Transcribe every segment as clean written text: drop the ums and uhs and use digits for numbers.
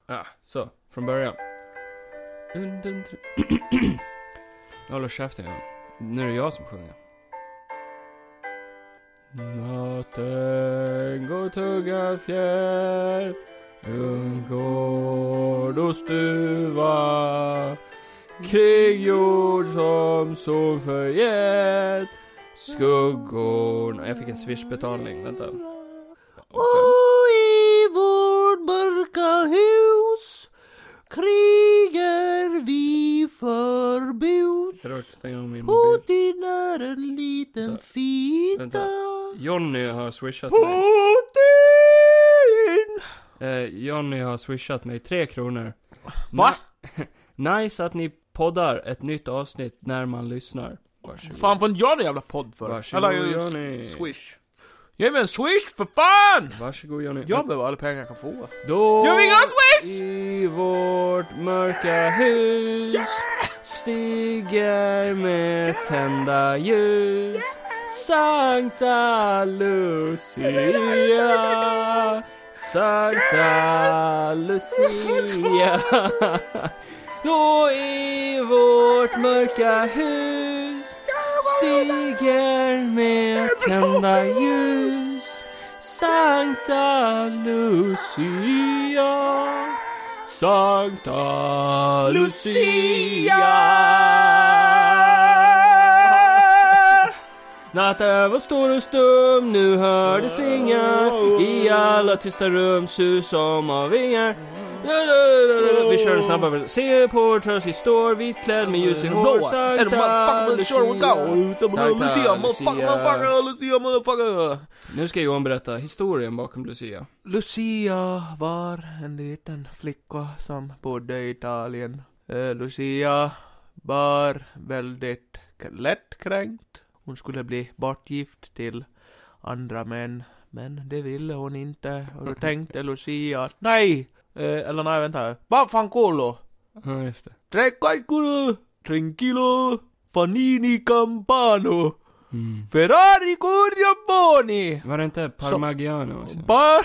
Ja, så. Från början. Jag håller käften igen. Nu är det jag som sjunger. Natten går tugga fjäll, rundgård och stuva, krigjord som sol förgett, skuggorna. Jag fick en swishbetalning, vänta. Och i vårt mörka hus krigar vi förbud. Jag råkade stänga om min Och mobil. din är en liten Vänta. fita. Vänta. Johnny har swishat mig. Putin! Johnny har swishat mig 3 kronor. Va? Nice att ni poddar ett nytt avsnitt när man lyssnar. Varsågod. Fan, får inte jag en jävla podd för? Varsågod, Eller Johnny. Swish. Ge mig en Swish för fan! Varsågod, Johnny. Jag behöver alla pengar jag kan få. Då Jag vill inga Swish! i vårt mörka hus stiger med tända ljus Sankta Lucia, Sankta Lucia. Då i vårt mörka hus stiger med tända ljus Sankta Lucia, Sankta Lucia. Natten var stor och stum, nu hördes ringa i alla tysta rum, sus som av vingar. Vi kör en snabbare. Se på Trusty står vitklädd med ljus i hår. Sankta Lucia, Lucia. Nu ska Johan berätta historien bakom Lucia. Lucia var en liten flicka som bodde i Italien. Lucia var väldigt lättkränkt. Hon skulle bli bortgift till andra män. Men det ville hon inte. Och då tänkte Lucia att nej. Eller nej, vänta. Vaffanculo. Ja, just det. Trecquarculo. Tranquillo. Fanini Campano. Ferrari Cordiaboni. Var det inte Parmigiano också?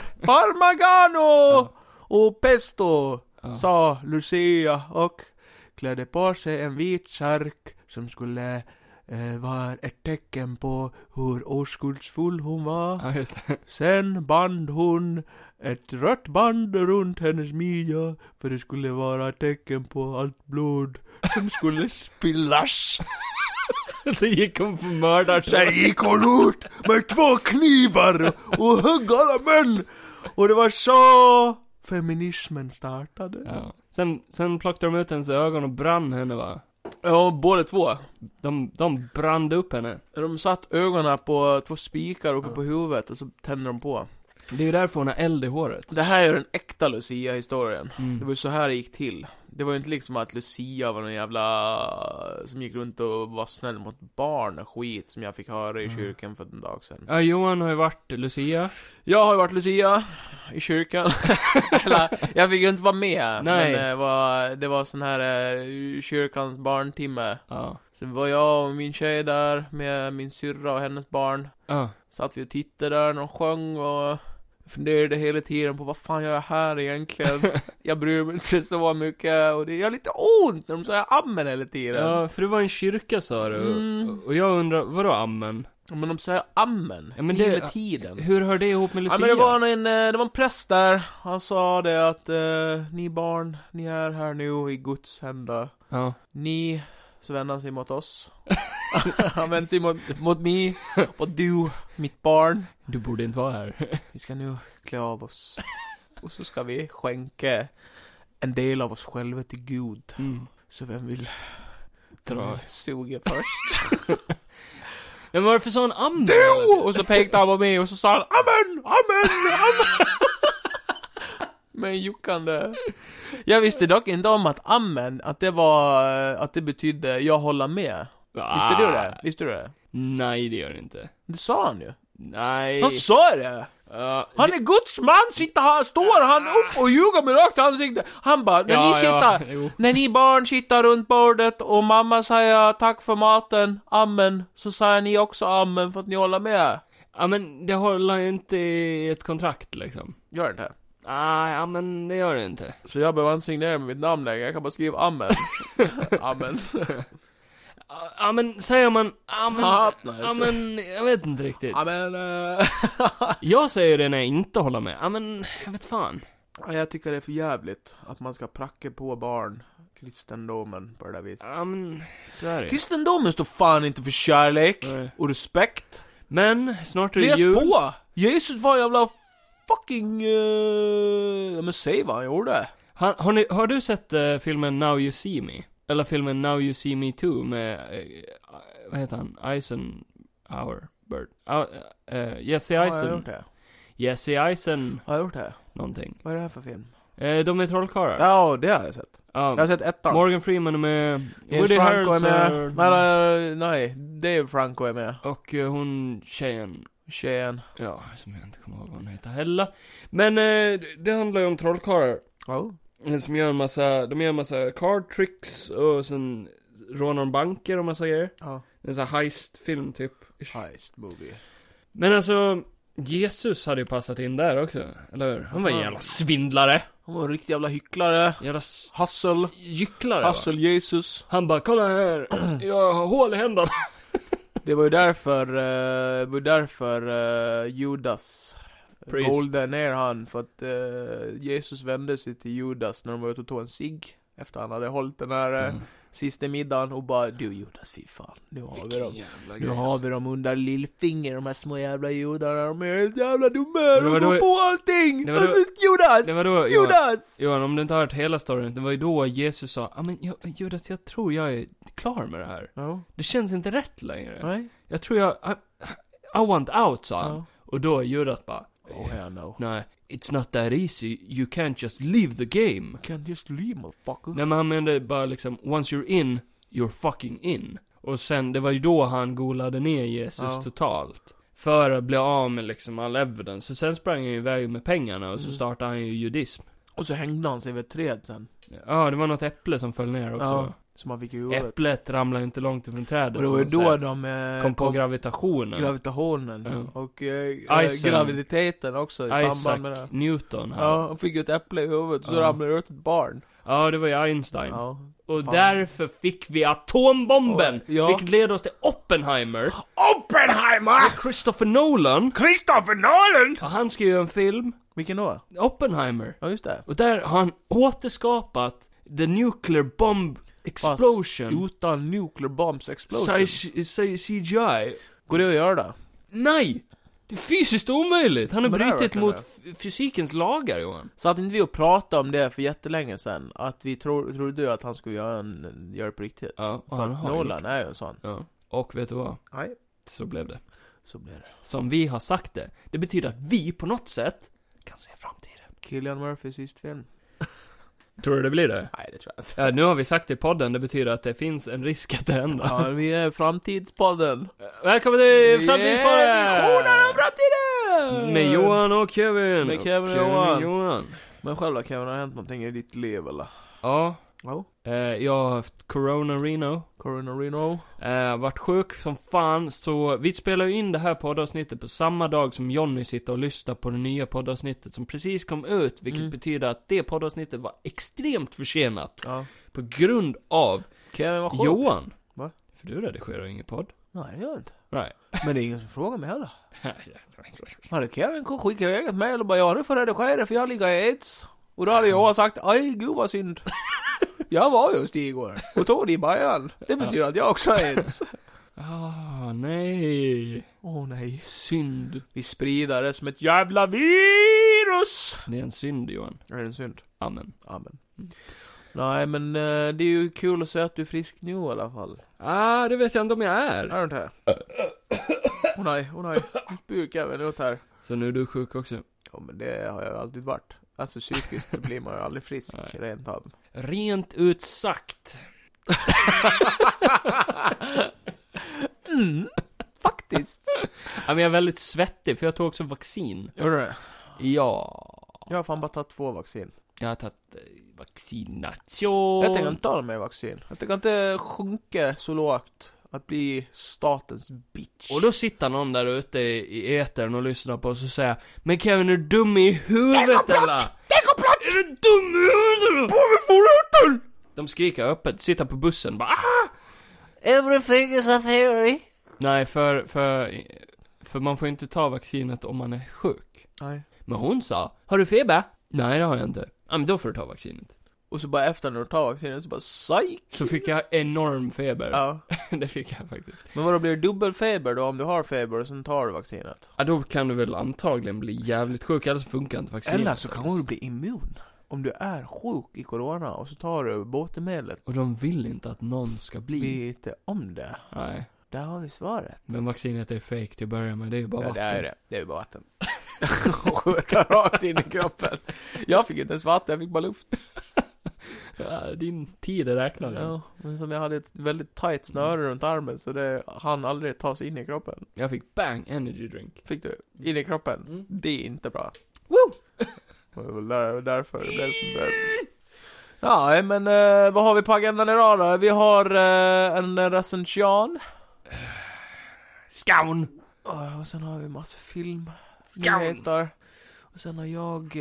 Parmigiano. Och pesto. Ja. Sa Lucia och klädde på sig en vit särk som skulle var ett tecken på hur oskuldsfull hon var. Ja, just det. Sen band hon ett rött band runt hennes midja för det skulle vara ett tecken på allt blod som skulle spillas. Så gick hon på mördar. Sen gick hon ut med 2 knivar och högg alla män. Och det var så feminismen startade. Ja. Sen plockade de ut hennes ögon och brann henne, va? Ja, båda två. De brände upp henne. De satt ögonen på 2 spikar uppe på huvudet och så tände de på. Det är ju därför hon har eld i håret. Det här är den äkta Lucia-historien. Mm. Det var ju så här det gick till. Det var ju inte liksom att Lucia var någon jävla som gick runt och var snäll mot barn och skit som jag fick höra i kyrkan för en dag sedan. Ja, Johan har ju varit Lucia. Jag har ju varit Lucia i kyrkan. Eller, jag fick ju inte vara med. Nej. Men det var sån här kyrkans barntimme. Ja. Så var jag och min tjej där med min syrra och hennes barn. Ja. Satt vi och tittade där och sjöng och funderade hela tiden på vad fan gör jag här egentligen. Jag bryr mig inte så mycket och det gör lite ont när de säger amen hela tiden. Ja, för det var en kyrka, sa du. Mm. Och jag undrar, vadå amen? Men de säger amen Ja, men hela tiden. Hur hör det ihop med Lucia? Ja, men det var en präst där. Han sa det att ni barn, ni är här nu i Guds händer. Ja. Ni, så vänder han sig mot oss. Han vänder sig mot mig. Och du, mitt barn. Du borde inte vara här. Vi ska nu klä av oss. Och så ska vi skänka en del av oss själva till Gud. Mm. Så vem vill Dra. suga först? Men varför sa han amen? Du! Och så pekade han på mig och så sa han amen, amen, amen. Men juckande. Jag visste dock inte om att amen, att det betydde jag håller med. Visste du det? Visste du det? Nej, det gör det inte. Det sa han ju. Nej. Han sa det. Han är Guds man, står han upp och ljuger med rakt ansikte. Han bara, när ni barn sitter runt bordet och mamma säger tack för maten, amen, så säger ni också amen för att ni håller med. Ja, men det håller ju inte i ett kontrakt liksom. Gör det inte? Ja, men det gör det inte. Så jag behöver inte signera med mitt namn längre. Jag kan bara skriva amen. Amen. Ja, men säger man Nej. ja, men jag vet inte riktigt. Amen. Jag säger det när jag inte håller med. Ja, men jag vet fan. Ja, jag tycker det är för jävligt att man ska pracka på barn kristendomen på det där viset. Ja, men så är det. Kristendomen står fan inte för kärlek och respekt. Men snart är det Läs jul. på! Jesus var en jävla fucking... men säg vad han gjorde. Har du sett filmen Now You See Me? Eller filmen Now You See Me Too med, vad heter han? Eisenhower. Jesse Ja, jag har Eisen. gjort det. Jesse Eisen. Har jag gjort det? Någonting. Vad är det här för film? De är trollkarlar. Ja, det har jag sett. Ja. Jag har sett ettan. Morgan Freeman är med. James Woody Franco är Harrelson. med. Nej, Dave Franco är med. Och hon tjejen. Tjejen. Ja, som jag inte kommer ihåg vad hon heter heller. Men det handlar ju om trollkarlar. Oh. Som gör en massa card tricks och sen rånar de banker och massa grejer. Ja. En sån här heist-film typ. Heist movie. Men alltså, Jesus hade ju passat in där också, eller hur? Han var en jävla svindlare. Han var en riktig jävla hycklare. Jävla Hustle. gycklare. Hustle Jesus. Han bara, kolla här, jag har hål i händerna. Det var ju därför Judas Priest. golde ner han. För att Jesus vände sig till Judas när de var ute och tog en cigg. Efter han hade hållit den här sista middagen och bara, du Judas, fy fan. Nu har vi dem under lillfinger, de här små jävla judarna. De är helt jävla dumma, de går på allting. Judas! Johan, om du inte har hört hela storyn, det var ju då Jesus sa, men Judas, jag tror jag är klar med det här. Ja. Det känns inte rätt längre. Nej. Jag tror I want out, sa han. Ja. Och då Judas bara, nej, it's not that easy. You can't just leave the game. You can't just leave, motherfucker. Nej, men han menade bara liksom, once you're in, you're fucking in. Och sen, det var ju då han golade ner Jesus totalt. För att bli av med liksom all evidence. Så sen sprang han ju iväg med pengarna och så startade han ju judism. Och så hängde han sig vid ett träd sen. Ja, det var något äpple som föll ner också. Ja, som han fick i huvudet. Äpplet ramlade inte långt ifrån trädet. Och det var ju då de kom på gravitationen. Gravitationen. Och Isaac- graviditeten också i Isaac samband med det. Newton här. Ja, han fick ju ett äpple i huvudet så ramlade det ut ett barn. Ja, det var ju Einstein. Ja. Och Fan. därför fick vi atombomben. Ja. Vilket leder oss till Oppenheimer. Oppenheimer! Med Christopher Nolan. Och han ska göra en film. Vilken då? Oppenheimer. Ja, just det. Och där har han återskapat the nuclear bomb explosion. Fast utan nuclear bombs explosion. CGI. Går det att göra det? Nej! Det är fysiskt omöjligt. Han har Men det är brutit verkligen mot fysikens lagar, Johan. Så att inte vi och pratade om det för jättelänge sedan. Att vi trodde att han skulle göra det på riktigt. Ja, och För han att har Nolan är ju en sån. Ja. Och vet du vad? Nej. Så blev det. Så blir det. Som vi har sagt det. Det betyder att vi på något sätt kan se framtiden. Cillian Murphy sist film. Tror du det blir det? Nej, det tror jag inte. Ja, nu har vi sagt det i podden. Det betyder att det finns en risk att det händer. Ja, vi är framtidspodden. Välkommen till Framtidspodden! Visionen om framtiden! Med Johan och Kevin. Med Kevin och Johan. Men själv då, Kevin, har hänt någonting i ditt liv eller? Ja. Ja. Jag har haft Corona Reno. Varit sjuk som fan. Så vi spelar ju in det här poddavsnittet på samma dag som Johnny sitter och lyssnar på det nya poddavsnittet som precis kom ut. Vilket betyder att det poddavsnittet var extremt försenat. Ja. På grund av Kevin var sjuk. Johan. Va? För du redigerar ingen podd. Nej, det gör jag inte. Nej. Men det är ingen som frågar mig heller. Hade Kevin kan skicka iväg ett mejl och bara, ja, nu får redigera för jag ligger i AIDS. Och då hade jag sagt, aj, gud vad synd. Jag var just igår och tog det i början. Det betyder att jag också har AIDS. Nej. Nej. Synd. Vi sprider det som ett jävla virus. Det är en synd, Johan. Är det en synd? Amen. Nej, men det är ju kul att säga att du är frisk nu i alla fall. Det vet jag inte om jag är. Är du inte här? Nej. Nu spyr Kevin ut här. Så nu är du sjuk också. Ja, men det har jag alltid varit. Alltså psykiskt så blir man ju aldrig frisk, rent av. Rent ut sagt. Faktiskt. Ja, men jag är väldigt svettig för jag tog också vaccin. Gör du det? Ja. Jag har fan bara tagit 2 vaccin. Jag har tagit vaccination. Jag tänker inte ta mer vaccin. Jag tänker inte sjunka så lågt Att bli statens bitch. Och då sitter någon där ute i etern och lyssnar på oss och säger: men Kevin, är du dum i huvudet eller? Det är komplott! Är du dum i huvudet? På med förrätten! De skriker öppet, sitter på bussen bara ah! Everything is a theory. Nej, för man får inte ta vaccinet om man är sjuk. Nej. Men hon sa: har du feber? Nej, det har jag inte. Ja, men då får du ta vaccinet. Och så bara efter när du tar vaccinet så bara psych! Så fick jag enorm feber. Ja. Det fick jag faktiskt. Men vad blir det dubbelfeber då om du har feber och sen tar du vaccinet? Ja, då kan du väl antagligen bli jävligt sjuk, eller så funkar inte vaccinet. Eller så kan du bli immun. Om du är sjuk i corona och så tar du botemedlet. Och de vill inte att någon ska bli. Lite om det. Nej. Där har vi svaret. Men vaccinet är fake till att börja med, det är ju bara Ja, vatten. det är det. Det är ju bara vatten. Skjuta rakt in i kroppen. Jag fick inte ens vatten, jag fick bara luft. Ja, din tid är räknad. Ja, men som jag hade ett väldigt tight snöre runt armen så det hann aldrig ta sig in i kroppen. Jag fick bang energy drink. Fick du? In i kroppen? Mm. Det är inte bra. Woo! Det var väl därför det blev som det. Ja, men vad har vi på agendan idag då? Vi har en recension. Skaun! Och sen har vi massa film. Skaun! Nyheter. Och sen har jag...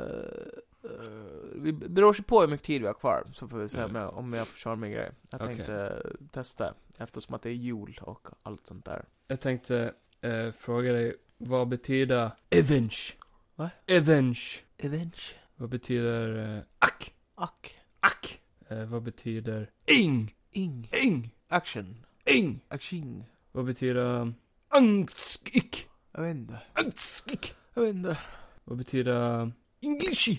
vi beror sig på hur mycket tid vi har kvar. Så får vi se om jag får köra min grej. Jag tänkte testa. Eftersom att det är jul och allt sånt där. Jag tänkte fråga dig, vad betyder avenge? Va? Avenge. Vad betyder ack? Vad betyder ing? Action. Vad betyder angstsk? Jag vet inte. Angstsk. Vad betyder Englishi.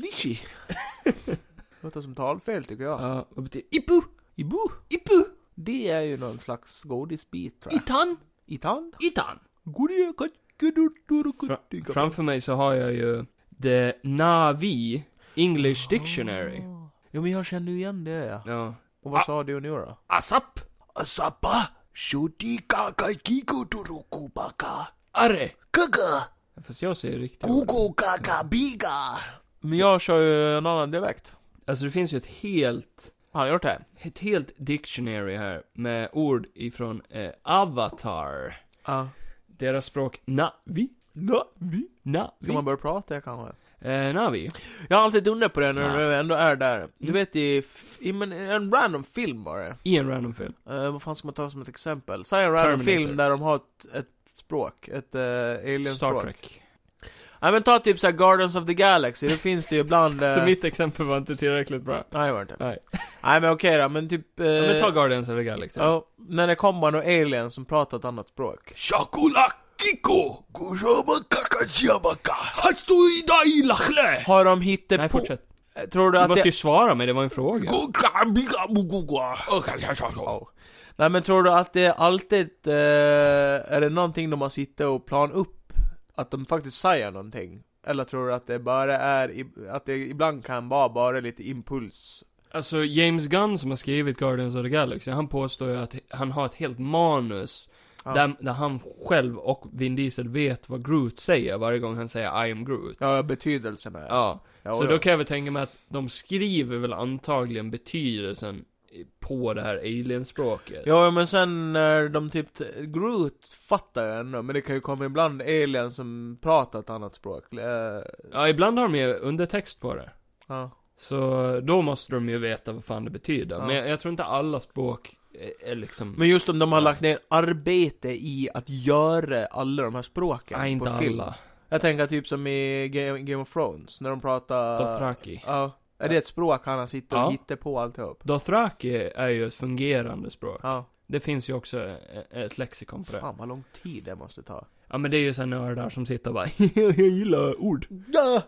Låter som talfel tycker jag. Ja, vad betyder ipu? Det är ju någon slags godisbit tror jag. Itan. Framför mig så har jag ju The Navi English Dictionary. Ja, men jag känner ju igen det. Ja. Och vad sa du nu då? Asap. Asapa. Shuti kaka kiko turuku baka. Arre. Kaka. Fast jag säger riktigt. Kuko kaka biga. Men jag kör ju en annan dialekt. Alltså det finns ju Har jag gjort det? ett helt dictionary här med ord ifrån Avatar. Ja. Deras språk Navi. Ska man börja prata jag kanske? Navi. Jag har alltid undrat på det när du ändå är där. Du vet i en random film bara. I en random film. Vad fan ska man ta som ett exempel? Säg en random Terminator. film där de har ett språk. Ett alien-språk. Star Trek. Nej men ta typ såhär Guardians of the Galaxy. Då finns det ju ibland... Så mitt exempel var inte tillräckligt bra. Nej det var inte. Nej. Nej men okej då, men typ... Ja, men ta Guardians of the Galaxy. Ja, när det kommer någon alien som pratar ett annat språk. Shakula kiko. Kushaba kaka chiabaka. Hatsu idai lachle. Har de hittat Nej, på... fortsätt. Tror du Du att måste det... ju svara mig, det var en fråga. Kuka biga bugugwa. Nej men tror du att det alltid... är det någonting de har sittit och plan upp? Att de faktiskt säger någonting? Eller tror du att det bara är... Att det ibland kan vara bara lite impuls? Alltså James Gunn som har skrivit Guardians of the Galaxy, han påstår ju att han har ett helt manus där han själv och Vin Diesel vet vad Groot säger varje gång han säger I am Groot. Ja, betydelsen är. Ja. Så då kan jag väl tänka mig att de skriver väl antagligen betydelsen på det här alien-språket. Ja, men sen när de typ... Groot fattar jag ändå, men det kan ju komma ibland alien som pratar ett annat språk. Ja, ibland har de ju undertext på det. Ja. Så då måste de ju veta vad fan det betyder. Ja. Men jag tror inte alla språk är liksom... Men just om de har lagt ner arbete i att göra alla de här språken. Nej, inte på film. alla. Jag tänker typ som i Game of Thrones, när de pratar... Dothraki. Ja. Är det ett språk han har sitter och hittar på alltihop? Dothraki är ju ett fungerande språk. Ja. Det finns ju också ett lexikon på det. Fan vad lång tid det måste ta. Ja, men det är ju så nördar som sitter och bara jag gillar ord. Ja!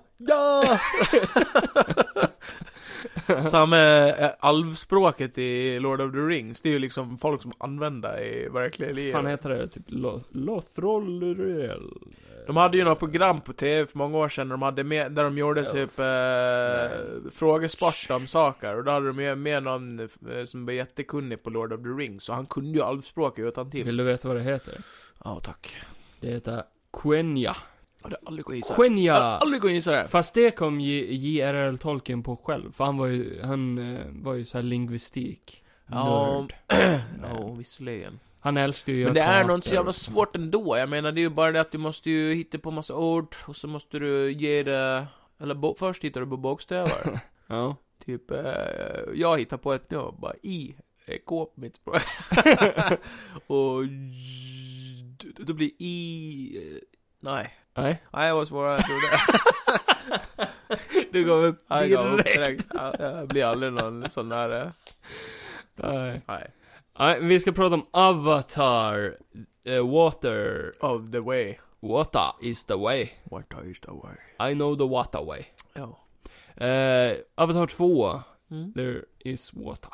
Samma alvspråket i Lord of the Rings. Det är ju liksom folk som använder i verkliga livet. Fan heter det? Typ Lothrollerel. De hade ju något program på TV för många år sedan där de gjorde typ frågesport om saker. Och då hade de med någon som var jättekunnig på Lord of the Rings. Så han kunde ju alvspråk utan till. Vill du veta vad det heter? Ja, tack. Det heter Quenya. Ja, det aldrig går gissa. Quenya! Aldrig går gissa det. Fast det kom J.R.R. Tolkien på själv. För han var ju så här lingvistik. Ja, nörd. visserligen. Han älskar ju Men det är kartor. nog inte så jävla svårt ändå. Jag menar, det är ju bara det att du måste ju hitta på massa ord. Och så måste du ge det... Eller först hittar du på bokstäver. Ja. Typ, jag hittar på ett nu. Bara I är K på mitt språk. Och då blir I... Nej, det var svårare än jag trodde. Du går upp direkt. Jag blir aldrig någon sån där... Nej. Nej. Vi ska prata om Avatar. Water. Of the way. Water is the way. Water is the way. I know the water way. Ja. Avatar 2. Mm. There is water.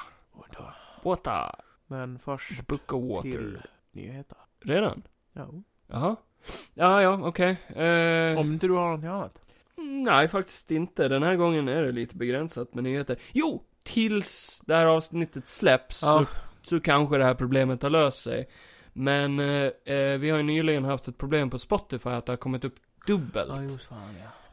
Water. Men först Book of water. till nyheter. Redan? Ja. Jaha. Ja, okej. Om inte du har någonting annat. Nej, faktiskt inte. Den här gången är det lite begränsat med nyheter. Jo! Tills det här avsnittet släpps så kanske det här problemet har löst sig. Men vi har ju nyligen haft ett problem på Spotify att det har kommit upp dubbelt. Ja, just fan,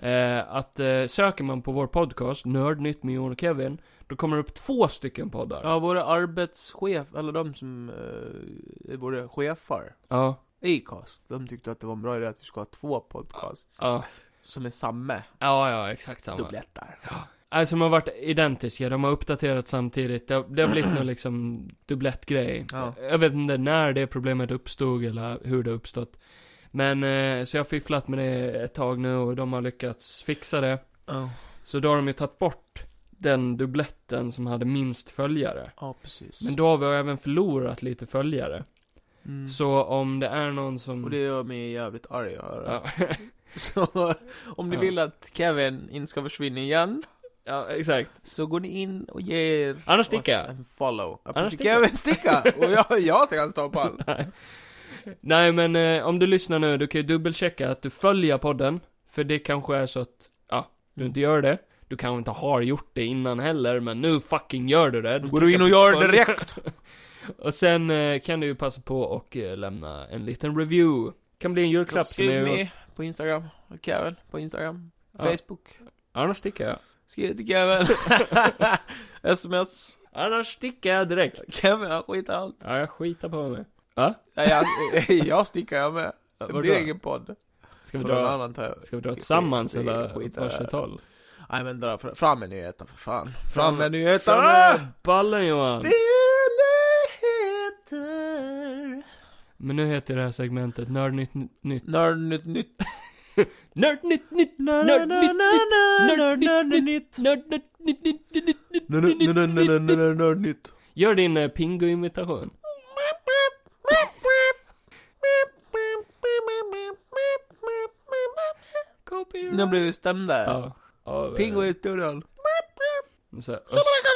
ja. Söker man på vår podcast, Nördnytt med Jon och Kevin, då kommer det upp 2 stycken poddar. Ja, våra arbetschef, eller de som är våra chefer. Ja. Acast, de tyckte att det var en bra idé att vi ska ha 2 podcasts. Ja. Som är samma. Ja, exakt samma. Dubblettar. Ja. Alltså, de har varit identiska, de har uppdaterat samtidigt. Det har blivit någon liksom dubblettgrej. Ja. Jag vet inte när det problemet uppstod eller hur det uppstått. Men så jag har fifflat med det ett tag nu och de har lyckats fixa det. Så då har de ju tagit bort den dubbletten som hade minst följare. Ja, precis. Men då har vi även förlorat lite följare. Mm. Så om det är någon som... Och det gör mig jävligt arg att höra. Ja. Så om ni vill att Kevin inte ska försvinna igen, Ja, exakt. så går ni in och ger Annars sticker oss en follow. Annars sticker Kevin sticka. Och jag kan ta på all. Nej, men om du lyssnar nu, du kan ju dubbelchecka att du följer podden. För det kanske är så att, du inte gör det. Du kanske inte har gjort det innan heller, men nu fucking gör du det. Går du in och gör det direkt. Och sen kan du ju passa på och lämna en liten review. Kan bli en julklapp till Skriv mig. mig på Instagram. Kevin på Instagram. Ja. Facebook. Annars sticker jag. Skriv till Kevin. SMS. Annars sticker jag direkt. Kevin, han skiter allt. Ja, jag skitar på mig. Va? Ja, jag stickar jag med. Det Vadå? blir ingen podd. Ska vi Från någon dra, annan ska vi dra tillsammans skit- eller skit- varsitt håll? Nej, men dra fram med nyheter för fan. Fram med Fram nyheter. med ballen, Johan. Det är nyheter. Men nu heter det här segmentet Nördnytt nytt. Nördnytt. Nördnytt nytt. Nördnytt. Gör din Pingu-imitation. Nu blir vi stämda. Ja. Av, Pingo i studion. så här,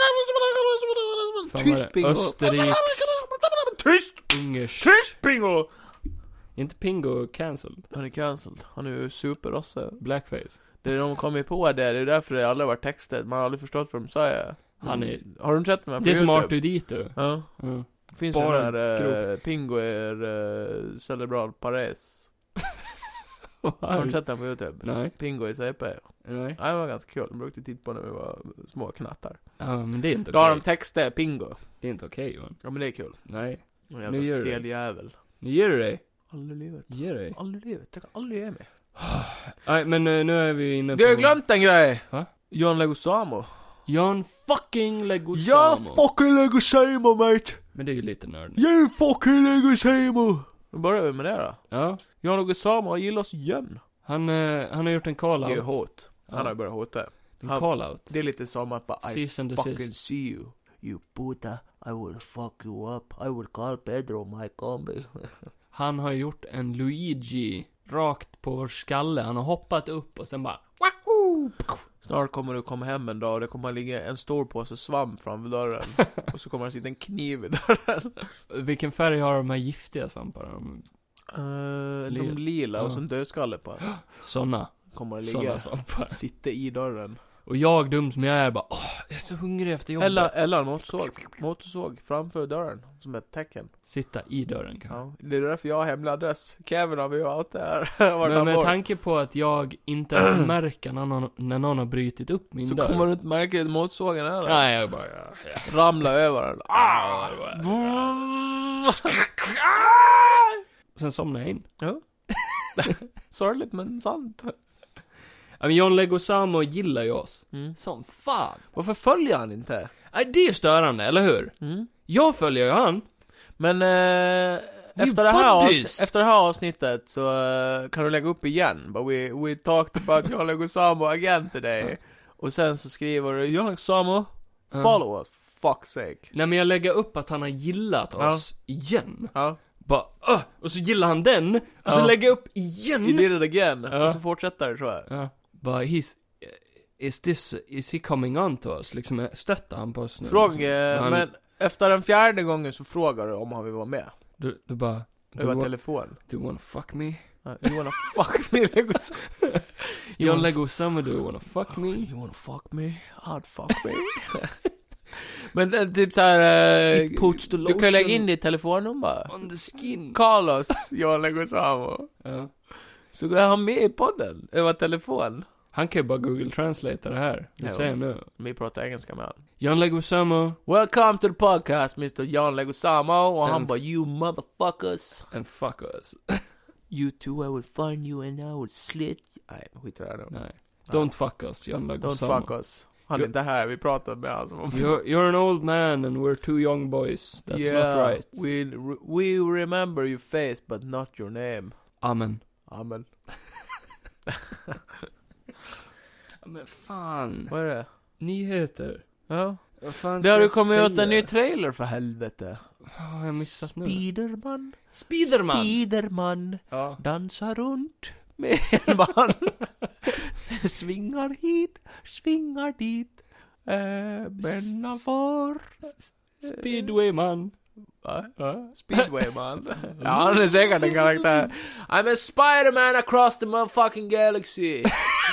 Tyst Pingo. Österriks, Tyst. Ungers. Tyst Pingo. Inte Pingo cancelled. Han är cancelled. Han är ju superrosse. Blackface. Det är de kommit på det är därför det aldrig varit textet. Man har aldrig förstått vad de säger. Han är... Har du inte sett mig på Det är som YouTube? Arthur Dito. Ja. Ja. Det finns Bara ju den grop. där Pingo är cerebral pares. Har du sett den på YouTube? Nej. Pingo i CP. Nej. Ja, det var ganska kul. De brukade titta på när vi var små knattar. Ja, men det är inte Då har de okej. texter Pingo. Det är inte okej, Johan. Ja, men det är kul. Nej. En Nu jävla gör du det. seljävel. Nu ger du dig. Aldrig i livet. Ge dig. Aldrig i livet. Jag kan aldrig ge mig. Nej, men nu är vi inne på... Vi har glömt en grej. Va? John Leguizamo. Jan fucking Leguizamo. fucking Leguizamo, mate. Men det är ju lite nörd. You fucking Leguizamo. Nu börjar vi med det då. Ja. John Leguizamo gillar oss igen. Han har gjort en Det är ju call-out. hot. Han Ja. har ju börjat hota. En Han- call-out. Det är lite som att bara I Cease and fucking desist. see you. You puta, I will fuck you up. I will call Pedro my combi. Han har gjort en Luigi rakt på vår skalle. Han har hoppat upp och sen bara... Wahoo! Snart kommer du komma hem en dag och det kommer ligga en stor påse svamp framför dörren. Och så kommer det sitta en kniv i dörren. Vilken färg har de här giftiga svamparna? De lila och Ja. så en dödskalle på. Såna. Kommer det Såna ligga. svampar. Sitta i dörren. Och jag, dum som jag är, bara jag är så hungrig efter jobbet. Eller en motorsåg framför dörren, som ett tecken. Sitta i dörren kanske. Ja, det är därför jag har hemlig adress. Kevin har vi ju allt det här. Men med tanke på att jag inte ens märker när någon har brytit upp min så dörr. Så kommer du inte märka motorsågen eller? Nej, jag bara... Ramla över den. Sen somnar jag in. Ja. Sorgligt men sant. Ja, men John Leguizamo gillar ju oss. Som fan. Varför följer han inte? Nej, det är störande, eller hur? Jag följer ju han. Men efter det här avsnittet så kan du lägga upp igen. But we talked about John Leguizamo again today. Och sen så skriver du John Leguizamo, follow us, fuck's sake. Nej, men jag lägger upp att han har gillat oss igen. Ja. Bara, och så gillar han den. Och så lägger jag upp igen. You did it again. Och så fortsätter det så här. Ja. Bara, is he coming on to us? Liksom, stöttar han på oss nu? Men efter den 4:e gången så frågar du om han vill vara med. Du bara... Över telefon. Do you wanna fuck me? You wanna fuck me, Leguizamo? John Leguizamo, do you wanna fuck me? You wanna fuck me? I'd fuck me. Men typ såhär... du kan lägga in ditt telefonnummer. On the skin. Call oss, John Leguizamo. Ja. Så går han med i podden över telefon. Han kan ju bara Google Translate det här. Det säger nu. Vi pratar engelska med han. John Leguizamo. Welcome to the podcast, Mr. John Leguizamo. Och han bara, you motherfuckers. And fuck us. You two, I will find you and I will slit. Nej, skit det där nu. Nej. Don't fuck us, John Leguizamo. Don't fuck us. Han är inte här, vi pratar med han som... You're an old man and we're two young boys. That's not right. We remember your face but not your name. Amen. Men fan. Vad är det? Nyheter. Ja. Vad fan det har ska ju kommit jag ut en ny trailer för helvete. Har jag missat nu? Spiderman. Ja. Dansar runt med en man. Svingar hit, svingar dit. Bänna för. Speedwayman. Speedwayman. Ja, han är säkert en karaktär. I'm a Spider-Man across the motherfucking galaxy.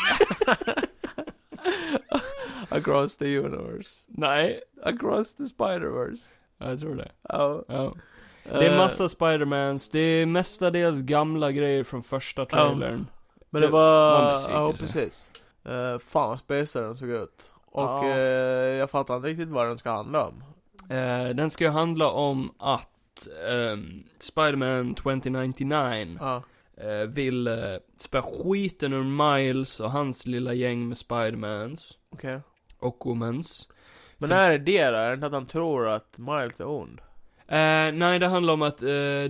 Across the universe. Nej. Across the Spider-Verse. Jag tror det. Ja. Det är massa Spider-Mans. Det är mestadels gamla grejer från första trailern. Men det var... Ja, precis. Fan vad spesar den såg ut. Och jag fattar inte riktigt vad den ska handla om. Den ska ju handla om att Spider-Man 2099 vill spela skiten ur Miles och hans lilla gäng med Spider-Mans. Okej. Och Womans. Men är det det då? Är det inte att han tror att Miles är ond? Nej, det handlar om att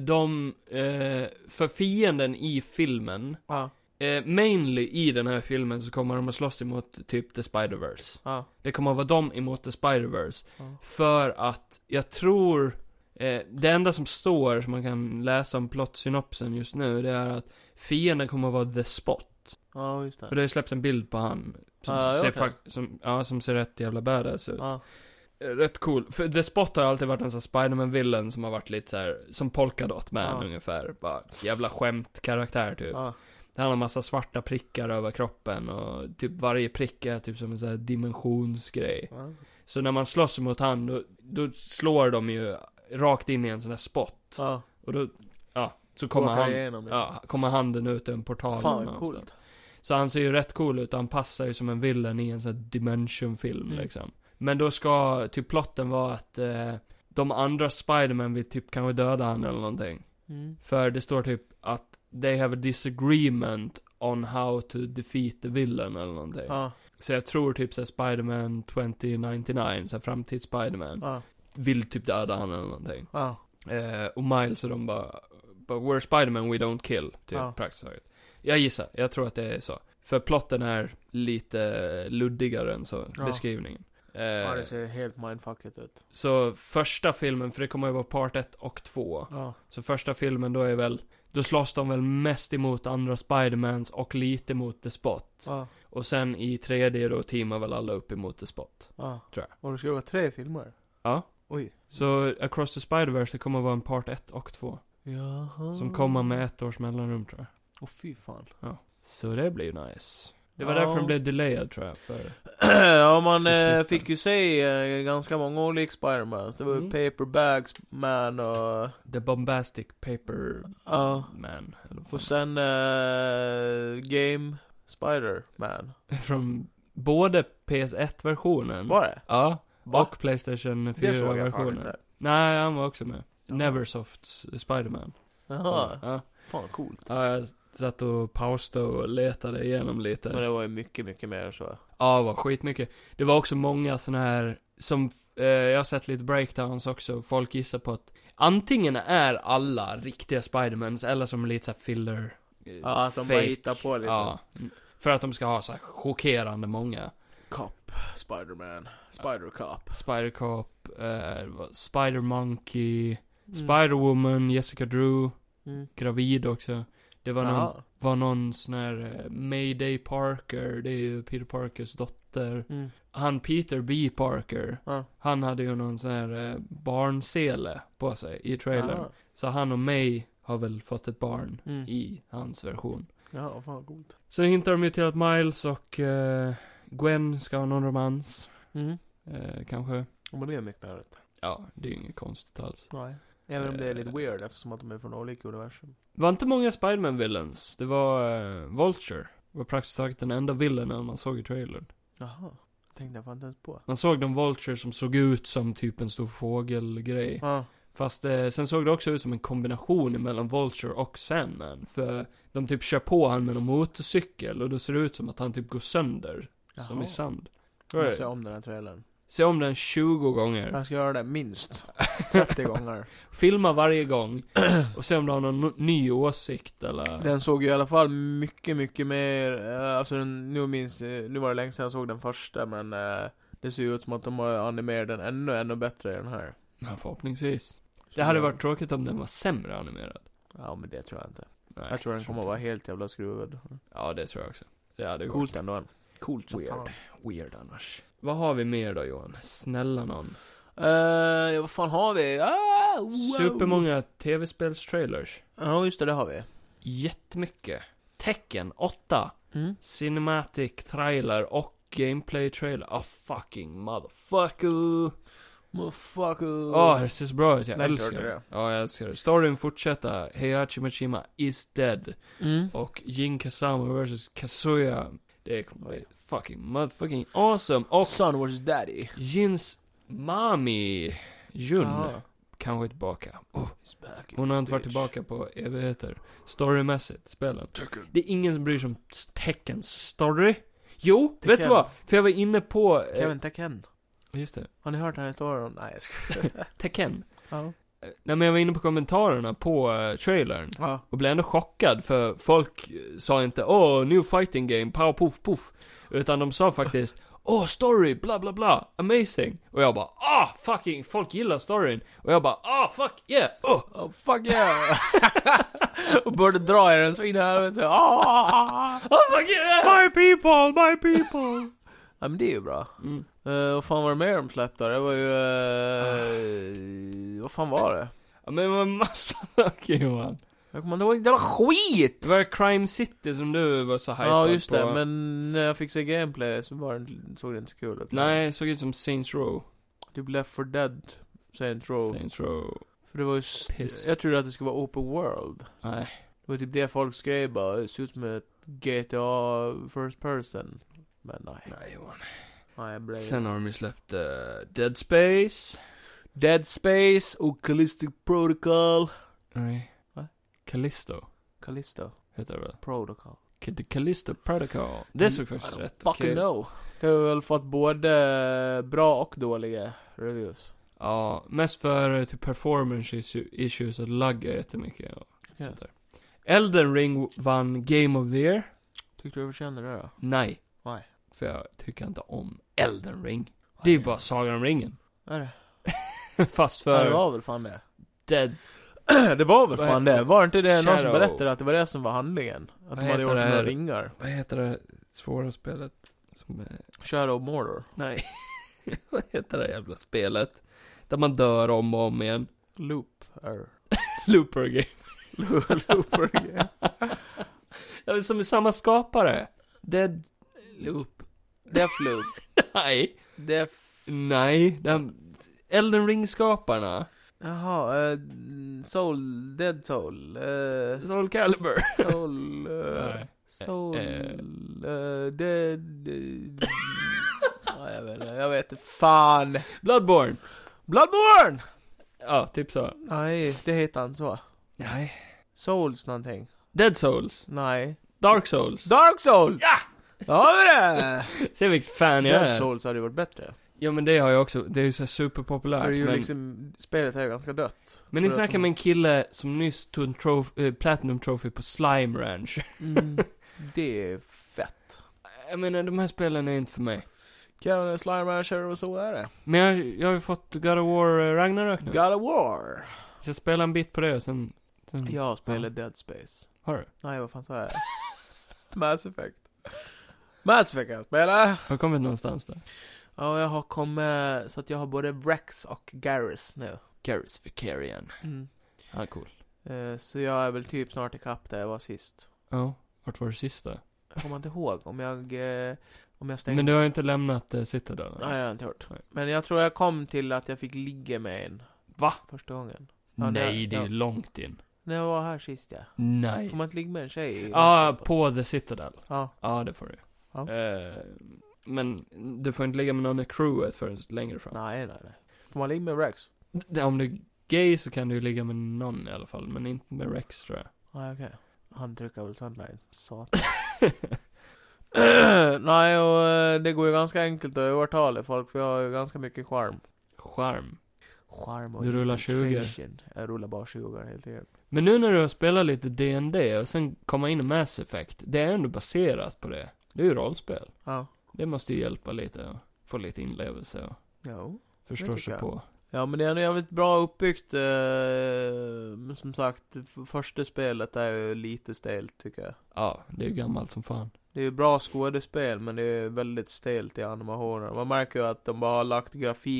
för fienden i filmen, mainly i den här filmen, så kommer de att slåss emot typ The Spider-Verse. Det kommer att vara dem emot The Spider-Verse. För att jag tror det enda som står, som man kan läsa om plot-synopsen just nu, det är att fienden kommer att vara The Spot. Ja, just det. För det släpps en bild på han som ser rätt jävla badass ut. Rätt cool. För The Spot har alltid varit en sån Spider-Man-villain som har varit lite så här som Polkadot Man ungefär. Bara jävla skämt-karaktär typ. Det har en massa svarta prickar över kroppen och typ varje prick är typ som en sån här dimensionsgrej. Så när man slåss mot han då slår de ju rakt in i en sån här spot. Och då så kommer handen ut ur en portal. Fan, coolt. Så han ser ju rätt cool ut. Han passar ju som en villain i en sån här dimension-film liksom. Men då ska typ plotten vara att de andra Spider-Man vill typ kanske döda han eller någonting. För det står typ att they have a disagreement on how to defeat the villain eller någonting. Så jag tror typ så Spider-Man 2099, så framtids Spider-Man vill typ döda han eller någonting. Och Miles och de bara but we're Spider-Man, we don't kill typ praktiskt taget. Jag gissar, jag tror att det är så. För plotten är lite luddigare än så, beskrivningen. Det ser helt mindfucket ut. Så första filmen, för det kommer ju vara part 1 och 2. Så första filmen då slåss de väl mest emot andra Spider-Mans och lite mot The Spot. Och sen i tredje då teamar väl alla upp emot The Spot. Tror jag. Och det ska vara 3 filmer? Ja. Oj. Så Across the Spider-Verse det kommer vara en part 1 och 2. Jaha. Som kommer med 1 års mellanrum tror jag. Fy fan. Så det blir nice. Det var därför den blev delayed, tror jag. För... Ja, man Splitter. fick ju se ganska många olika Spider-Man. Det var ju Paper Bags Man och... The Bombastic Paper Ja. Man. Eller vad Och fan. sen Game Spider-Man. Från både PS1-versionen. Var det? Ja. Va? Och PlayStation Det såg jag fan 4-versionen. inte. Nej, han var också med. Ja. Neversofts Spider-Man. Jaha, Ja. fan coolt. Ja, jag satt och pausade och letade igenom lite. Men det var ju mycket, mycket mer så. Ja, det var skitmycket. Det var också många såna här, som, jag har sett lite breakdowns också, folk gissar på att antingen är alla riktiga Spidermans, eller som lite så här filler, Ja, att de bara hittar på lite. Ja, för att de ska ha så här chockerande många. Cop, Spider-Man, Spider-Cop. Spider-Cop, Spider-Monkey, Spider-Woman, Jessica Drew, gravid också. Det var någon sån här Mayday Parker, det är ju Peter Parkers dotter. Han Peter B. Parker, han hade ju någon sån här barnsele på sig i trailern. Så han och May har väl fått ett barn i hans version. Ja, fan coolt. Så hintar de ju till att Miles och Gwen ska ha någon romans. Kanske. Men det är mycket mer rätt. Ja, det är ju inget konstigt alls. Nej. Även om det är lite weird eftersom att de är från olika universum. Det var inte många Spider-Man-villains. Det var Vulture. Det var praktiskt taget den enda villainen man såg i trailern. Jaha. Tänkte jag fan inte ens på. Man såg den Vulture som såg ut som typ en stor fågelgrej. Ja. Fast sen såg det också ut som en kombination mellan Vulture och Sandman. För de typ kör på han med en motorcykel och då ser det ut som att han typ går sönder. Som i sand. Jag måste se om den här trailern. Se om den 20 gånger. Jag ska göra det minst 30 gånger. Filma varje gång. Och se om du har någon ny åsikt eller... Den såg ju i alla fall mycket, mycket mer. Alltså nu var det länge sedan jag såg den första. Men det ser ju ut som att de har animerat den ännu bättre i den här. Ja, förhoppningsvis. Det hade varit tråkigt om den var sämre animerad. Ja, men det tror jag inte. Nej, jag tror den kommer vara helt jävla skruvad. Ja, det tror jag också. Det hade Coolt ändå. Coolt Weird. fan. Weird annars. Vad har vi mer då, Johan? Snälla någon. Vad fan har vi? Wow. Supermånga tv-spelstrailers. Ja, just det har vi. Jättemycket. Tekken 8. Cinematic trailer och gameplay trailer. Fucking motherfucker. Det ser så bra ut. Jag älskar det. Ja, jag älskar det. Storyn fortsätter. Heihachi Mishima is dead. Och Jin Kazama vs Kazuya. Det kommer bli fucking awesome. Och Son vs Daddy. Jins mami Jun kanske tillbaka. Hon har inte varit tillbaka på evigheter. Storymässigt spelen. Det är ingen som bryr sig om Tekkens story. Jo, Tekken. vet du vad? För jag var inne på Kevin Tekken. just det. Har ni hört den här historien? Nej, jag ska... Tekken. Ja. Nej, men jag var inne på kommentarerna på trailern. Och blev ändå chockad för folk sa inte new fighting game, pow puff puff. Utan de sa faktiskt story, bla bla bla, amazing. Och jag bara, fucking, folk gillar storyn. Och jag bara, fuck yeah, fuck yeah. Och började dra i den så in i helvete. Fuck yeah, my people. Ja, men det är ju bra. Vad fan var det mer de släppte? Det var ju... vad fan var det? Ja, men det var en massa saker, Johan. Jag kommer inte ihåg, det var skit! Det var Crime City som du var så hypad på. Ja, just det. Men när jag fick se gameplay så såg det inte så kul ut. Nej, det såg ut som Saints Row. Typ Left 4 Dead, Saints Row. För det var ju... Jag trodde att det skulle vara open world. Nej. Det var typ det folk skrev bara. Det ser ut som ett GTA first person. Men nej. Nej, Johan. Nej, sen har de ju släppt Dead Space. Dead Space och Callisto Protocol. Nej. Va? Callisto heter det väl? Protocol. Callisto Protocol. Det såg faktiskt rätt. Fucking no. Det har väl fått både bra och dåliga reviews. Ja, mest för typ performance issues och laggar jättemycket. Okay. Elden Ring vann Game of the Year. Tyckte du förtjänade det då? Nej. Why? För jag tycker inte om Elden Ring. Det är ju bara Sagan om ringen. Är det? Fast för... Ja, det var väl fan det. Dead. Det var väl fan det. Var inte det någon som Shadow. berättade att det var det som var handlingen? Att de hade gjort några ringar. Vad heter det svåra spelet som är... Shadow Mordor. Nej. Vad heter det jävla spelet? Där man dör om och om igen. Looper game. Looper game. Ja, som är samma skapare. Dead Loop. Deathloop. Nej. Death... Nej. Elden Ring-skaparna. Jaha, Dead Soul. Soul Calibur. Soul... Nej. Soul... Dead... Ja, jag vet inte. Fan! Bloodborne. Bloodborne! Ja, typ så. Nej, det heter han så. Nej. Souls någonting. Dead Souls. Nej. Dark Souls. Dark Souls! Ja! Ja, det! Se vilket fan jag Dead är. Souls hade varit bättre. Ja, men det har jag också. Det är ju så superpopulärt. För det är ju men liksom, spelet är ju ganska dött. men ni För snackar att med en kille som nyss tog en Platinum Trophy på Slime Ranch. det är fett. Jag menar, de här spelen är inte för mig. Kevin Slime Rancher och så är det. Men jag har ju fått God of War Ragnarök nu. God of War. Så jag spelar en bit på det och sen Jag spelar Dead Space. Har du? Nej, vad fan sa jag? Mass Effect. Mass Effect jag spelar. Har du kommit någonstans där? Ja, jag har kommit så att jag har både Rex och Garrus nu. Garrus Vicarian. Han är cool. Så jag är väl typ snart i kapp där jag var sist. Ja, vart var det sista? Jag kommer inte ihåg om jag stängde. Men du har ju inte lämnat Citadel? Nej, jag har inte hört. Nej. Men jag tror jag kom till att jag fick ligga med en. Va? Första gången. Ja, Nej, det är ju ja. långt in. När jag var här sist, ja. Nej. Får man inte ligga med en tjej? Ja, på The Citadel. Ja. Ja, det får du. Ja. Men du får inte ligga med någon i crewet förrän längre fram. Nej. Får man ligga med Rex? Om du är gay så kan du ju ligga med någon i alla fall, men inte med Rex tror jag. Nej, okej. Han trycker väl sånt där. Satan. Nej, och det går ju ganska enkelt att övertala folk, för jag har ju ganska mycket charm. Charm. Charm och Du rullar 20. infiltration. Jag rullar bara 20 helt enkelt. Men nu när du har spelat lite D&D och sen komma in i Mass Effect, det är ändå baserat på det. Det är ju rollspel. Ja. Det måste ju hjälpa lite och få lite inlevelse och Jo. förstå tycker sig jag. på. Ja, men det är ändå jävligt bra uppbyggt. Men som sagt, första spelet är ju lite stelt tycker jag. Ja, det är ju gammalt som fan. Det är ju bra skådespel, men det är väldigt stelt i animationen. Man märker ju att de bara har lagt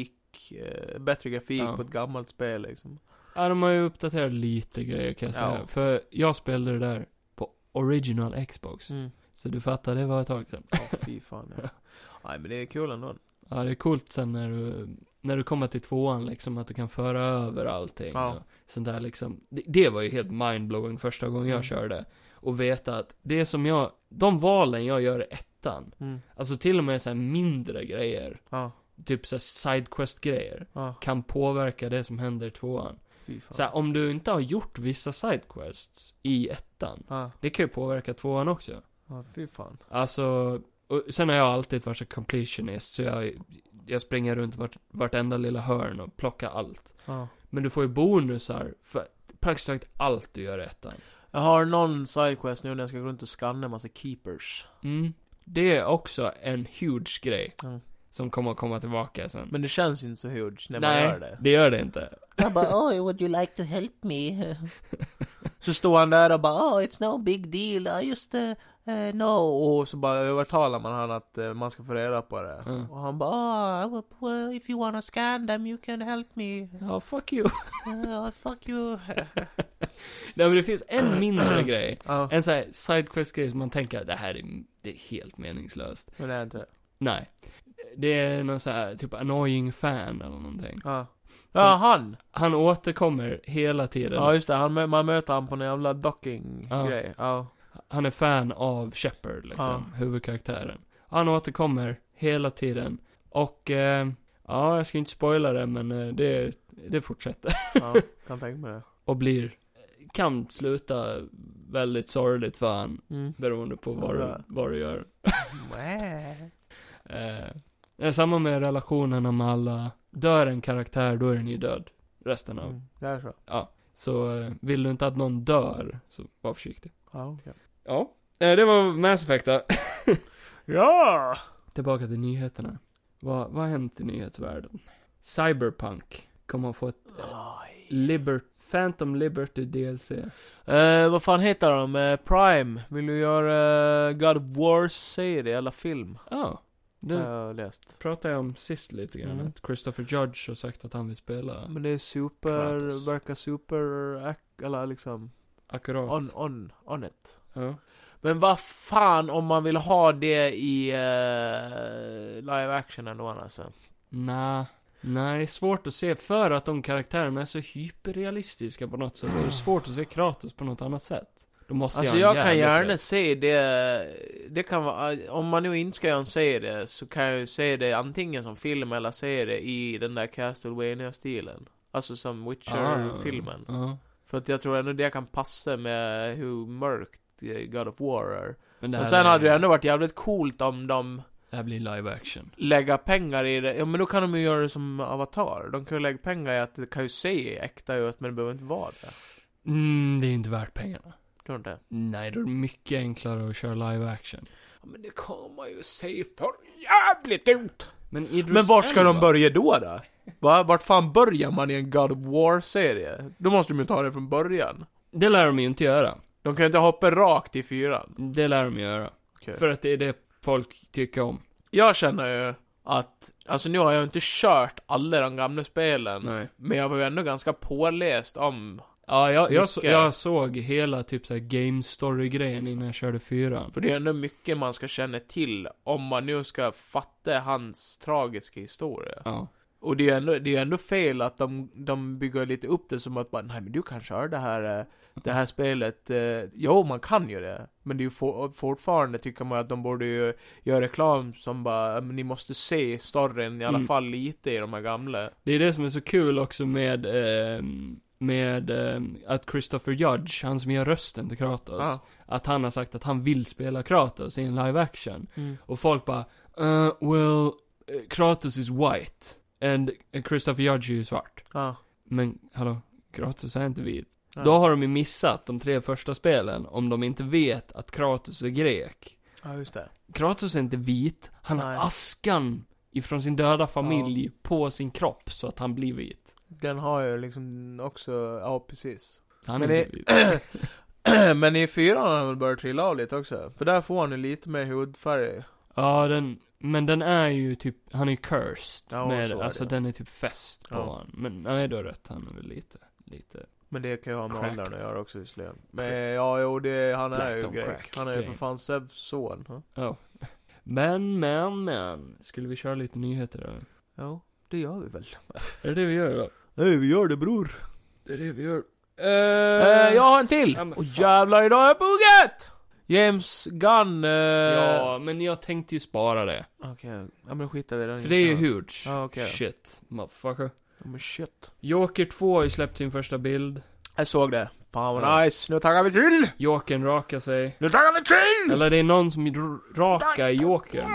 bättre grafik på ett gammalt spel liksom. Ja, de har ju uppdaterat lite grejer kan jag säga. För jag spelade det där på original Xbox. Så du fattar, det var ett tag sedan. Ja, fy fan. Ja. Nej, men det är kul ändå. Ja, det är coolt sen när du kommer till 2:an liksom, att du kan föra över allting. Ja. Och sånt där liksom. Det var ju helt mindblowing första gången jag körde. Och veta att det som de valen jag gör i 1:an, alltså till och med så här mindre grejer, typ så här sidequest-grejer, kan påverka det som händer i 2:an. Så här, om du inte har gjort vissa sidequests i 1:an, det kan ju påverka 2:an också. Ja, fy fan. Alltså, och sen har jag alltid varit så completionist, så jag springer runt vartenda lilla hörn och plockar allt. Men du får ju bonusar för praktiskt taget allt du gör i 1:an. Jag har någon sidequest nu när jag ska gå runt och scanna en massa keepers. Det är också en huge grej. Som kommer att komma tillbaka sen. Men det känns ju inte så huge när man gör det. Nej, det gör det inte. Jag bara, oh, would you like to help me? Så står han där och bara, oh, it's no big deal, I just no. Och så bara övertalar man han att man ska få reda på det. Och han bara, oh, well, if you wanna scan them you can help me. Ja, fuck you. Fuck you. Nej, men det finns en mindre grej. En sån här sidequest-grej som man tänker, det är helt meningslöst. Men det är inte det. Nej. Det är någon så här typ annoying fan eller någonting. Han återkommer hela tiden. Ja, just det. Man möter han på en jävla docking-grej. Han är fan av Shepard, liksom. Huvudkaraktären. Han återkommer hela tiden. Och, jag ska inte spoila det, men det fortsätter. Ja, kan tänka mig det. Och kan sluta väldigt sorgligt för han. Beroende på vad du gör. Det är samma med relationerna med alla. Dör en karaktär, då är den ju död. Resten av. Det är så. Ja. Så vill du inte att någon dör, så var försiktig. Ja, okej. Ja. Det var Mass Effect då. Ja! Tillbaka till nyheterna. Vad har hänt i nyhetsvärlden? Cyberpunk kommer att få ett Phantom Liberty DLC. Vad fan heter de? Prime. Vill du göra God of War-serie eller film? Ja. Det har jag läst. Pratade jag om sist lite grann. Att Christopher Judge har sagt att han vill spela. Men det är Kratos. verkar super, eller liksom akkurat on it. Ja. Men vad fan om man vill ha det i live action ändå alltså? Nej, svårt att se för att de karaktärerna är så hyperrealistiska på något sätt. Så det är svårt att se Kratos på något annat sätt. Då måste Alltså jag kan gärna se det kan vara, om man nu inte ska se det så kan jag ju se det antingen som film eller se det i den där Castlevania-stilen. Alltså som Witcher-filmen. För att jag tror ändå det kan passa med hur mörkt God of War är. Men sen hade det ändå varit jävligt coolt om de... Det här blir live action. Lägga pengar i det. Ja, men då kan de ju göra det som Avatar. De kan ju lägga pengar i att det kan ju se äkta ut, men det behöver inte vara det. Det är inte värt pengarna. Tror du inte? Nej, då är det mycket enklare att köra live action. Ja, men det kan man ju se för jävligt ut. Men vart ska de börja då? Vart fan börjar man i en God of War-serie? Då måste de ju ta det från början. Det lär de ju inte göra. De kan ju inte hoppa rakt i 4. Det lär de göra. Okay. För att det är det folk tycker om. Jag känner ju att, alltså nu har jag inte kört alla de gamla spelen. Nej. Men jag var ju ändå ganska påläst om... Ja, jag såg hela typ så här game story-grejen innan jag körde 4. För det är ändå mycket man ska känna till om man nu ska fatta hans tragiska historia. Ja. Och det är ändå fel att de bygger lite upp det som att bara, nej men du kan köra det här spelet. Jo, man kan ju det. Men det är ju fortfarande tycker man att de borde ju göra reklam som bara, men ni måste se storyn i alla fall lite i de här gamla. Det är det som är så kul också med att Christopher Judge, han som gör rösten till Kratos, att han har sagt att han vill spela Kratos i en live action. Och folk bara, Kratos is white and Christopher Judge är ju svart. Men hallå, Kratos är inte vit. Då har de ju missat de 3 första spelen om de inte vet att Kratos är grek. Ja, just det. Kratos är inte vit, han har askan ifrån sin döda familj på sin kropp så att han blir vit. Den har ju liksom också, ja precis. Han är inte vit. Men i 4 har han väl börjat trilla av lite också. För där får han ju lite mer hudfärg. Ja, men den är ju typ, han är ju cursed med, alltså den är typ fäst på han. Men nej, då är rätt, han är väl lite. Men det kan ju ha med åldern att göra också visserligen. Men han är ju grek. Han är ju för fan Zeus son. Ja. Men. Skulle vi köra lite nyheter då? Ja, det gör vi väl. Är det det vi gör då? Nej, vi gör det, bror. Det är det vi gör. Jag har en till. Jävlar, idag är bugget! James Gunn. Ja, men jag tänkte ju spara det. Okej. Ja, men skiter vi den. För det är ju huge. Shit, motherfucker. Men shit. Joker 2 har ju släppt sin första bild. Jag såg det. Fan vad nice. Nu taggar vi till. Jokern rakar sig. Nu taggar vi till. Eller det är någon som rakar Jokern.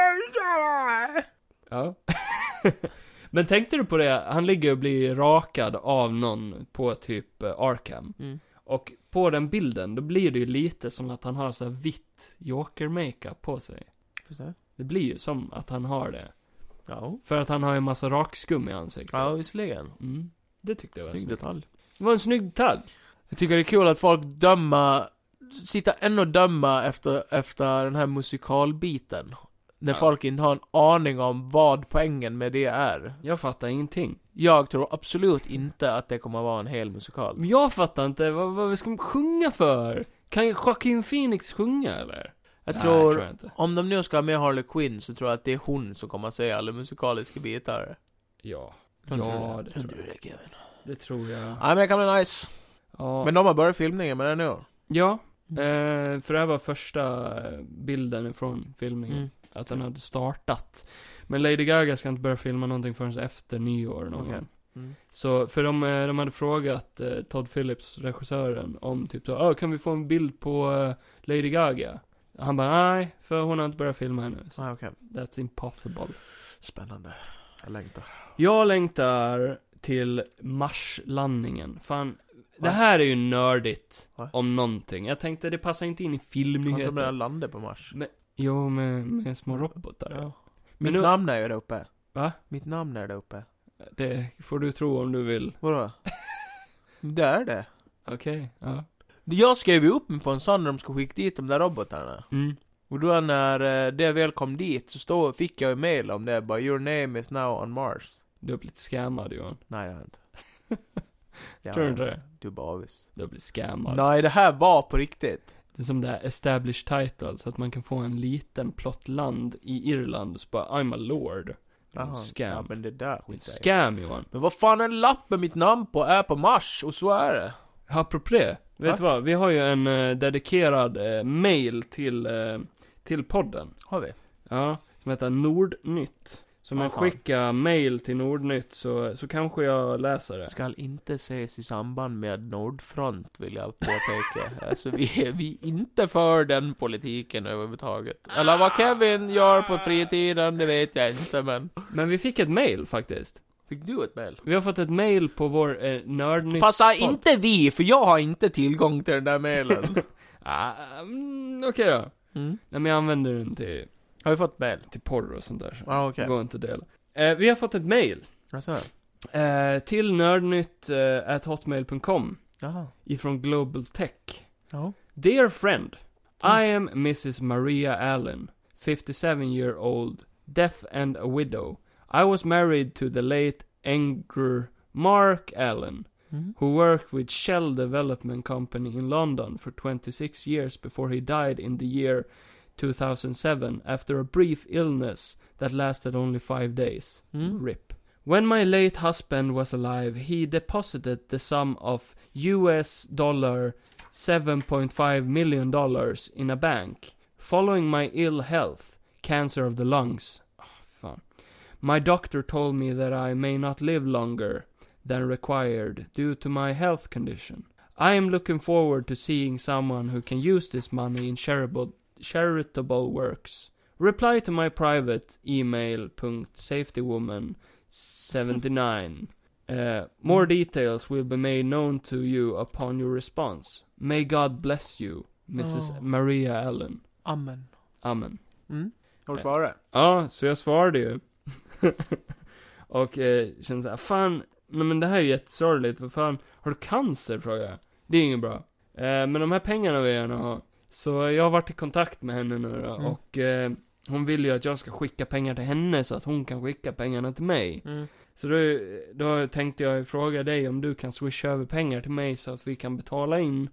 Ja. Men tänkte du på det? Han ligger och blir rakad av någon på typ Arkham. Och på den bilden, då blir det ju lite som att han har så här vitt Joker-makeup på sig. Det blir ju som att han har det. Ja. För att han har en massa rakskum i ansiktet. Ja, visserligen. Det tyckte jag var snygg detalj. Det var en snygg detalj. Jag tycker det är kul att folk sitter ännu döma efter den här musikalbiten. När folk inte har en aning om vad poängen med det är. Jag fattar ingenting. Jag tror absolut inte att det kommer att vara en hel musikal. Men jag fattar inte. Vad ska man sjunga för? Kan Joaquin Phoenix sjunga eller? Jag tror inte. Om de nu ska ha med Harley Quinn så tror jag att det är hon som kommer att säga alla musikaliska bitar. Ja. Det tror jag. Det tror jag. Ja, men det kan bli nice. Ja. Men de har börjat filmningen med det nu. Ja. För det här var första bilden från filmningen. Att den hade startat. Men Lady Gaga ska inte börja filma någonting förrän efter nyår någon gång. Så för de hade frågat Todd Phillips, regissören, om typ så, kan vi få en bild på Lady Gaga? Han bara, nej, för hon har inte börjat filma ännu. Okay. That's impossible. Spännande. Jag längtar till Marslandningen. Fan, det här är ju nördigt om någonting. Jag tänkte det passar inte in i filmnyheter. Kan inte landa på Mars? Jo, med små robotar. Ja. Mitt namn är ju där uppe. Va? Mitt namn är där uppe. Det får du tro om du vill. Vadå? Det är det. Okej, ja. Jag skrev ju upp mig på en sån när de ska skicka dit de där robotarna. Och då när det väl kom dit så fick jag ju mail om det. Bara, your name is now on Mars. Du har blivit scammad, Johan. Nej, det har jag inte. Tror du inte det? Du är bara avis. Du har blivit scammad. Nej, det här var på riktigt. Det är som det här established title, så att man kan få en liten plottland i Irland och så bara, I'm a lord. Jaha. Scam. Ja, men det där skiter jag i. Scam, Johan. Men vad fan, en lapp med mitt namn på är på Mars, och så är det. Apropå det, vet du vad? Vi har ju en dedikerad mail till podden. Har vi? Ja, som heter Nordnytt. Så man skickar mail till Nordnytt så kanske jag läser det. Skall inte ses i samband med Nordfront, vill jag påpeka. Alltså vi är inte för den politiken överhuvudtaget. Eller vad Kevin gör på fritiden, det vet jag inte, men... Men vi fick ett mail faktiskt. Fick du ett mail? Vi har fått ett mail på vår Nördnytt. Fast inte vi, för jag har inte tillgång till den där mailen. Okej då. Mm. Nej, men jag använder den till Har vi fått mail? porr och sånt där. Så Okej. går inte att dela. Vi har fått ett mail. Alltså. Till nördnytt@hotmail.com Jaha. ifrån Global Tech. Ja. Dear friend, I am Mrs. Maria Allen, 57-year-old, deaf and a widow. I was married to the late Anger Mark Allen, who worked with Shell Development Company in London for 26 years before he died in the year 2007 after a brief illness that lasted only 5 days. RIP. When my late husband was alive, he deposited the sum of $7.5 million in a bank. Following my ill health, cancer of the lungs, my doctor told me that I may not live longer than required due to my health condition. I am looking forward to seeing someone who can use this money in charitable works. Reply to my private email .safetywoman79. More details will be made known to you upon your response. May God bless you, Mrs. Maria Allen. Amen. Amen. Har du svarat? Ja, så jag svarade ju. Och kände såhär, fan, nej men det här är ju jättesorgligt. Vad fan, har du cancer, frågar jag. Det är inget bra. Men de här pengarna vill jag gärna ha. Så jag har varit i kontakt med henne nu då, och hon vill ju att jag ska skicka pengar till henne så att hon kan skicka pengarna till mig. Så då tänkte jag fråga dig om du kan swisha över pengar till mig så att vi kan betala in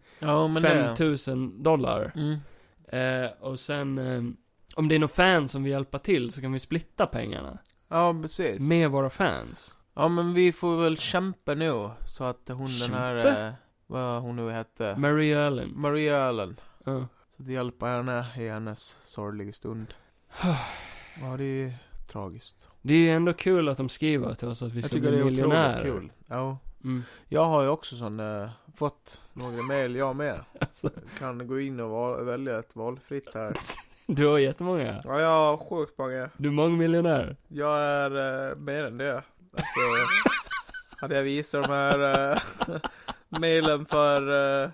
$5,000. Och sen om det är någon fan som vill hjälpa till så kan vi splitta pengarna. Ja, precis. Med våra fans. Ja, men vi får väl kämpa nu så att hon den här vad hon nu hette, Maria Allen. Ja. Så det hjälper henne i hennes sorgliga stund. Ja, det är tragiskt. Det är ändå kul att de skriver till oss att vi ska bli miljonärer. Jag tycker det är otroligt kul. Ja. Jag har ju också fått några mejl jag med. Alltså. Kan gå in och välja ett valfritt här. Du har jättemånga. Ja, jag har sjukt många. Du är mångmiljonär. Jag är mer än det. Alltså, hade jag visat de här mejlen för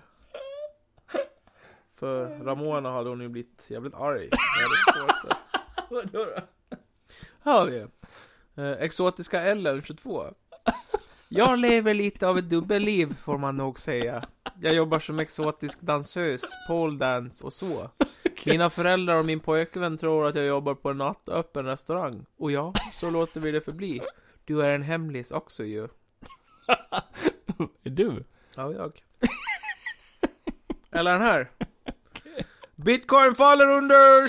Ramona hade hon ju blivit jävligt arg. Vadå då? Har vi. Exotiska Ellen 22. Jag lever lite av ett dubbelliv, får man nog säga. Jag jobbar som exotisk dansös, pole dance och så. Mina föräldrar och min pojkvän tror att jag jobbar på en nattöppen restaurang. Och ja, så låter vi det förbli. Du är en hemlis också ju. Är du? Ja, jag. Eller den här. Bitcoin faller under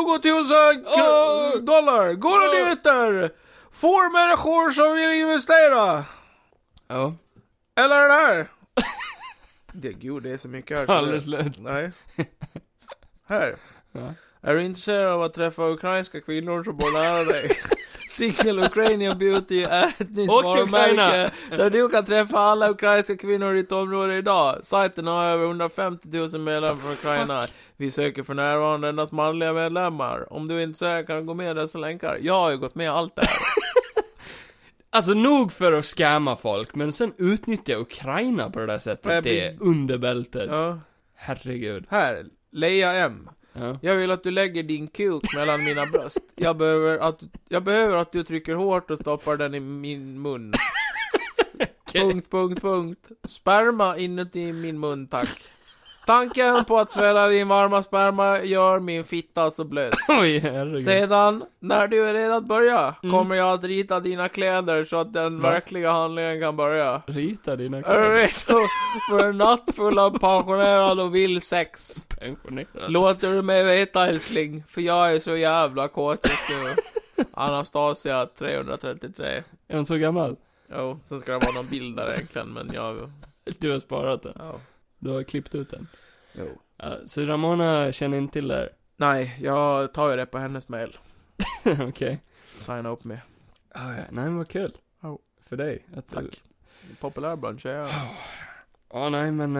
20 000 dollar. Går det nyheter? Får människor som vill investera? Ja. Eller den här. Det är så mycket här. Alldeles slut. Nej. Här. Ja. Är du intresserad av att träffa ukrainska kvinnor som bor nära dig? Single Ukrainian Beauty är ett nytt varumärke där du kan träffa alla ukrainska kvinnor i ditt område idag. Sajten har över 150 000 medlemmar från Ukraina. Vi söker för närvarande endast manliga medlemmar. Om du är intresserad kan du gå med dessa länkar. Jag har ju gått med allt det här. Alltså nog för att skämma folk, men sen utnyttja Ukraina på det där sättet. Det är under Ja. Herregud. Här, Leia M. Ja. Jag vill att du lägger din kuk mellan mina bröst. Jag behöver att du trycker hårt och stoppar den i min mun. Okay. Punkt. Sperma inuti min mun, tack. Tanken på att svälla din varma sperma gör min fitta så blöt. Oj, herregud. Sedan, när du är redo att börja, kommer jag att rita dina kläder så att den verkliga handlingen kan börja. Rita dina Är du kläder. redo för en natt full av pensionerad och vill sex? Pensionerad. Låter du mig veta, älskling, för jag är så jävla kåt just nu. Anastasia 333. Är hon så gammal? Jo, sen ska det vara någon bild där egentligen, men jag... Du har sparat den. Ja. Du har klippt ut den. Jo. Ja, så Ramona känner inte till det här. Nej, jag tar ju det på hennes mail. Okej. Signa upp med. Ah, ja. Nej, men vad kul. Ja. För dig. Att du... Tack. Populär bland tjejer. Ja, nej, men...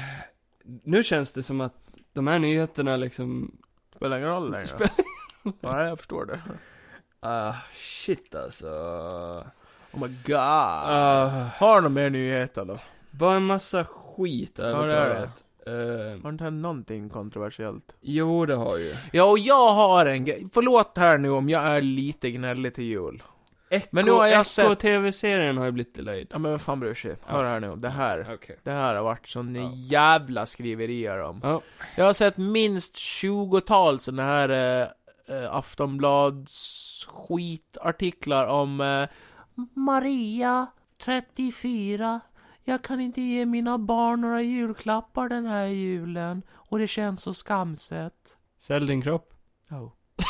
nu känns det som att de här nyheterna liksom... Spelar ingen roll längre. Nej, jag förstår det. Shit alltså. Oh my god. Har du någon mer nyheter då? Bara en massa skit Ja, det är övertaget. Har inte hänt någonting kontroversiellt? Jo, det har ju. Ja, och jag har en grej. Förlåt här nu om jag är lite gnällig till jul. Men nu har jag sett... TV-serien har ju blivit delayed. Ja, men vad fan bryr sig? Hör här nu. Det här. Okej. Det här har varit sån jävla skriverier om. Ja. Jag har sett minst 20-tal såna här Aftonblads skitartiklar om Maria 34. Jag kan inte ge mina barn några julklappar den här julen. Och det känns så skamset. Sälj din kropp. Oh.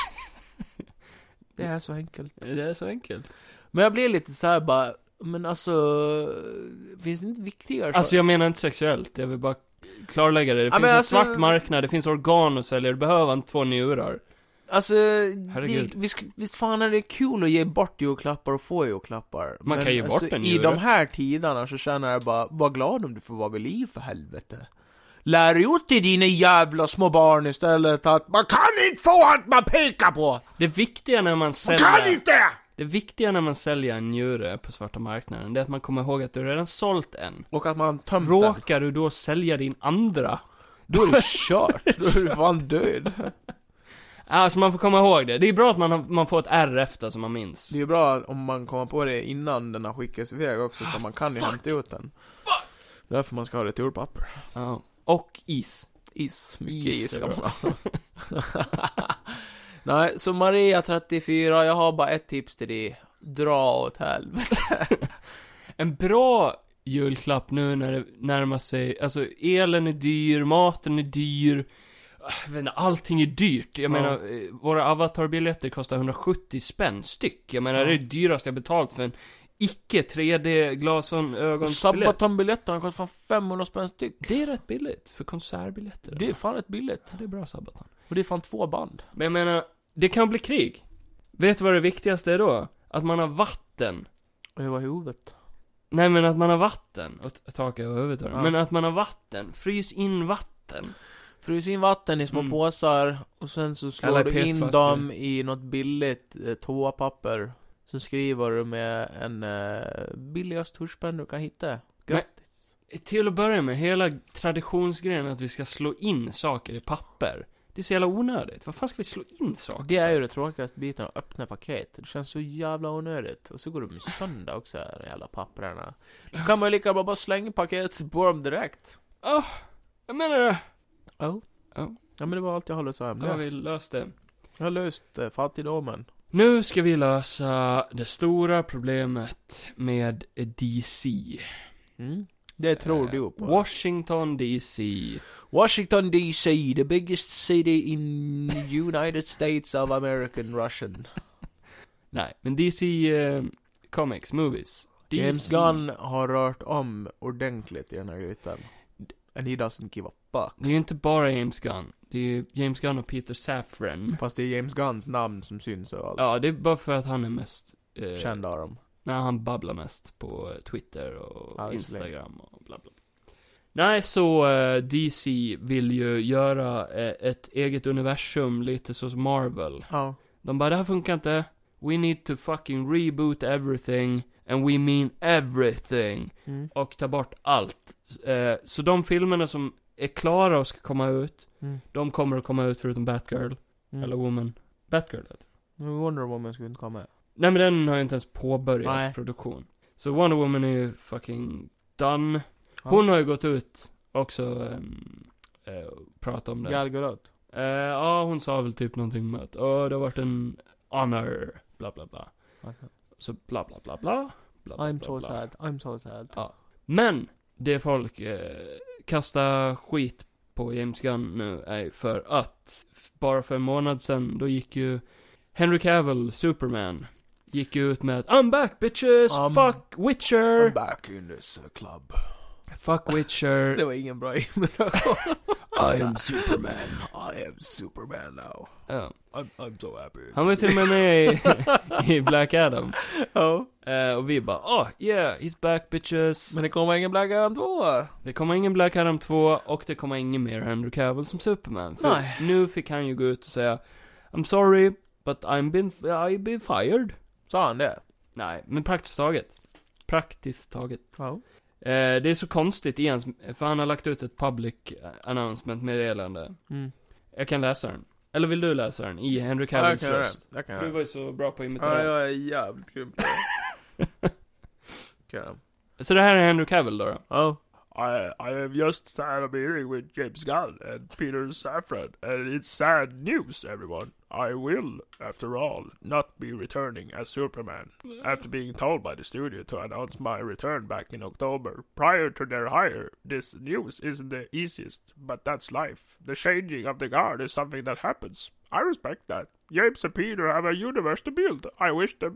Det är så enkelt. Det är så enkelt. Men jag blir lite så här bara... Men alltså... Finns det inte viktigare? Alltså jag menar inte sexuellt. Jag vill bara klarlägga det. Det finns en svart marknad. Det finns organ att sälja. Du behöver inte 2 njurar. Alltså, Herregud. visst fan är det kul att ge bort julklappar och få julklappar. Man kan ge bort en i jul. de här tiderna så känner jag bara, var glad om du får vara vid liv för helvete. Lär ut till dina jävla små barn istället att man kan inte få allt man pekar på. Det viktiga när man säljer... Kan inte! Det viktiga när man säljer en njure på svarta marknaden, det är att man kommer ihåg att du redan sålt en. Och att man tömt den. Råkar du då sälja din andra, Då är du kört. Då är du fan död. alltså man får komma ihåg det. Det är bra att man får ett R efter som man minns. Det är ju bra om man kommer på det innan den har skickats iväg också, så man kan ju hämta ut den. Därför man ska ha returpapper. Ja. Och is. Mycket is är ska man bra. ha. Nej, så Maria 34, jag har bara ett tips till dig. Dra åt helvete. En bra julklapp nu när det närmar sig, alltså elen är dyr, maten är dyr, jag vet inte, allting är dyrt. Jag menar, våra avatarbiljetter kostar 170 spänn styck. Jag menar, det är det dyraste jag betalt för en icke 3D-glasögonbiljett. Sabaton-biljetterna kostar fan 500 spänn styck. Det är rätt billigt för konsertbiljetter. Det är fan rätt billigt. Det är bra Sabaton. Och det är fan 2 band. Men jag menar, det kan bli krig. Vet du vad det viktigaste är då? Att man har vatten. Över huvudet. Nej, men att man har vatten. Och tak över huvudet. Ja. Men att man har vatten. Frys in vatten. Frys in vatten i små påsar. Och sen så slår Eller du in petflaskor. dem i något billigt toapapper. Så skriver du med en billigast tuschpenna du kan hitta. Grattis. Till att börja med, hela traditionsgrejen att vi ska slå in saker i papper. Det är så jävla onödigt. Vad fan ska vi slå in saker? Det är ju det tråkigaste biten att öppna paket. Det känns så jävla onödigt. Och så går de sönder också, här jävla papperna. Då kan man ju lika bra bara slänga paket på dem direkt. Jag menar det. Ja, men det var allt jag håller så här. Då har vi löst det. Jag har löst fattigdomen. Nu ska vi lösa det stora problemet med DC. Det tror du på. Washington DC. Washington DC, the biggest city in United States of American Russian. Nej, men DC Comics, Movies. DC. James Gunn har rört om ordentligt i den här grytan. And he doesn't give a fuck. Det är ju inte bara James Gunn. Det är ju James Gunn och Peter Safran. Fast det är James Gunns namn som syns och allt. Ja, det är bara för att han är mest Känd av dem. när han babblar mest på Twitter och Ja, Instagram och bla bla. Nej, så DC vill ju göra ett eget universum lite så som Marvel. Ja. De bara, det här funkar inte. We need to fucking reboot everything. And we mean everything. Och ta bort allt. Så de filmerna som är klara och ska komma ut, de kommer att komma ut förutom Batgirl. Eller Woman. Batgirl heter det. Wonder Woman skulle inte komma med. Nej, men den har ju inte ens påbörjat Nej. produktion. Så Wonder Woman är ju fucking done. Hon har ju gått ut också prata om det. Gal Gadot. Ja, hon sa väl typ någonting med att det har varit en honor, bla bla bla. Alltså. Så bla bla bla bla. Bla, bla, I'm bla, so bla. sad. I'm so sad. Ja. Men det folk kastar skit på James Gunn nu är för att bara för en månad sedan då gick ju Henry Cavill, Superman, gick ju ut med att I'm back bitches, fuck Witcher. I'm back in this club. Fuck Witcher. Det var ingen bra imitation. I am Superman. I am Superman now. Ja. I'm so happy. Han var till och med med i Black Adam. Ja. Och vi bara, yeah, he's back bitches. Men det kommer ingen Black Adam 2. Det kommer ingen Black Adam 2 och det kommer ingen mer Henry Cavill som Superman. För Nej. nu fick han ju gå ut och säga I'm sorry, but I've been fired. Sa han det? Nej, men praktiskt taget. Praktiskt taget. Ja. Det är så konstigt igen, för han har lagt ut ett public announcement meddelande. Mm. Jag kan läsa den. Eller vill du läsa den? I Henry Cavills röst. Jag kan För du var ju så bra på att Ja, imitera. jag är jävligt grym på det. Okay. Så det här är Henry Cavill då? Ja. I have just had a meeting with James Gunn and Peter Safran, and it's sad news, everyone. I will, after all, not be returning as Superman, after being told by the studio to announce my return back in October. Prior to their hire, this news isn't the easiest, but that's life. The changing of the guard is something that happens. I respect that. James and Peter have a universe to build. I wish them...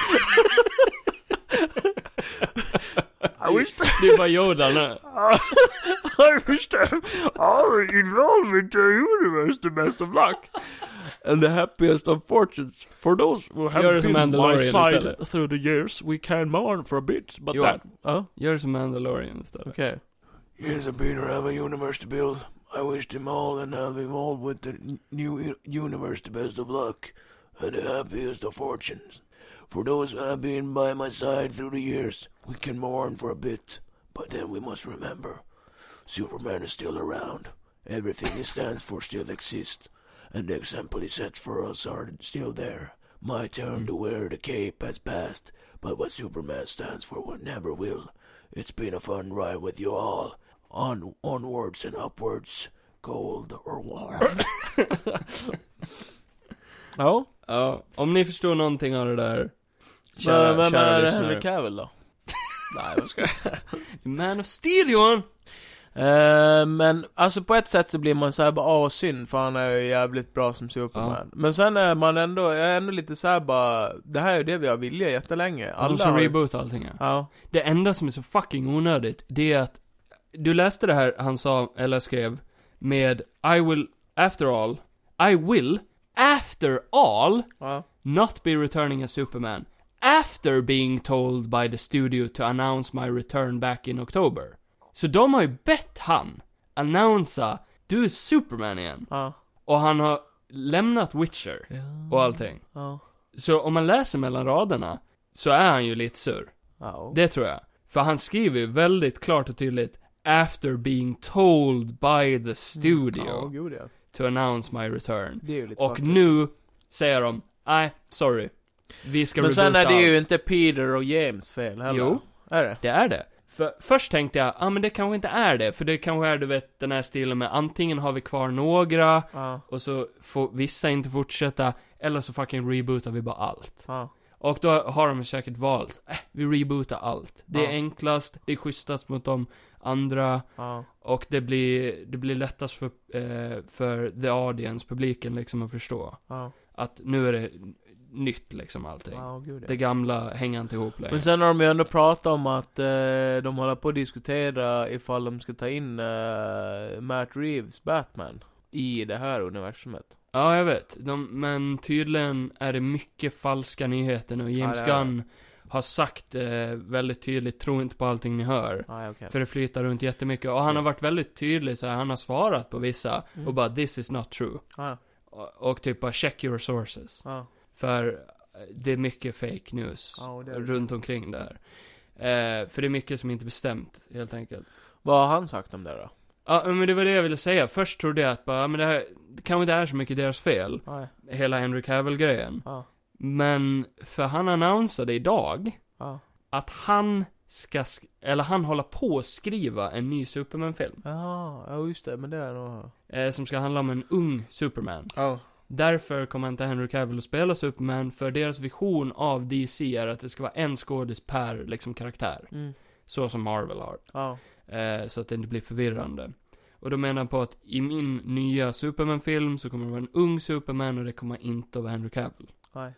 I wish them... Det är bara Yoda nu. I wish them all involved in the universe the best of luck. And the happiest of fortunes. For those who have Gör det som been by Mandalorian side istället. through the years, we can mourn for a bit, but Johan. that... Ja. Gör det som Mandalorian istället. Okej. James and Peter have a universe to build. I wish them all and have involved with the new universe the best of luck. And the happiest of fortunes. For those who have been by my side through the years, we can mourn for a bit, but then we must remember, Superman is still around. Everything he stands for still exists, and the example he sets for us are still there. My turn to wear the cape has passed, but what Superman stands for never will. It's been a fun ride with you all. Onwards and upwards, cold or warm. Ja. Ja, om ni förstår någonting av det där. Men är det lyssnare. Henry Cavill då? Nej, vad ska jag... Man of Steel, Johan! Men alltså på ett sätt så blir man såhär bara synd, för han är ju jävligt bra som Superman. Men sen är man ändå, jag är ändå lite såhär bara, det här är ju det vi har vilja jättelänge. De som reboota allting. Ja. Det enda som är så fucking onödigt, det är att du läste det här han sa, eller skrev, med I will, after all, Ja. not be returning as Superman. After being told by the studio to announce my return back in October. Så de har ju bett han annonsa, du är Superman igen. Ja. Och han har lämnat Witcher och allting. Ja. Så om man läser mellan raderna så är han ju lite sur. Ja. Det tror jag. För han skriver ju väldigt klart och tydligt after being told by the studio Ja, gud ja. to announce my return. Det är ju lite Och fucking. nu säger de, nej, sorry. Vi ska Men sen reboota är det ju allt. inte Peter och James fel heller. Jo. Är det? Det är det. För först tänkte jag, men det kanske inte är det. För det kanske är, du vet, den här stilen med antingen har vi kvar några Ja. och så får vissa inte fortsätta, eller så fucking rebootar vi bara allt. Ja. Och då har de säkert valt, vi rebootar allt. Det är Ja. enklast, det är schysstast mot de andra, Ja. och det blir lättast för the audience, publiken liksom att förstå. Ja. Att nu är det nytt liksom allting. Ja, gud ja. Det gamla hänger inte ihop längre. Men sen har de ju ändå pratat om att de håller på att diskutera ifall de ska ta in Matt Reeves Batman i det här universumet. Ja, jag vet. Men tydligen är det mycket falska nyheter nu. James Ja, det är Gunn har sagt väldigt tydligt, tro inte på allting ni hör. Ja, okej. För det flyttar runt jättemycket. Och han har varit väldigt tydlig, så här, han har svarat på vissa och bara, this is not true. Ja. Och typ bara, check your sources. Ja. För det är mycket fake news Ja, det är det. runt omkring där. För det är mycket som inte är bestämt, helt enkelt. Vad har han sagt om det då? Ja, men det var det jag ville säga. Först trodde jag att bara, men det kanske inte är så mycket deras fel. Ja. Hela Henry Cavill-grejen. Ja. Men, för han annonsade idag Ja. att han eller han håller på att skriva en ny Superman-film. Ja, just det, men det är nog... Som ska handla om en ung Superman. Ja. Därför kommer inte Henry Cavill att spela Superman, för deras vision av DC är att det ska vara en skådis per liksom karaktär. Så som Marvel har. Ja. Så att det inte blir förvirrande. Och då menar jag på att i min nya Superman-film så kommer det vara en ung Superman och det kommer inte att vara Henry Cavill. Nej.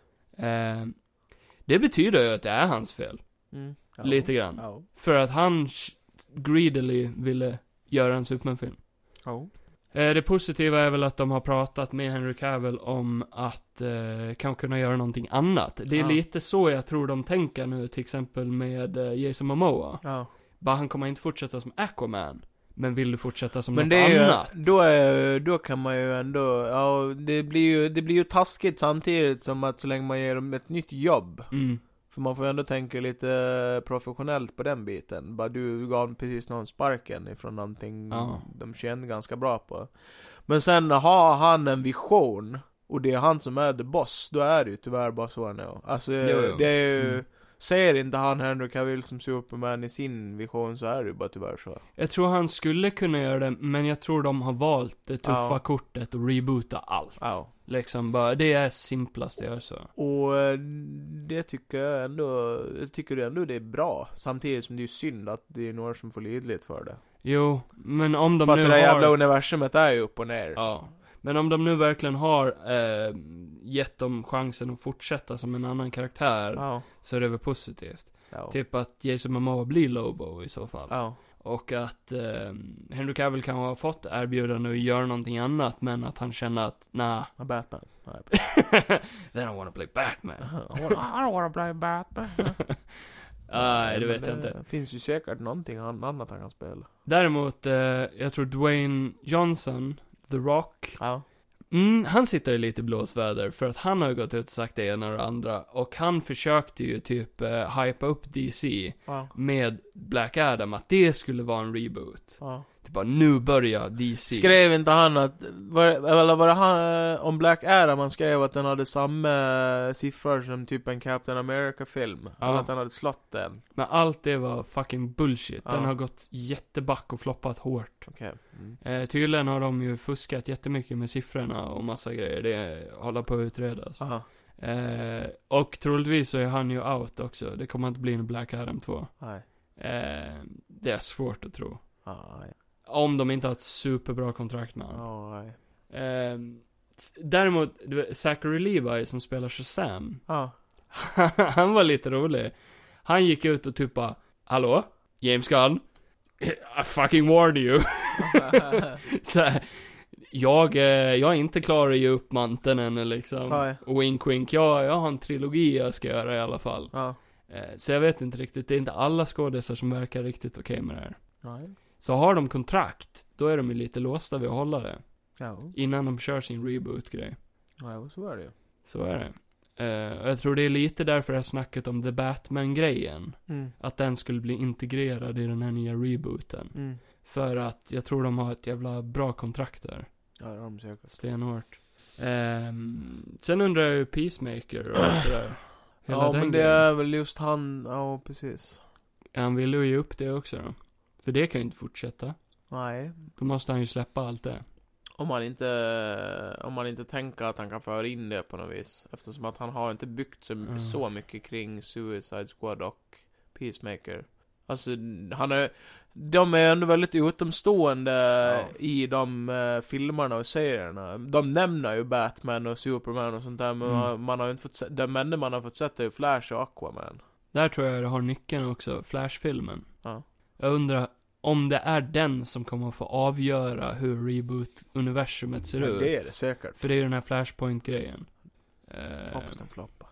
Det betyder ju att det är hans fel. Ja. Lite grann. Ja. För att han greedily ville göra en Superman-film. Ja. Det positiva är väl att de har pratat med Henry Cavill om att kan kunna göra någonting annat. Det är lite så jag tror de tänker nu, till exempel med Jason Momoa. Ja. Bara han kommer inte fortsätta som Aquaman, men vill du fortsätta som men något det är annat? Då kan man ju ändå, ja, det blir ju taskigt samtidigt som att så länge man ger dem ett nytt jobb. För man får ju ändå tänka lite professionellt på den biten. Bara du gav precis någon sparken ifrån någonting de kände ganska bra på. Men sen har han en vision och det är han som är the boss, då är det ju tyvärr bara så nu. Alltså det är ju ser inte han Henry Cavill som Superman i sin vision, så är det ju bara tyvärr så. Jag tror han skulle kunna göra det, men jag tror de har valt det tuffa kortet och reboota allt. Liksom bara, det är simplast att göra så. Och det tycker jag ändå, det är bra. Samtidigt som det är synd att det är några som får lidligt för det. Jo, men om de för nu att har... det jävla universumet är ju upp och ner. Ja. Men om de nu verkligen har gett dem chansen att fortsätta som en annan karaktär, så är det väl positivt. Typ att Jason Momoa blir Lobo i så fall. Och att Henry Cavill kan ha fått erbjudande att göra någonting annat, men att han känner att Batman. Then I wanna play Batman. I don't wanna play Batman. Nej, det vet jag inte. Det finns ju säkert någonting annat han kan spela. Däremot, jag tror Dwayne Johnson, The Rock, han sitter i lite blåsväder för att han har gått ut och sagt det ena och det andra. Och han försökte ju typ hypa upp DC med Black Adam, att det skulle vara en reboot. Det bara, nu börjar DC. Skrev inte han att, var det han om Black Adam, han skrev att den hade samma siffror som typ en Captain America-film? Att han hade slått den. Men allt det var fucking bullshit. Den har gått jätteback och floppat hårt. Tydligen har de ju fuskat jättemycket med siffrorna och massa grejer. Det håller på att utredas. Och troligtvis så är han ju out också. Det kommer inte bli en Black Adam 2. Det är svårt att tro. Om de inte har ett superbra kontrakt med honom. Däremot, Zachary Levi som spelar Shazam, han var lite rolig. Han gick ut och typ bara, hallå? James Gunn? I fucking warned you. Så här, jag är inte klar att ge upp manteln än liksom. Wink wink, jag har en trilogi jag ska göra i alla fall. Så jag vet inte riktigt, det är inte alla skådespelare som verkar riktigt okej med det här. Så har de kontrakt, då är de ju lite låsta vid att hålla det. Innan de kör sin reboot-grej. Så är det ju. Så är det. Jag tror det är lite därför jag snackat om The Batman-grejen. Att den skulle bli integrerad i den här nya rebooten. För att jag tror de har ett jävla bra kontrakt där. Ja, det har de säkert. Stenhårt. Sen undrar jag ju Peacemaker och allt det där. Men det är väl just han, precis. Han vill ju ge upp det också då. För det kan ju inte fortsätta. Nej. Då måste han ju släppa allt det. Om man inte tänker att han kan föra in det på något vis. Eftersom att han har inte byggt så mycket kring Suicide Squad och Peacemaker. Alltså, de är ändå väldigt utomstående i de filmerna och serierna. De nämner ju Batman och Superman och sånt där, men man har ju inte fått de enda man har fått sett är ju Flash och Aquaman. Där tror jag det har nyckeln också, Flash-filmen. Jag undrar om det är den som kommer att få avgöra hur reboot-universumet ser ut. Det är det säkert. För det är ju den här Flashpoint-grejen. Hoppas den floppar.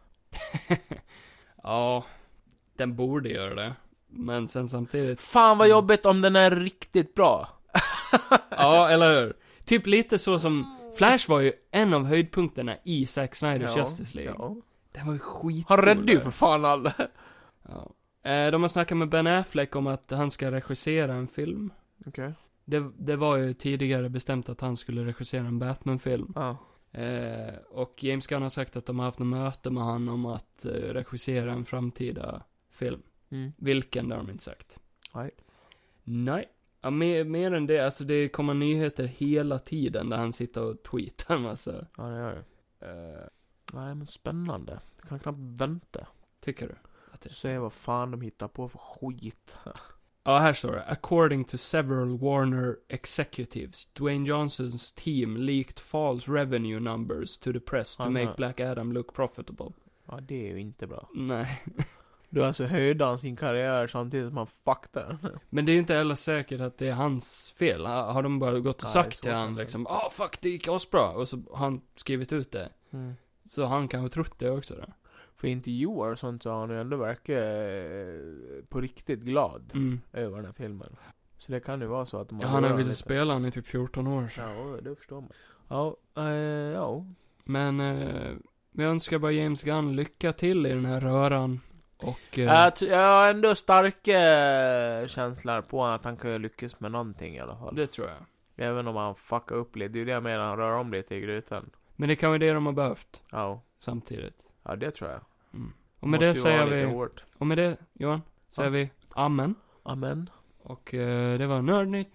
Ja, den borde göra det. Men sen samtidigt... Fan vad jobbigt om den är riktigt bra. Ja, eller hur? Typ lite så som... Flash var ju en av höjdpunkterna i Zack Snyders Justice League. Den var ju skitcool. Han räddade ju för fan alla. De har snackat med Ben Affleck om att han ska regissera en film. Det var ju tidigare bestämt att han skulle regissera en Batman-film. Och James Gunn har sagt att de har haft en möte med han om att regissera en framtida film. Vilken, det har de inte sagt. Nej. Ja, mer än det, alltså det kommer nyheter hela tiden där han sitter och tweetar en massa. Ja, det gör det. Nej, men spännande. Jag kan knappt vänta. Tycker du? Se vad fan de hittar på för skit. Ja, här står det. According to several Warner executives, Dwayne Johnsons team leaked false revenue numbers to the press to make Black Adam look profitable. Ja, det är ju inte bra. Nej. Du alltså höjde han sin karriär samtidigt som han fuckade. Men det är ju inte heller säkert att det är hans fel. Har de bara gått och sagt till han liksom, fuck, det gick asbra. Och så har han skrivit ut det. Så han kan ha trott det också då. För intervjuer och sånt så har han ju ändå verkat på riktigt glad över den här filmen. Så det kan ju vara så att de han har velat spela han i typ 14 år så. Ja, det förstår man. Ja. Men vi önskar bara James Gunn lycka till i den här röran. Och jag har ändå starka känslor på att han kan lyckas med någonting i alla fall. Det tror jag. Även om han fuckar upp lite. Det är ju det jag menar, han rör om lite i grytan. Men det kan vara det de har behövt. Ja. Samtidigt. Ja, det tror jag. Och med det säger vi... Och med det, Johan, säger vi amen. Amen. Och det var nördnytt.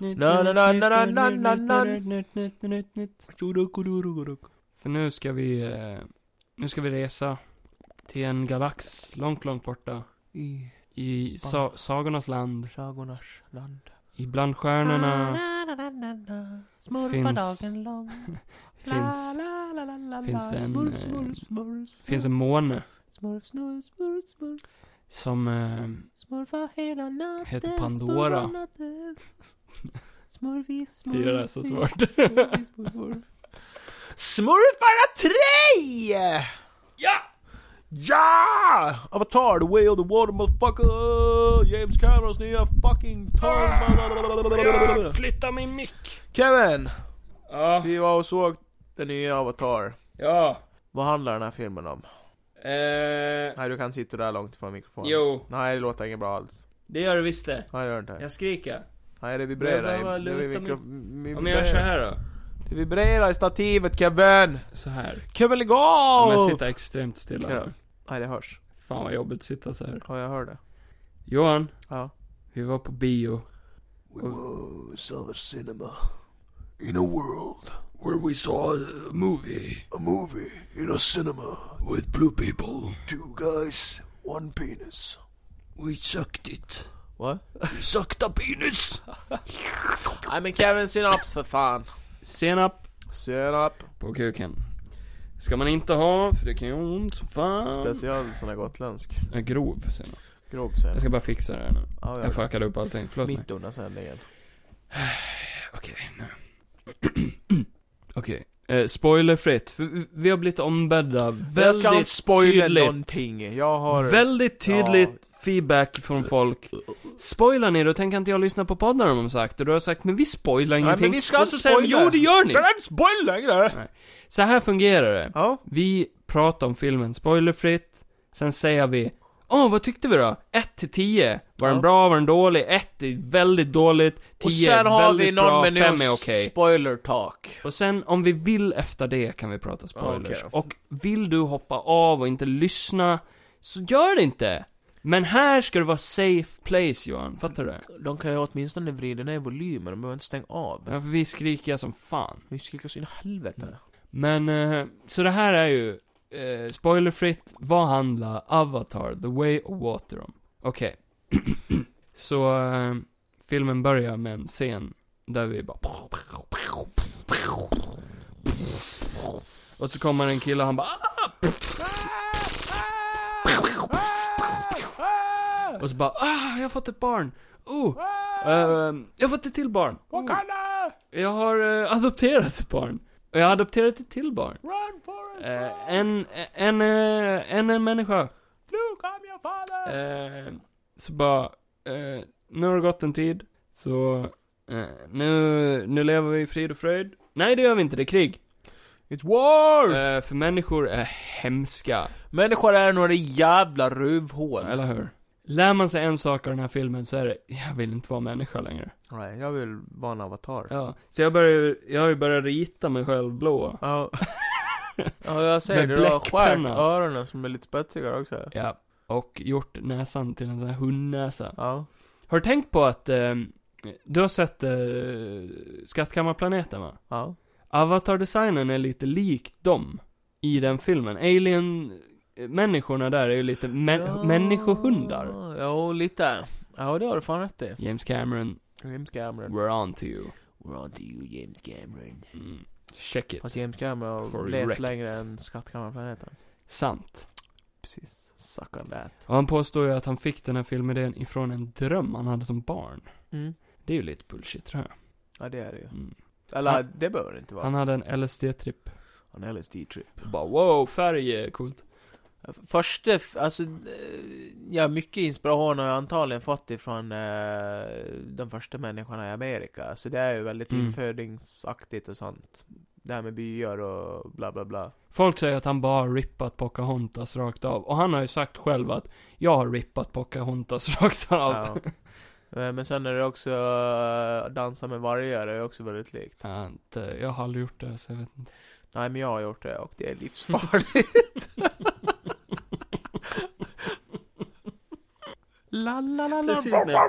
För nu ska vi resa till en galax långt borta. I sagornas land. I bland stjärnorna finns en måne som heter Pandora. Det är så svårt. Smurfarna 3! Ja! Avatar, The Way of the Water, motherfucker! James Camerons nya fucking tongue. Flytta min mick. Kevin! Ja. Vi var och såg den nya Avatar. Ja. Vad handlar den här filmen om? Nej, du kan sitta där långt från mikrofonen. Jo. Nej, det låter inget bra alls. Det gör det visst det. Nej, det gör inte. Jag skriker. Nej, det vibrerar. Om jag gör så här då. Det vibrerar i stativet, Kevin. Så här. Kevin, lägg av! Om jag sitter extremt stilla. Nej, det hörs. Fan vad jobbigt att sitta så här. Ja, jag hör det. Johan. Ja. Vi var på bio. We saw the cinema in a world where we saw a movie in a cinema with blue people, 2 guys, 1 penis. We sucked it. What? We sucked a penis. Nej, men Kevin, synaps för fan. Senap på kuken. Ska man inte ha, för det kan ju ont som fan. Speciellt sån här gotländsk. Grov senap. Grov senap. Jag ska bara fixa det här nu. Ja, jag fuckade upp allting, förlåt mig. Mitt under sändningen. Okej, nu. Okej. Spoilerfritt, för vi har blivit ombedda väldigt tydligt. Någonting. Jag har väldigt tydligt feedback från folk. Spoilar ni, då tänker inte jag lyssna på podden om de sagt. Och du har sagt, men vi spoilar ingenting. Nej, men vi ska inte spoila. Jo, det gör ni. Det är inte spoiler längre. Nej. Så här fungerar det. Ja. Vi pratar om filmen spoilerfritt. Sen säger vi, vad tyckte vi då? 1-10. Var den bra, var den dålig? 1 är väldigt dåligt. 10 är väldigt bra, 5 är okej. Spoiler talk. Och sen om vi vill efter det kan vi prata spoilers. Okay. Och vill du hoppa av och inte lyssna, så gör det inte. Men här ska det vara safe place, Johan. Fattar du? De kan ju åtminstone vrida ner volymen. De behöver inte stänga av. Ja, för vi skriker som fan. Vi skriker så in i helvete. Men, så det här är ju spoilerfritt. Vad handlar Avatar, The Way of Water om? Okej. Så filmen börjar med en scen där vi bara... Och så kommer en kille och han bara... Och så bara, jag har fått ett barn. Jag har fått ett till barn. Jag har adopterat ett barn. Och jag har adopterat ett till barn. En människa. Så bara, nu har det gått en tid. Så nu lever vi i frid och fröjd. Nej, det gör vi inte, det är krig. It's war! För människor är hemska. Människor är några jävla rövhål. Eller hur? Lär man sig en sak av den här filmen så är det, jag vill inte vara människa längre. Nej, jag vill vara en avatar. Ja, så jag har ju börjat rita mig själv blå. Ja. Ja, jag säger det. Du har skärpt öronen som är lite spetsigare också. Ja, och gjort näsan till en sån här hundnäsa. Ja. Har du tänkt på att du har sett Skattkammarplaneten, va? Ja. Avatar-designen är lite lik dem i den filmen. Alien-människorna där är ju lite människohundar. Ja, lite. Ja, det har du fan rätt i. James Cameron, we're on to you. We're on to you, James Cameron. Check it. Fast James Cameron For har levt erect. längre än Skattkammarplaneten. Sant. Precis. Suck on that. Och han påstår ju att han fick den här filmidén ifrån en dröm han hade som barn. Mm. Det är ju lite bullshit, tror jag. Ja, det är det ju. Mm. Eller, det behöver det inte vara. Han hade en LSD-tripp. En LSD-trip. Bara wow, färg är coolt. Första, alltså, ja, mycket inspiration har jag antagligen fått ifrån de första människorna i Amerika. Så det är ju väldigt infödingsaktigt och sånt. Det här med byar och bla bla bla. Folk säger att han bara har rippat Pocahontas rakt av. Och han har ju sagt själv att jag har rippat Pocahontas rakt av. Ja. Men sen är det också dansa med vargar, det är också väldigt likt. Jag har aldrig gjort det, så jag vet inte. Nej, men jag har gjort det och det är livsfarligt. La la la la.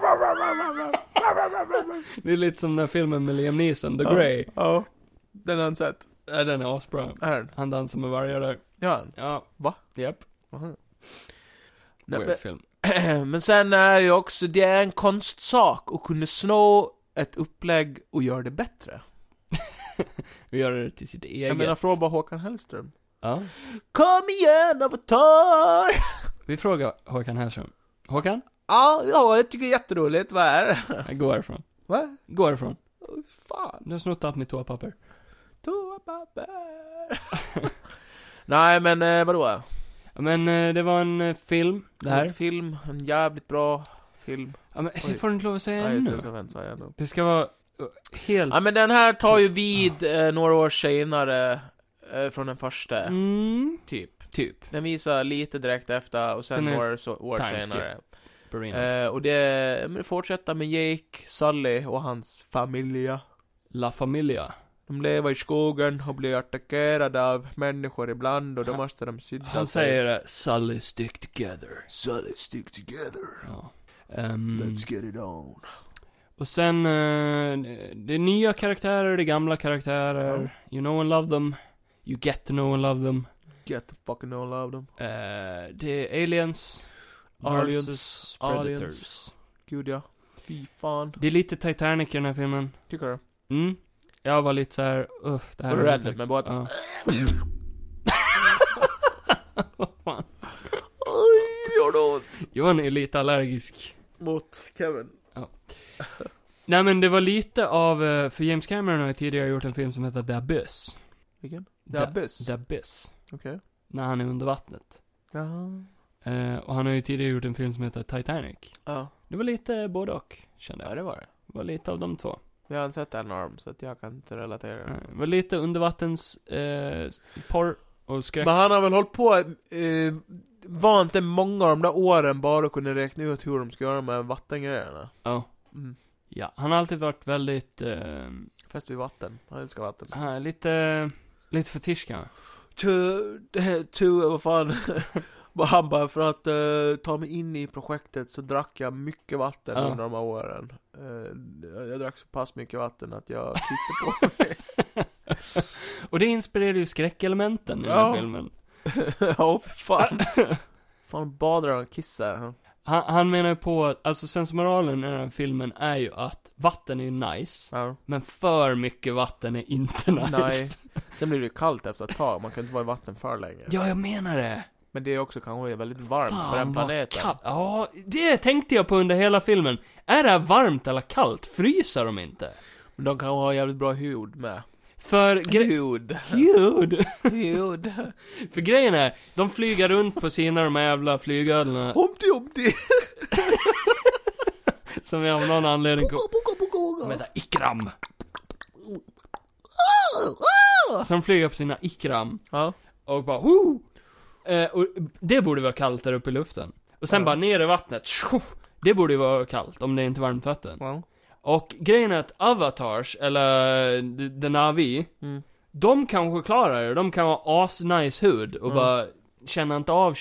Det är lite som den här filmen med Liam Neeson, The Grey. Ja. Den har han sett. Ja, den är asbra. Är den? Han dansar med vargar där. Ja. Ja. Va? Japp. Nej, Weird film. men sen är ju också, det är en konstsak att kunna snå ett upplägg och göra det bättre. Vi gör det till sitt eget. Jag menar, fråga Håkan Hellström. Ja. Kom igen, Avatar! Vi frågar Håkan Hellström. Håkan? Ja, jag tycker det är jätteroligt. Vad är det? Jag går härifrån. Va? Gå härifrån. Fan. Du har snott allt mitt toapapper. Toapapper. Nej, men vadå? Ja, men det var en film, det här. En film, en jävligt bra film. Ja, men det får du inte lov att säga Nej, ännu. Det ska vara helt... Ja, men den här tar ju vid några år senare från den första. Typ. Den visar lite direkt efter och sen några år senare. Och det fortsätter med Jake, Sully och hans familj. La Familia. De lever i skogen och blir attackerade av människor ibland och då måste de skydda sig. Han säger det, Sully stick together. Sully stick together. Ja. Let's get it on. Och sen, det är nya karaktärer, det är gamla karaktärer. You know and love them. You get to know and love them. Get to fucking know and love them. Det är Aliens versus Predators. Gud ja. Fy fan. Det är lite Titanic i den här filmen. Tycker du? Jag var lite så här, det här var rädd med båten. Ja. Vad fan? Oj, det gör det ont. Johan är lite allergisk. Mot Kevin. Ja. Nej, men det var lite av, för James Cameron har ju tidigare gjort en film som heter The Abyss. Vilken? The Abyss? The Abyss. Okej. När han är under vattnet. Jaha. Och han har ju tidigare gjort en film som heter Titanic. Ja. Det var lite både och, kände jag. Ja, det var det. Det var lite av de två. Jag har inte sett en arm, så att jag kan inte relatera. Det var lite undervattens porr och skräck. Men han har väl hållit på var inte många av de där åren bara kunde räkna ut hur de ska göra med vattengrejerna. Ja. Ja, han har alltid varit väldigt fäst vid vatten. Han älskar vatten. Lite fetisch kanske. Vad fan. Han bara, för att ta mig in i projektet så drack jag mycket vatten under de här åren. Jag drack så pass mycket vatten att jag kissade på mig. Och det inspirerade ju skräckelementen i den här filmen. Ja, fan. Fan, badar han och kissar. Han menar ju på att, alltså sensmoralen i den här filmen är ju att vatten är ju nice, men för mycket vatten är inte nice. Nej. Sen blir det ju kallt efter ett tag, man kan inte vara i vatten för länge. Ja, jag menar det. Men det är också kanske väldigt varmt på den planeten. Ja, det tänkte jag på under hela filmen. Är det här varmt eller kallt? Fryser de inte? Men de kan ha jävligt bra hud med. För Hud. För grejen är, de flyger runt på sina de här jävla flygödlorna. Humpty. Som vi av någon anledning vänta, ikram. Så de flyger på sina ikram. Ja. Och bara woo! Och det borde vara kallt där uppe i luften. Och sen bara ner i vattnet. Det borde ju vara kallt om det inte är varmt vatten. Ja. Och grejen är att avatars, eller the Navi, de kanske klarar det. De kan ha as-nice hud och bara känner inte av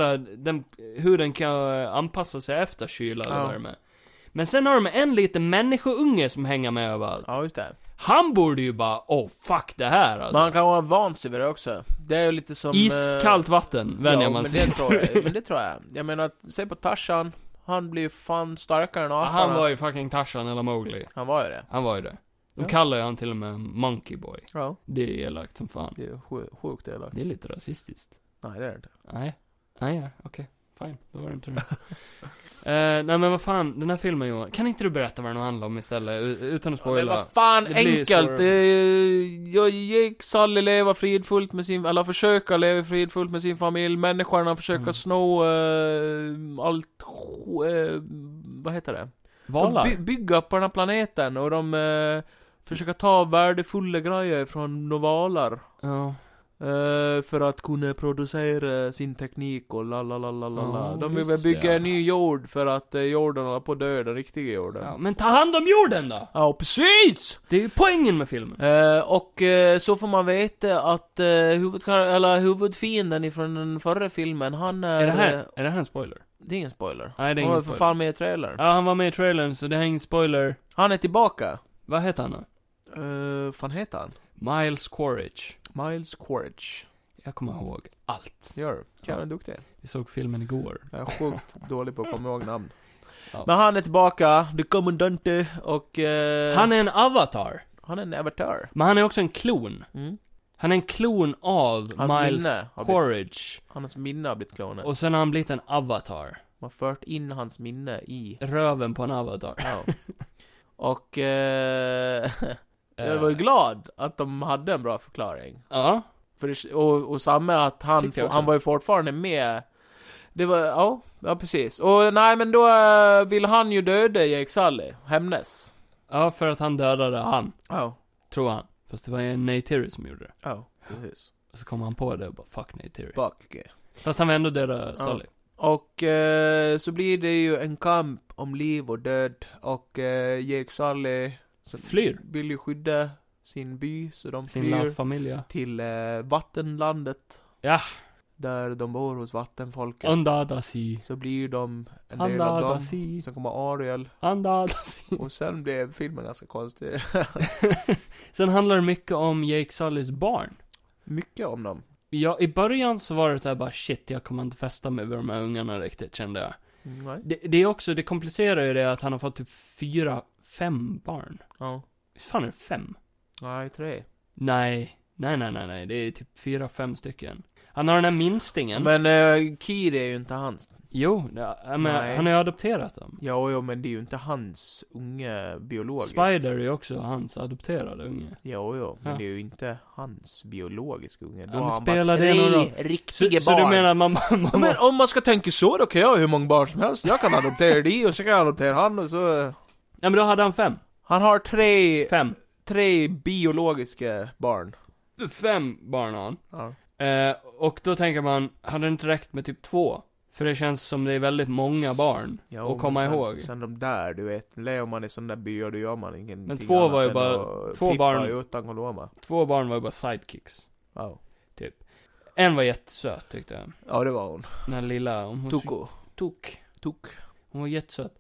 hur den kan anpassa sig efter kyla eller värme. Men sen har de en liten människounge som hänger med överallt. Ja, just det. Han borde ju bara, fuck det här alltså. Men han kan vara vant sig vid det också. Det är ju lite som... Iskallt vatten, vänjer man sig. Men det tror jag. Jag menar, se på Tarzan. Han blir fan starkare än aporna. Han var ju fucking Tarzan eller Mowgli. Han var ju det. Han var ju det. De kallar ju han till och med Monkey Boy. Ja. Det är elakt som fan. Det är sjukt elakt. Det är lite rasistiskt. Nej, det är det inte. Nej, okej. Fine, då var det inte det. Nej men vad fan, den här filmen Johan, kan inte du berätta vad den handlar om istället, utan att spoila? Men vad fan, det blir enkelt. Jag gick Sally leva fridfullt med sin, eller försöka leva fridfullt med sin familj. Människorna försöker sno allt, vad heter det? Valar? De bygga på den här planeten och de försöker ta värdefulla grejer från valar. Ja. För att kunna producera sin teknik och lalalala. De vill just bygga det. en ny jord för att jorden håller på att dö, den riktiga jorden. Ja, men ta hand om jorden då! Ja, precis! Det är ju poängen med filmen. Och så får man veta att huvudfienden ifrån den förra filmen, han är... Är det här en spoiler? Det är ingen spoiler. Nej, det är Han ingen var för spoiler. fan med i trailern. Ja, han var med i trailern, så det är ingen spoiler. Han är tillbaka. Vad heter han då? Fan heter han? Miles Quaritch. Miles Quaritch. Jag kommer ihåg allt. Gör du? Kan Ja. vara duktig. Vi såg filmen igår. Jag är sjukt dålig på att komma ihåg namn. Ja. Men han är tillbaka, The Commandante, och... Han är en avatar. Han är en avatar. Men han är också en klon. Mm. Han är en klon av Hans Miles minne har Quaritch. Hans minne har blivit klonet. Och sen har han blivit en avatar. Man har fört in hans minne i... Röven på en avatar. Ja. Och... jag var ju glad att de hade en bra förklaring. Ja. För det, och samma att han var ju fortfarande med. Det var, ja precis. Och nej, men då vill han ju döda Jake Sully, hämnas. Ja, för att han dödade han. Ja. Tror han. Fast det var en Neytiri som gjorde det. Ja, precis. Och så kom han på det och bara, fuck Neytiri. Fuck. Fast han var ändå döda Sully. Och så blir det ju en kamp om liv och död. Och Jake Sully Flyr. vill ju skydda sin by, så de Sin flyr familj. till vattenlandet. Ja. Där de bor hos vattenfolket. Andadasi. Så blir de en del av dem. Andadasi. Sen kommer Ariel. Andadasi. Och sen blev filmen ganska konstig. Sen handlar det mycket om Jake Sullys barn. Mycket om dem. Ja, i början så var det så här bara, shit, jag kommer inte fästa mig vid de här ungarna riktigt, kände jag. Nej. Det är också, det komplicerar ju det att han har fått typ 4-5 barn. Ja. Visst fan är det 5? Nej, 3. Nej. Det är typ 4-5 stycken. Han har den här minstingen. Men Kid är ju inte hans. Jo, men han har ju adopterat dem. Jo, men det är ju inte hans unge biologiskt. Spider är ju också hans adopterade unge. Jo, men Ja. det är ju inte hans biologiska unge. Då men har han spelar bara det någon roll? riktiga Så barn. du menar man Ja, men om man ska tänka så, då kan jag ha hur många barn som helst. Jag kan adoptera dig och så kan jag adoptera han och så... Ja, men då hade han 5. Han har 5. 3 biologiska barn. 5 barn har han. Ja. Och då tänker man, hade det inte räckt med typ 2? För det känns som det är väldigt många barn att komma ihåg. Sen de där, du vet, lever man i sån där by och då gör man ingenting. Men 2 var ju annat bara, än att 2 pippa barn, utan kondoma. 2 barn var ju bara sidekicks. Ja. Typ. En var jättesöt tyckte jag. Ja, det var hon. Den här lilla, hon Tok. Hon var jättesöt.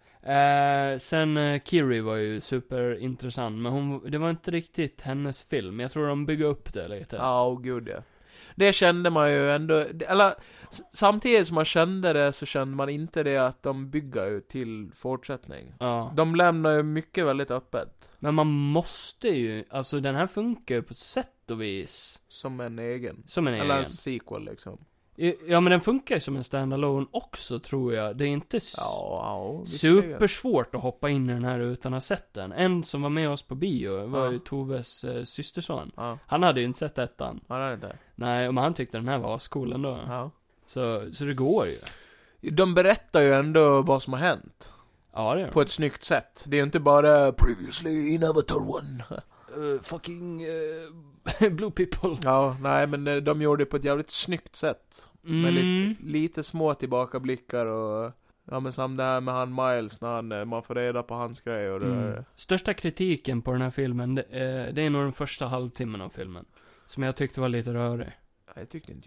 Sen Kiri var ju superintressant, men det var inte riktigt hennes film. Jag tror de bygger upp det lite. Ja, gud ja. Det kände man ju ändå, eller samtidigt som man kände det så kände man inte det att de bygger ju till fortsättning. Ja. De lämnar ju mycket väldigt öppet. Men man måste ju, alltså den här funkar ju på sätt och vis. Som en egen. Som en Eller egen. en sequel liksom. Ja, men den funkar ju som en standalone också, tror jag. Det är inte visserligen. supersvårt att hoppa in i den här utan att ha sett den. En som var med oss på bio var ju Toves systerson. Ja. Han hade ju inte sett ettan. Ja, det är inte. Nej, men han tyckte den här var cool ändå. Ja. Så det går ju. De berättar ju ändå vad som har hänt. Ja, det gör På ett snyggt sätt. Det är ju inte bara previously in Avatar 1. Blue people. Ja, nej, men de gjorde det på ett jävligt snyggt sätt. Med lite små tillbakablickar och... Ja, men som det här med han Miles när man får reda på hans grej och det där. Största kritiken på den här filmen, det är nog den första halvtimmen av filmen. Som jag tyckte var lite rörig. Nej, det tyckte inte jag.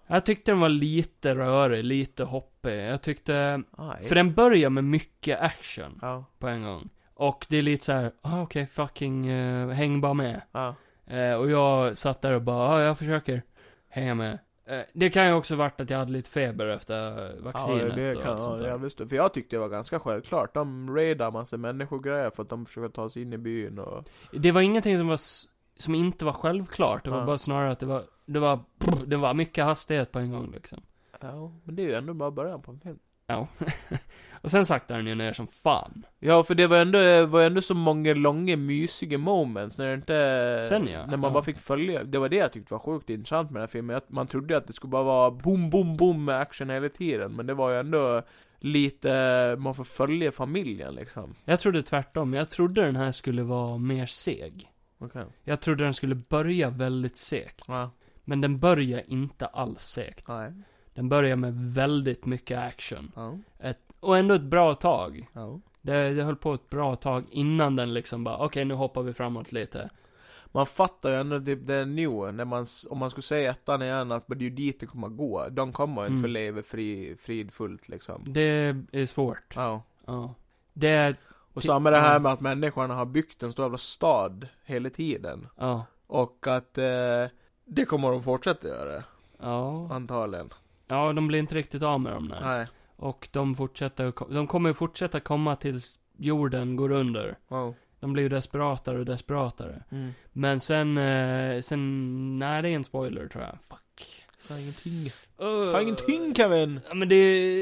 Jag tyckte den var lite rörig, lite hoppig. Jag tyckte... Aj. För den börjar med mycket action Ja. på en gång. Och det är lite så här, okej, fucking häng bara med. Ja. Och jag satt där och bara, jag försöker hänga med. Det kan ju också varit att jag hade lite feber efter vaccinet. Ja, det och kan allt sånt där. jag visste. För jag tyckte det var ganska självklart. De raidar massa människogrejer för att de försöker ta sig in i byn och... Det var ingenting som inte var självklart. Det var Ja. bara snarare att det var mycket hastighet på en gång liksom. Ja, men det är ju ändå bara början på en film. Ja. Och sen saktar den ju ner som fan. Ja, för det var ändå så många långa mysiga moments när det inte... Sen ja. När man bara fick följa. Det var det jag tyckte var sjukt intressant med den här filmen. Man trodde att det skulle bara vara boom, boom, boom med action hela tiden. Men det var ju ändå lite... Man får följa familjen liksom. Jag trodde tvärtom. Jag trodde den här skulle vara mer seg. Okej. Jag trodde den skulle börja väldigt segt. Ja. Men den börjar inte alls segt. Nej. Den börjar med väldigt mycket action. Ja. Och ändå ett bra tag. Ja. Det höll på ett bra tag innan den liksom bara, okej, nu hoppar vi framåt lite. Man fattar ju ändå typ det är nu när om man skulle säga ettan igen att det är ju dit det kommer gå. De kommer inte för leva fridfullt liksom. Det är svårt. Ja. Ja. Det är... Och samma det här med att människorna har byggt en stor jävla stad hela tiden. Ja. Och att det kommer de fortsätta göra. Ja. Antagligen. Ja, de blir inte riktigt av med dem där. Nej. Och de kommer ju fortsätta komma tills jorden går under. Wow. De blir ju desperatare och desperatare. Mm. Men sen, nej, det är en spoiler tror jag. Fuck. Sa ingenting. Sa ingenting, Kevin! Ja, men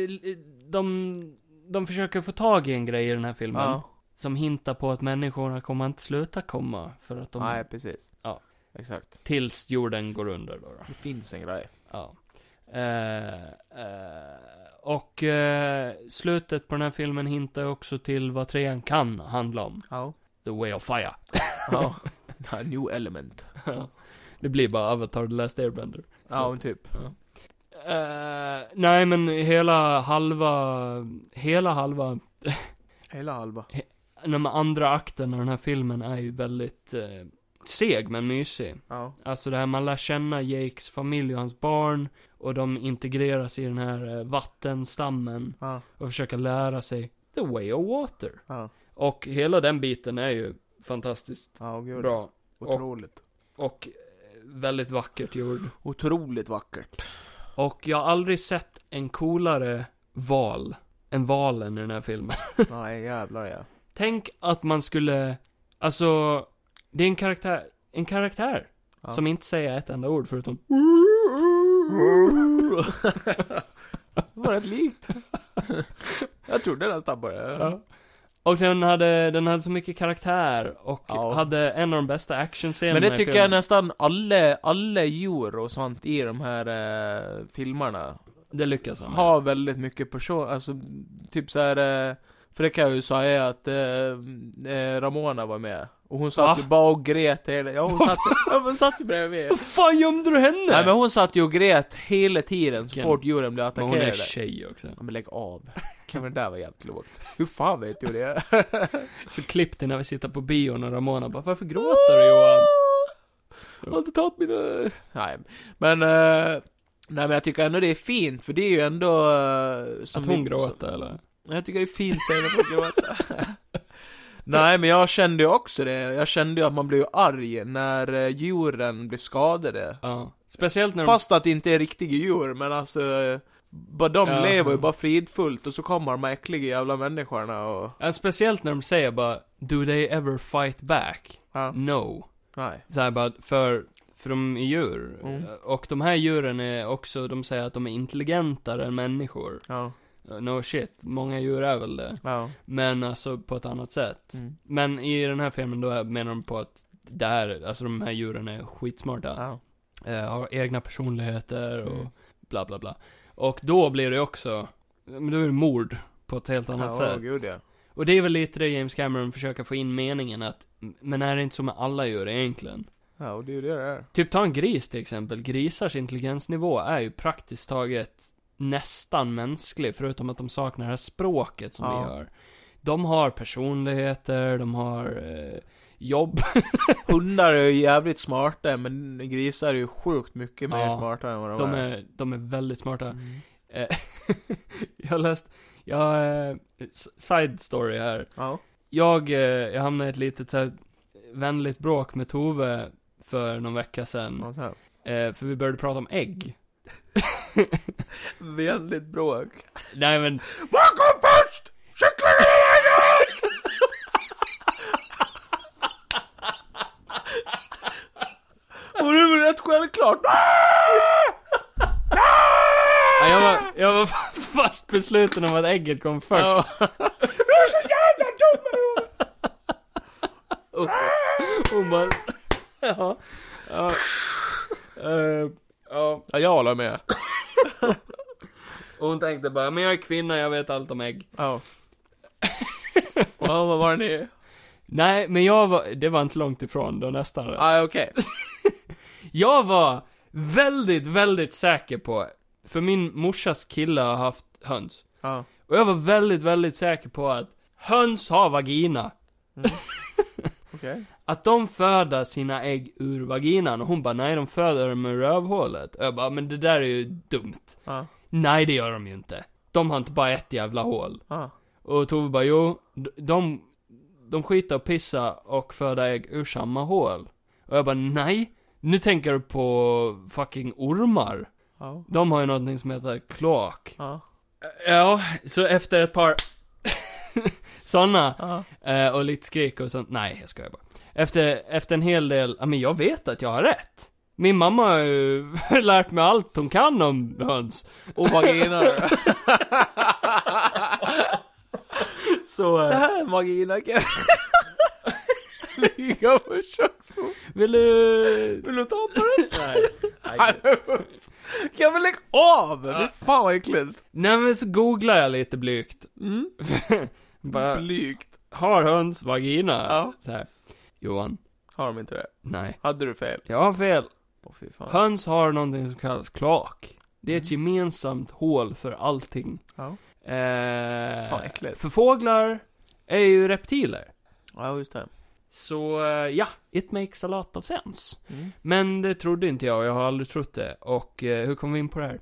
de försöker få tag i en grej i den här filmen. Ja. Som hintar på att människorna kommer inte sluta komma. För att de... Nej, precis. Ja. Exakt. Tills jorden går under då. Det finns en grej. Ja. Och slutet på den här filmen hintar också till vad trean kan handla om. Ja. The Way of Fire. Ja. A new element. Det blir bara Avatar The Last Airbender. Ja, men typ. Ja. Nej, men hela halva den andra akten av den här filmen är ju väldigt seg men mysig. Ja. Alltså det här man lär känna Jakes familj och hans barn. Och de integreras i den här vattenstammen. Ja. Och försöker lära sig The Way of Water. Ja. Och hela den biten är ju fantastiskt Ja, gud. bra. Otroligt. Och väldigt vackert gjord. Otroligt vackert. Och jag har aldrig sett en coolare val än valen i den här filmen. Nej, jävlar ja. Tänk att man skulle... Alltså... Det är en karaktär Ja. som inte säger ett enda ord förutom... Det var rätt likt. Jag trodde nästan på det. Ja. Och den hade så mycket karaktär och Ja. hade en av de bästa actionscenerna. Men det i tycker filmen. jag nästan alla djur och sånt i de här filmerna Det lyckas han med. har väldigt mycket person, alltså typ så här. För det kan jag ju säga att Ramona var med. Och hon satt Va? ju bara och grät hela... Ja, hon satt ju bredvid. Vad fan gömde du henne? Nej, men hon satt ju och grät hela tiden så Vilken- fort djuren blev Men attackerade. hon är tjej också. Ja, men lägg av. Kevin, det där var jävligt lågt. Hur fan vet du det? Så klipp det när vi sitter på bion och Ramona bara, varför gråter du Johan? Jag har inte tagit mina... Nej, men... nej, men jag tycker ändå det är fint. För det är ju ändå... som Att hon vi- gråter eller? Jag tycker det är fint säger när folk gråter. Nej, men jag kände ju också det. Jag kände ju att man blev ju arg när djuren blir skadade. Ja. Speciellt när Fast att det inte är riktiga djur, men alltså... Bara de Ja. lever ju bara fridfullt och så kommer de äckliga jävla människorna och... Ja, speciellt när de säger bara, do they ever fight back? Ja. No. Nej. Så här bara, för de är djur. Mm. Och de här djuren är också, de säger att de är intelligentare än människor. Ja. No shit, många djur är väl det. Ja. Men alltså på ett annat sätt. Mm. Men i den här filmen då menar de på att alltså de här djuren är skitsmarta. Ja. Har egna personligheter och Mm. bla bla bla. Och då blir det också, men då är det mord på ett helt annat sätt. Gud, ja. Och det är väl lite det James Cameron försöker få in meningen att, men är det inte så med alla djur egentligen? Ja, och det är ju det är. Typ ta en gris till exempel. Grisars intelligensnivå är ju praktiskt taget nästan mänsklig, förutom att de saknar det här språket som Ja. vi har. De har personligheter, de har jobb. Hundar är ju jävligt smarta, men grisar är ju sjukt mycket mer Ja, smarta än vad de är väldigt smarta. Mm. Side story här. Ja. Jag hamnade i ett litet så här vänligt bråk med Tove för någon vecka sedan. Ja, så här. För vi började prata om ägg. Vänligt bråk. Nej men, Vad kom först? Kyckling eller ägget? Och det var rätt självklart. ja, jag var fast besluten om att ägget kom först. Ja. Du är så jävla dum! Hon bara, ja. Ja, jag håller med. Och hon tänkte bara, men jag är kvinna, jag vet allt om ägg. Ja. Ja, vad var ni? Nej, men det var inte långt ifrån då nästan. Ja, okej. Jag var väldigt, väldigt säker på, för min morsas kille har haft höns. Ja. Och jag var väldigt, väldigt säker på att höns har vagina. Okej. Att de föder sina ägg ur vaginan. Och hon bara, nej, de föder dem ur rövhålet. Och jag bara, men det där är ju dumt. Ja. Nej, det gör de ju inte. De har inte bara ett jävla hål. Ja. Och Tove bara, jo, de skiter och pissar och föder ägg ur samma hål. Och jag bara, nej. Nu tänker du på fucking ormar. Ja. De har ju någonting som heter kloak. Ja. Ja, så efter ett par såna Ja. och lite skrik och sånt. Nej, jag skojar bara. Efter en hel del, ja men jag vet att jag har rätt. Min mamma har ju lärt mig allt hon kan om höns. Och vaginer. Så Det här är vagina. Ligga på köksbord. vill du ta på det? Nej. Kan jag väl lägga av? Ja. Det är fan vad äckligt. Nej men så googlar jag lite blygt. Mm. Bara, Blygt. har höns vagina? Ja. Så här. Johan, Har de inte det? nej. Hade du fel? Jag har fel. Åh fy fan. Höns har någonting som kallas kloak. Det är ett gemensamt hål för allting. Ja. Fan äckligt. För fåglar är ju reptiler. Ja, just det. Så ja, it makes a lot of sense. Mm. Men det trodde inte jag och jag har aldrig trott det. Och hur kom vi in på det här?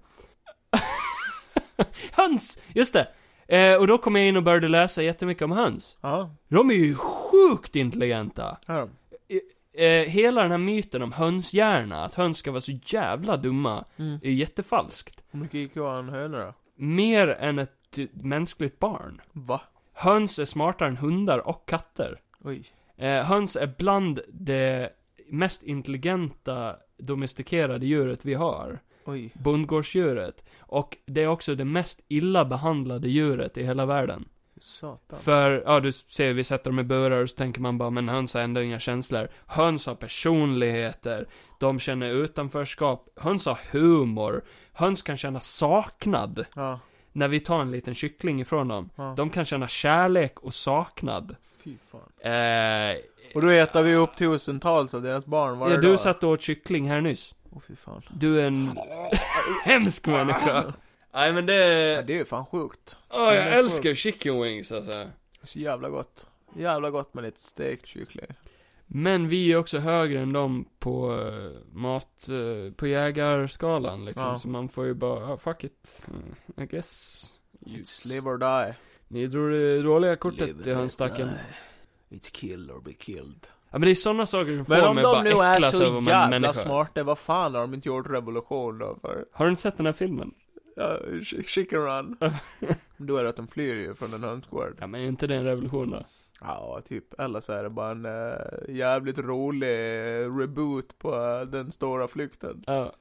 Höns! Just det. Och då kom jag in och började läsa jättemycket om höns. Ja. De är ju sjukt intelligenta. Ja. Hela den här myten om hönshjärna, att höns ska vara så jävla dumma, är jättefalskt. Hur mycket gick en höna då? Mer än ett mänskligt barn. Va? Höns är smartare än hundar och katter. Oj. Höns är bland det mest intelligenta domestikerade djuret vi har. Oj. Bondgårdsdjuret. Och det är också det mest illa behandlade djuret i hela världen. Satan. För, ja du ser, vi sätter dem i burar och så tänker man bara, men höns har ändå inga känslor. Höns har personligheter. De känner utanförskap. Höns har humor. Höns kan känna saknad. Ja. När vi tar en liten kyckling ifrån dem. Ja. De kan känna kärlek och saknad. Fy fan. Eh, Och då äter vi upp tusentals av deras barn varje ja, du dag. satt och åt kyckling här nyss. Åh fy fan. Du är en hemsk människa. Nej men det... Ja, det är ju fan sjukt. Åh, jag älskar chicken wings alltså. Så jävla gott. Jävla gott med lite stekt kyckling. Men vi är också högre än dem på på jägarskalan liksom. Ja. Så man får ju bara, fuck it. I guess. It's live or die. Ni drog det dåliga kortet Live i and hönsstacken. die. It's kill or be killed. Ja men det är sådana saker som Men får om mig de bara nu är äcklas så över en jävla människa. smarta, vad fan har de inte gjort revolution då för? Har du inte sett den här filmen? Ja, chicken run. Då är det att de flyr ju från en hönsgård. Ja men är inte det en revolution då? Ja, typ. Eller så är det bara en jävligt rolig reboot på den stora flykten. Ja.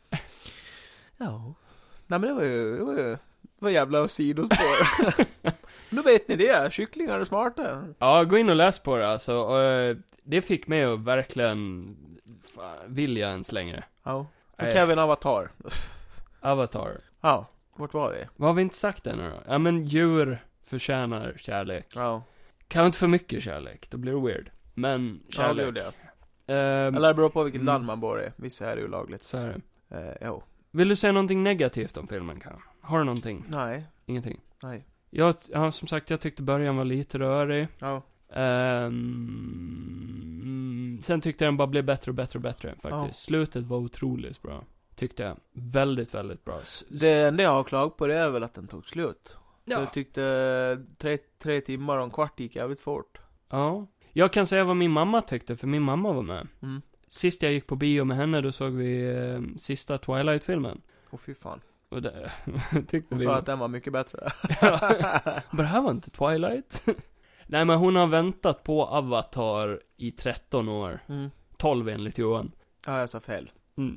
Ja. Nej men det var jävla sidospår. Nu vet ni det, kycklingar är smarta. Ja, gå in och läs på det alltså. Och, det fick mig att verkligen vilja ens längre. Ja. Och Kevin Avatar. Avatar. Ja, vart var vi? Vad har vi inte sagt ännu då? Ja men djur förtjänar kärlek. Ja. Kan inte för mycket kärlek, då blir det weird. Men Ja, kärlek. det gjorde jag. Eller det beror på vilket land man bor i. Vissa är det ju lagligt. Så är det. Jo. Vill du säga någonting negativt om filmen kanske? Har du någonting? Nej. Ingenting? Nej. Ja, som sagt, jag tyckte början var lite rörig. Ja. Sen tyckte jag den bara blev bättre och bättre och bättre faktiskt. Ja. Slutet var otroligt bra. Tyckte jag. Väldigt, väldigt bra. Det enda jag har klagat på det är väl att den tog slut. Ja. Jag tyckte 3 timmar och en kvart gick jävligt fort. Ja. Jag kan säga vad min mamma tyckte, för min mamma var med. Mm. Sist jag gick på bio med henne, då såg vi sista Twilight-filmen. Och fy fan. Och det tyckte Hon vi... sa att den var mycket bättre. Men det här var inte Twilight. Nej, men hon har väntat på Avatar i 13 år. 12 enligt Johan. Ja, jag sa fel. Mm.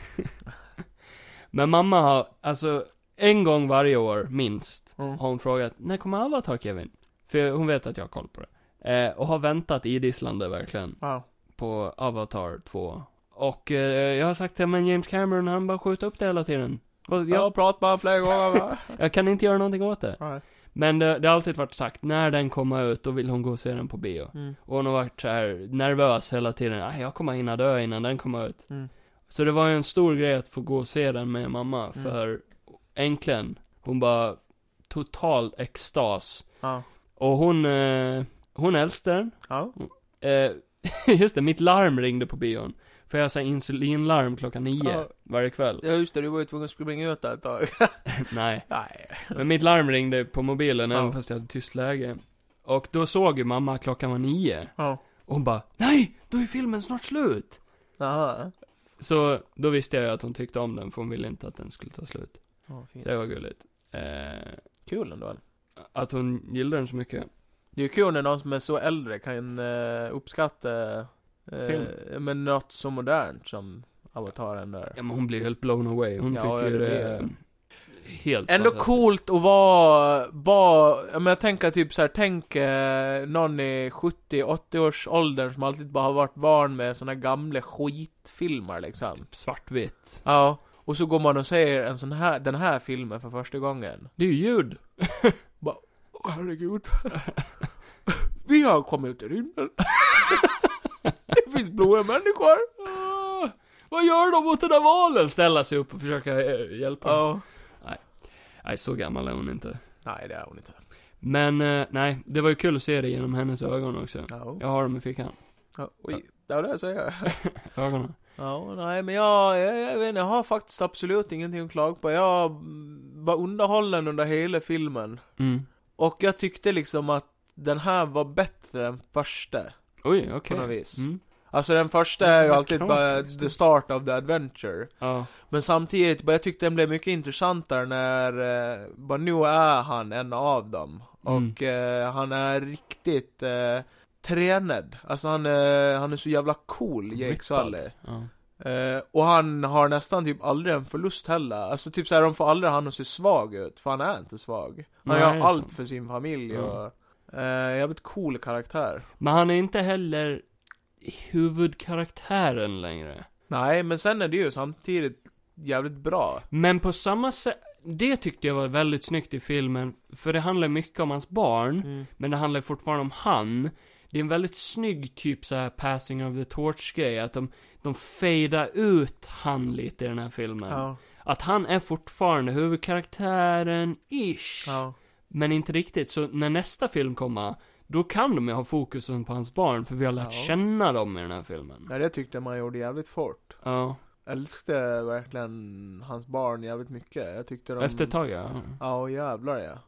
Men mamma har, alltså, en gång varje år, minst, har hon frågat, när kommer Avatar, Kevin? För hon vet att jag har koll på det. Och har väntat idisslande verkligen. Ja. På Avatar 2. Och jag har sagt till men James Cameron, han bara skjuter upp det hela tiden. Och Jag har pratat bara flera gånger, va? jag kan inte göra någonting åt det. Nej. Men det har alltid varit sagt, när den kommer ut, då vill hon gå och se den på bio. Och hon har varit så här nervös hela tiden. Jag kommer hinna dö innan den kommer ut. Så det var ju en stor grej att få gå och se den med mamma. För äntligen, hon bara total extas. Ja. Och hon älskar den. Ja. Just det, mitt larm ringde på bion. För jag sa insulinlarm klockan 9 varje kväll. Ja, just det, du var ju tvungen att springa ut där ett tag. Nej. Nej. Men mitt larm ringde på mobilen även fast jag hade tyst läge. Och då såg ju mamma att klockan var 9. Ja. Och hon bara, nej, då är filmen snart slut. Jaha. Så då visste jag ju att hon tyckte om den, för hon ville inte att den skulle ta slut. Fint. Så det var gulligt. Kul ändå. Att hon gillade den så mycket. Det är ju kul när någon som är så äldre kan uppskatta men något så modernt som Avataren där. Ja, men hon blir helt blown away. Hon Ja, tycker det det är helt ändå fantastiskt. coolt att vara men jag tänker typ så här, tänk någon i 70-80 års åldern som alltid bara har varit van med såna gamla skitfilmer liksom. Typ svartvitt. Ja, och så går man och ser en sån här, den här filmen för första gången. Det är ju ljud. Herregud. Vi har kommit ut i rymden. Det finns blåa människor. Vad gör de mot den där valen? Ställa sig upp och försöka hjälpa. Ja. Nej, så gammal är hon inte. Nej, det är hon inte. Men, nej, det var ju kul att se det genom hennes ögon också. Ja. Jag har dem i fickan. Ja, oj, det var det jag säger. Ögonen. Ja, nej, men jag vet inte, jag har faktiskt absolut ingenting att klaga på. Jag var underhållen under hela filmen. Och jag tyckte liksom att den här var bättre än första. Oj, okej. På något vis. Alltså den första är ju alltid bara the start of the adventure. Ja. Men samtidigt, jag tyckte den blev mycket intressantare när bara nu är han en av dem. Och han är riktigt tränad. Alltså han är så jävla cool, Jake Sully. Ja. Och han har nästan typ aldrig en förlust heller. Alltså typ såhär, de får aldrig han att se svag ut. För han är inte svag. Han gör allt för sin familj och jävligt cool karaktär. Men han är inte heller huvudkaraktären längre. Nej, men sen är det ju samtidigt jävligt bra. Men på samma sätt, det tyckte jag var väldigt snyggt i filmen. För det handlar mycket om hans barn. Men det handlar fortfarande om han. Det är en väldigt snygg typ så här passing of the torch grej. Att de fejdar ut han lite i den här filmen. Ja. Att han är fortfarande huvudkaraktären ish. Ja. Men inte riktigt. Så när nästa film kommer, då kan de ju ha fokusen på hans barn. För vi har lärt känna dem i den här filmen. Ja, det tyckte man gjorde jävligt fort. Ja. Jag älskade verkligen hans barn jävligt mycket. Jag tyckte de... Efter ett tag, ja. Ja, jävlar ja.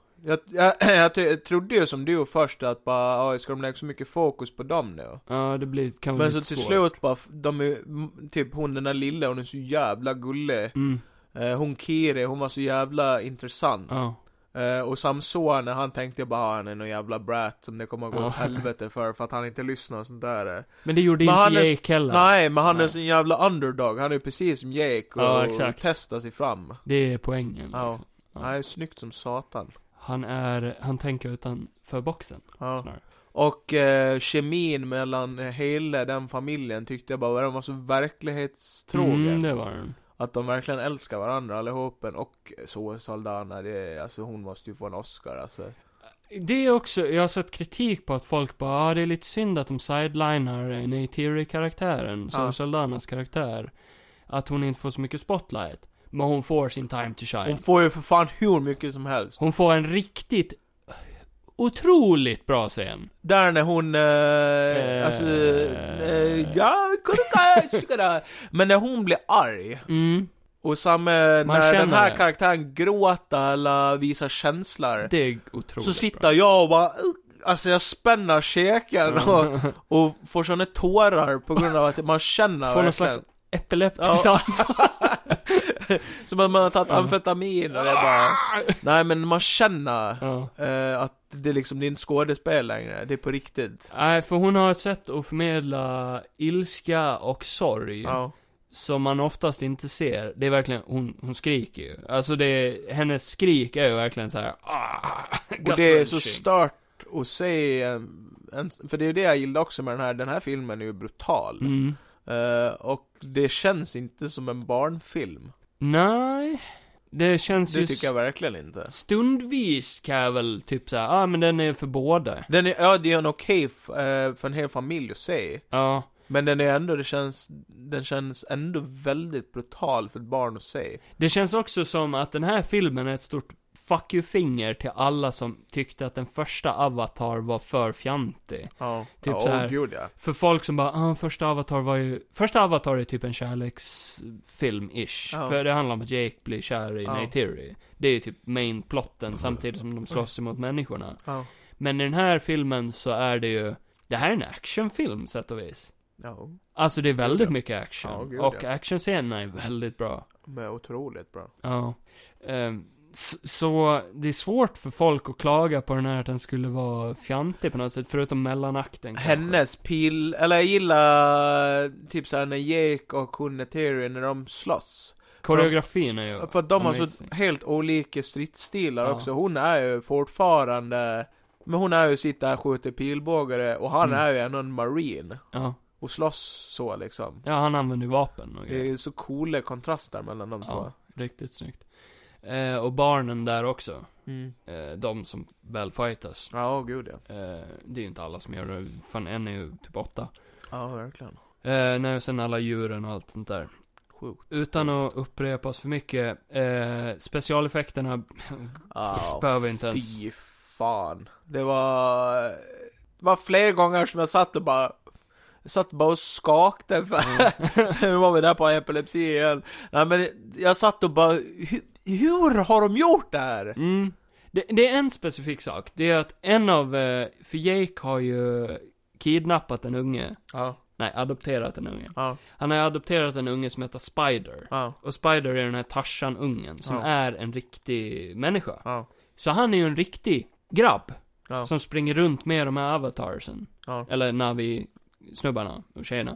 Jag trodde ju som du först att bara, ska de lägga så mycket fokus på dem nu? Ja, det blir kan men lite så till svårt. slut bara, de är, typ hon den där lilla, hon är så jävla gullig. Hon Kiri, hon var så jävla intressant. Ja. Och Samson, när han tänkte bara, han är någon jävla brat som det kommer att gå åt helvete för att han inte lyssnar och sånt där. Men det gjorde inte Jake heller. Nej, men han är så en jävla underdog. Han är precis som Jake och testar sig fram. Det är poängen. Ja. Liksom. Ja. Han är snyggt som satan. Han tänker utanför boxen. Ja. Snarare. Och kemin mellan hela den familjen tyckte jag bara, de var så verklighetstrogen. Det var den. Att de verkligen älskar varandra allihopen. Och så Saldana, alltså hon måste ju få en Oscar alltså. Det är också, jag har sett kritik på att folk bara, det är lite synd att de sidelinar Neytiri-karaktären, som Saldanas karaktär. Att hon inte får så mycket spotlight. Men hon får sin time to shine. Hon får ju för fan hur mycket som helst. Hon får en riktigt otroligt bra scen. Där när hon men när hon blir arg och samma när den här karaktären gråter eller visar känslor, det är otroligt så sitter bra. jag och bara alltså jag spänner käken och får såna tårar på grund av att man känner får någon slags epileptiskt som att man har tagit amfetamin och det bara nej, men man känner att det liksom, det är inte skådespel längre, det är på riktigt. Nej, för hon har ett sätt att förmedla ilska och sorg som man oftast inte ser. Det är verkligen, hon skriker ju. Alltså hennes skrik är ju verkligen så här. Och det är så stört att se för det är ju det jag gillar också med den här filmen är ju brutal. Och det känns inte som en barnfilm. Nej, det känns det tycker jag verkligen inte. Stundvis kan jag väl typ säga, men den är för båda. Det är en okej för en hel familj att se. Ja. Men den är ändå, den känns ändå väldigt brutal för ett barn att se. Det känns också som att den här filmen är ett stort fuck you-finger till alla som tyckte att den första Avatar var för fjantig. Typ så här, gud, ja. För folk som bara, första Avatar är typ en kärleksfilm-ish. För det handlar om att Jake blir kär i Neytiri. Det är ju typ main-plotten samtidigt som de slåss emot människorna. Men i den här filmen så är det här är en actionfilm, sätt och vis. Alltså det är väldigt mycket action. Och actionscenerna är väldigt bra. Men otroligt bra. Så det är svårt för folk att klaga på den här att den skulle vara fjantig på något sätt, förutom mellanakten kanske. Hennes eller jag gillar typ såhär när Jake och Neytiri när de slåss. Koreografin är ju för att de har så helt olika stridsstilar också. Hon är ju fortfarande, men hon är ju sitter och skjuter pilbågare och han är ju en marine. Och slåss så liksom. Ja, han använder ju vapen och det är så coola kontraster mellan de två. Riktigt snyggt. Och barnen där också. De som väl fightas. Gud ja. Det är ju inte alla som gör det. Fan, en är ju typ 8. Ja, verkligen. Nej, sen alla djuren och allt sånt där. Sjukt. Utan att upprepa oss för mycket. Specialeffekterna behöver inte ens. Fy fan. Det var flera gånger som jag satt bara och skakade nu var vi där på epilepsi igen. Nej, men jag satt och bara hur har de gjort det här? Det är en specifik sak. Det är att för Jake har ju kidnappat en unge. Nej, adopterat en unge. Han har adopterat en unge som heter Spider. Och Spider är den här Tarzan-ungen som är en riktig människa. Så han är ju en riktig grabb som springer runt med de här avatarsen. Eller Navi-snubbarna och tjejerna.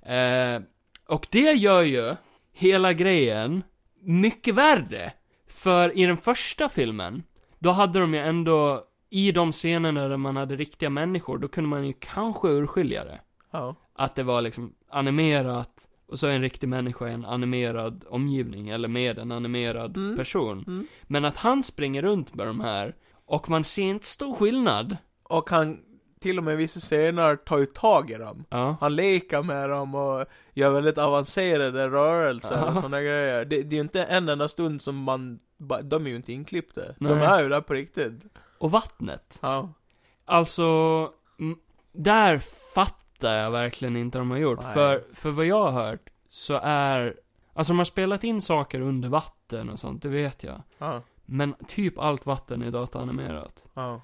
Och det gör ju hela grejen mycket värre. För i den första filmen, då hade de ju ändå, i de scenerna där man hade riktiga människor, då kunde man ju kanske urskilja det. Att det var liksom animerat, och så är en riktig människa i en animerad omgivning, eller med en animerad person. Men att han springer runt med de här, och man ser inte stor skillnad. Och han till och med vissa scener tar ju tag i dem. Han leker med dem och gör väldigt avancerade rörelser och sådana grejer. Det är ju inte en enda stund som de är ju inte inklippte. Nej. De är ju där på riktigt. Och vattnet. Alltså, där fattar jag verkligen inte de har gjort. För vad jag har hört så alltså de har spelat in saker under vatten och sånt, det vet jag. Men typ allt vatten är dataanimerat.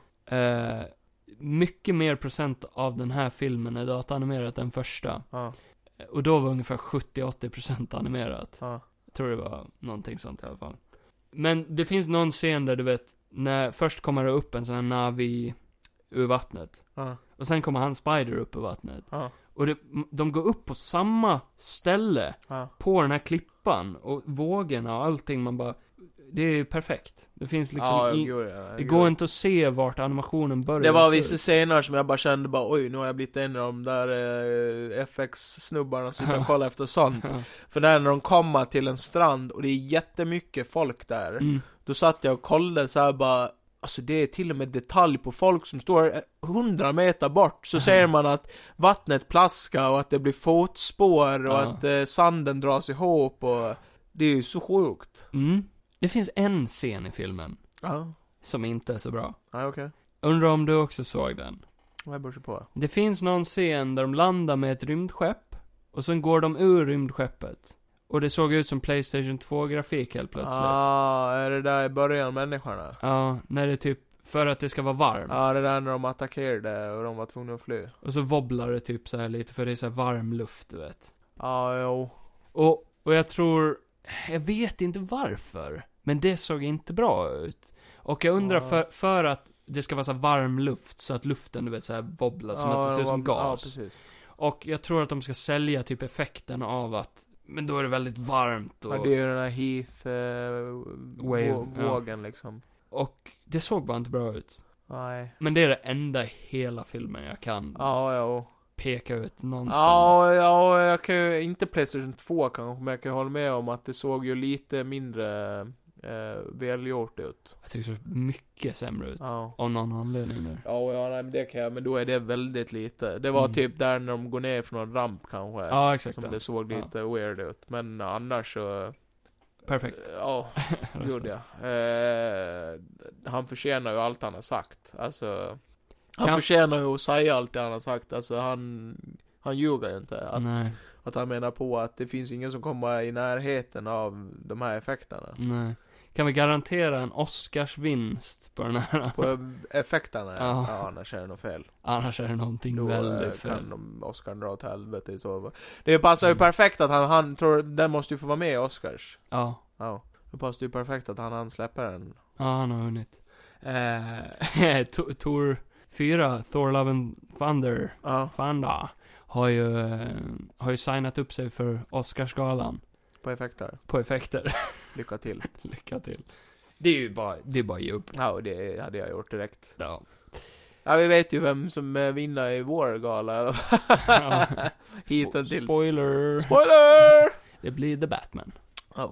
Mycket mer procent av den här filmen är dataanimerat än första. Och då var ungefär 70-80% animerat. Jag tror det var någonting sånt i alla fall. Men det finns någon scen där du vet, när först kommer det upp en sån här Navi ur vattnet. Och sen kommer han Spider upp ur vattnet. Och de går upp på samma ställe på den här klippan och vågorna och allting, man bara, det är perfekt. Det finns liksom det går inte att se vart animationen börjar. Det var vissa scener som jag bara kände bara, oj, nu har jag blivit en av de där FX-snubbarna som sitter och kollar efter sånt. För när de kommer till en strand och det är jättemycket folk där, då satt jag och kollade så här bara, alltså det är till och med detalj på folk som står 100 meter bort, så ser man att vattnet plaskar och att det blir fotspår och att sanden dras ihop, och det är ju så sjukt. Det finns en scen i filmen som inte är så bra. Undrar om du också såg den. Vad beror på? Det finns någon scen där de landar med ett rymdskepp. Och sen går de ur rymdskeppet. Och det såg ut som PlayStation 2-grafik helt plötsligt. Är det där i början människorna? Ja, när det typ, för att det ska vara varmt. Ja, det där när de attackerade och de var tvungna att fly. Och så wobblar det typ så här lite, för det är så här varm luft, du vet. Ja, jo. Och jag tror, jag vet inte varför, men det såg inte bra ut. Och jag undrar för att det ska vara så här varm luft, så att luften, du vet, så här wobblar, som att det ser ut som gas. Ja, precis. Och jag tror att de ska sälja typ effekten av att, men då är det väldigt varmt och... Ja, det är ju den här Heath vågen liksom. Och det såg bara inte bra ut. Nej. Men det är det enda i hela filmen jag kan Ja. peka ut någonstans. Ja, jag kan ju inte PlayStation 2 kanske, men jag kan hålla med om att det såg ju lite mindre välgjort ut. Jag tycker det såg mycket sämre ut. Ja. Av någon anledning nu. Ja, nej, men det kan jag, men då är det väldigt lite. Det var typ där när de går ner från en ramp kanske. Ja, exakt. Som det såg lite weird ut. Men annars så... Perfekt. Ja, gjorde jag. Han förtjänar ju allt han har sagt. Alltså... Han förtjänar ju att säga allt det han har sagt. Alltså han ljuger ju inte. Nej. Att han menar på att det finns ingen som kommer i närheten av de här effekterna. Nej. Kan vi garantera en Oscarsvinst på den här? På effekterna? Ja. Ja, annars är det något fel. Annars är det någonting Då väldigt fel. kan Oscar dra åt helvete så. Det passar ju perfekt att han tror, den måste ju få vara med i Oscars. Ja. Ja. Det passar ju perfekt att han släpper den. Ja, han har hunnit. Thor 4, Thor Love and Thunder. Ja. Fanda. Har ju signat upp sig för Oscarsgalan. På effekter. Lycka till. Lycka till. Det är bara ge upp. Ja, det hade jag gjort direkt. Ja. Ja, vi vet ju vem som vinner i vår gala. Ja. Hittills. Spoiler! Det blir The Batman. Oh.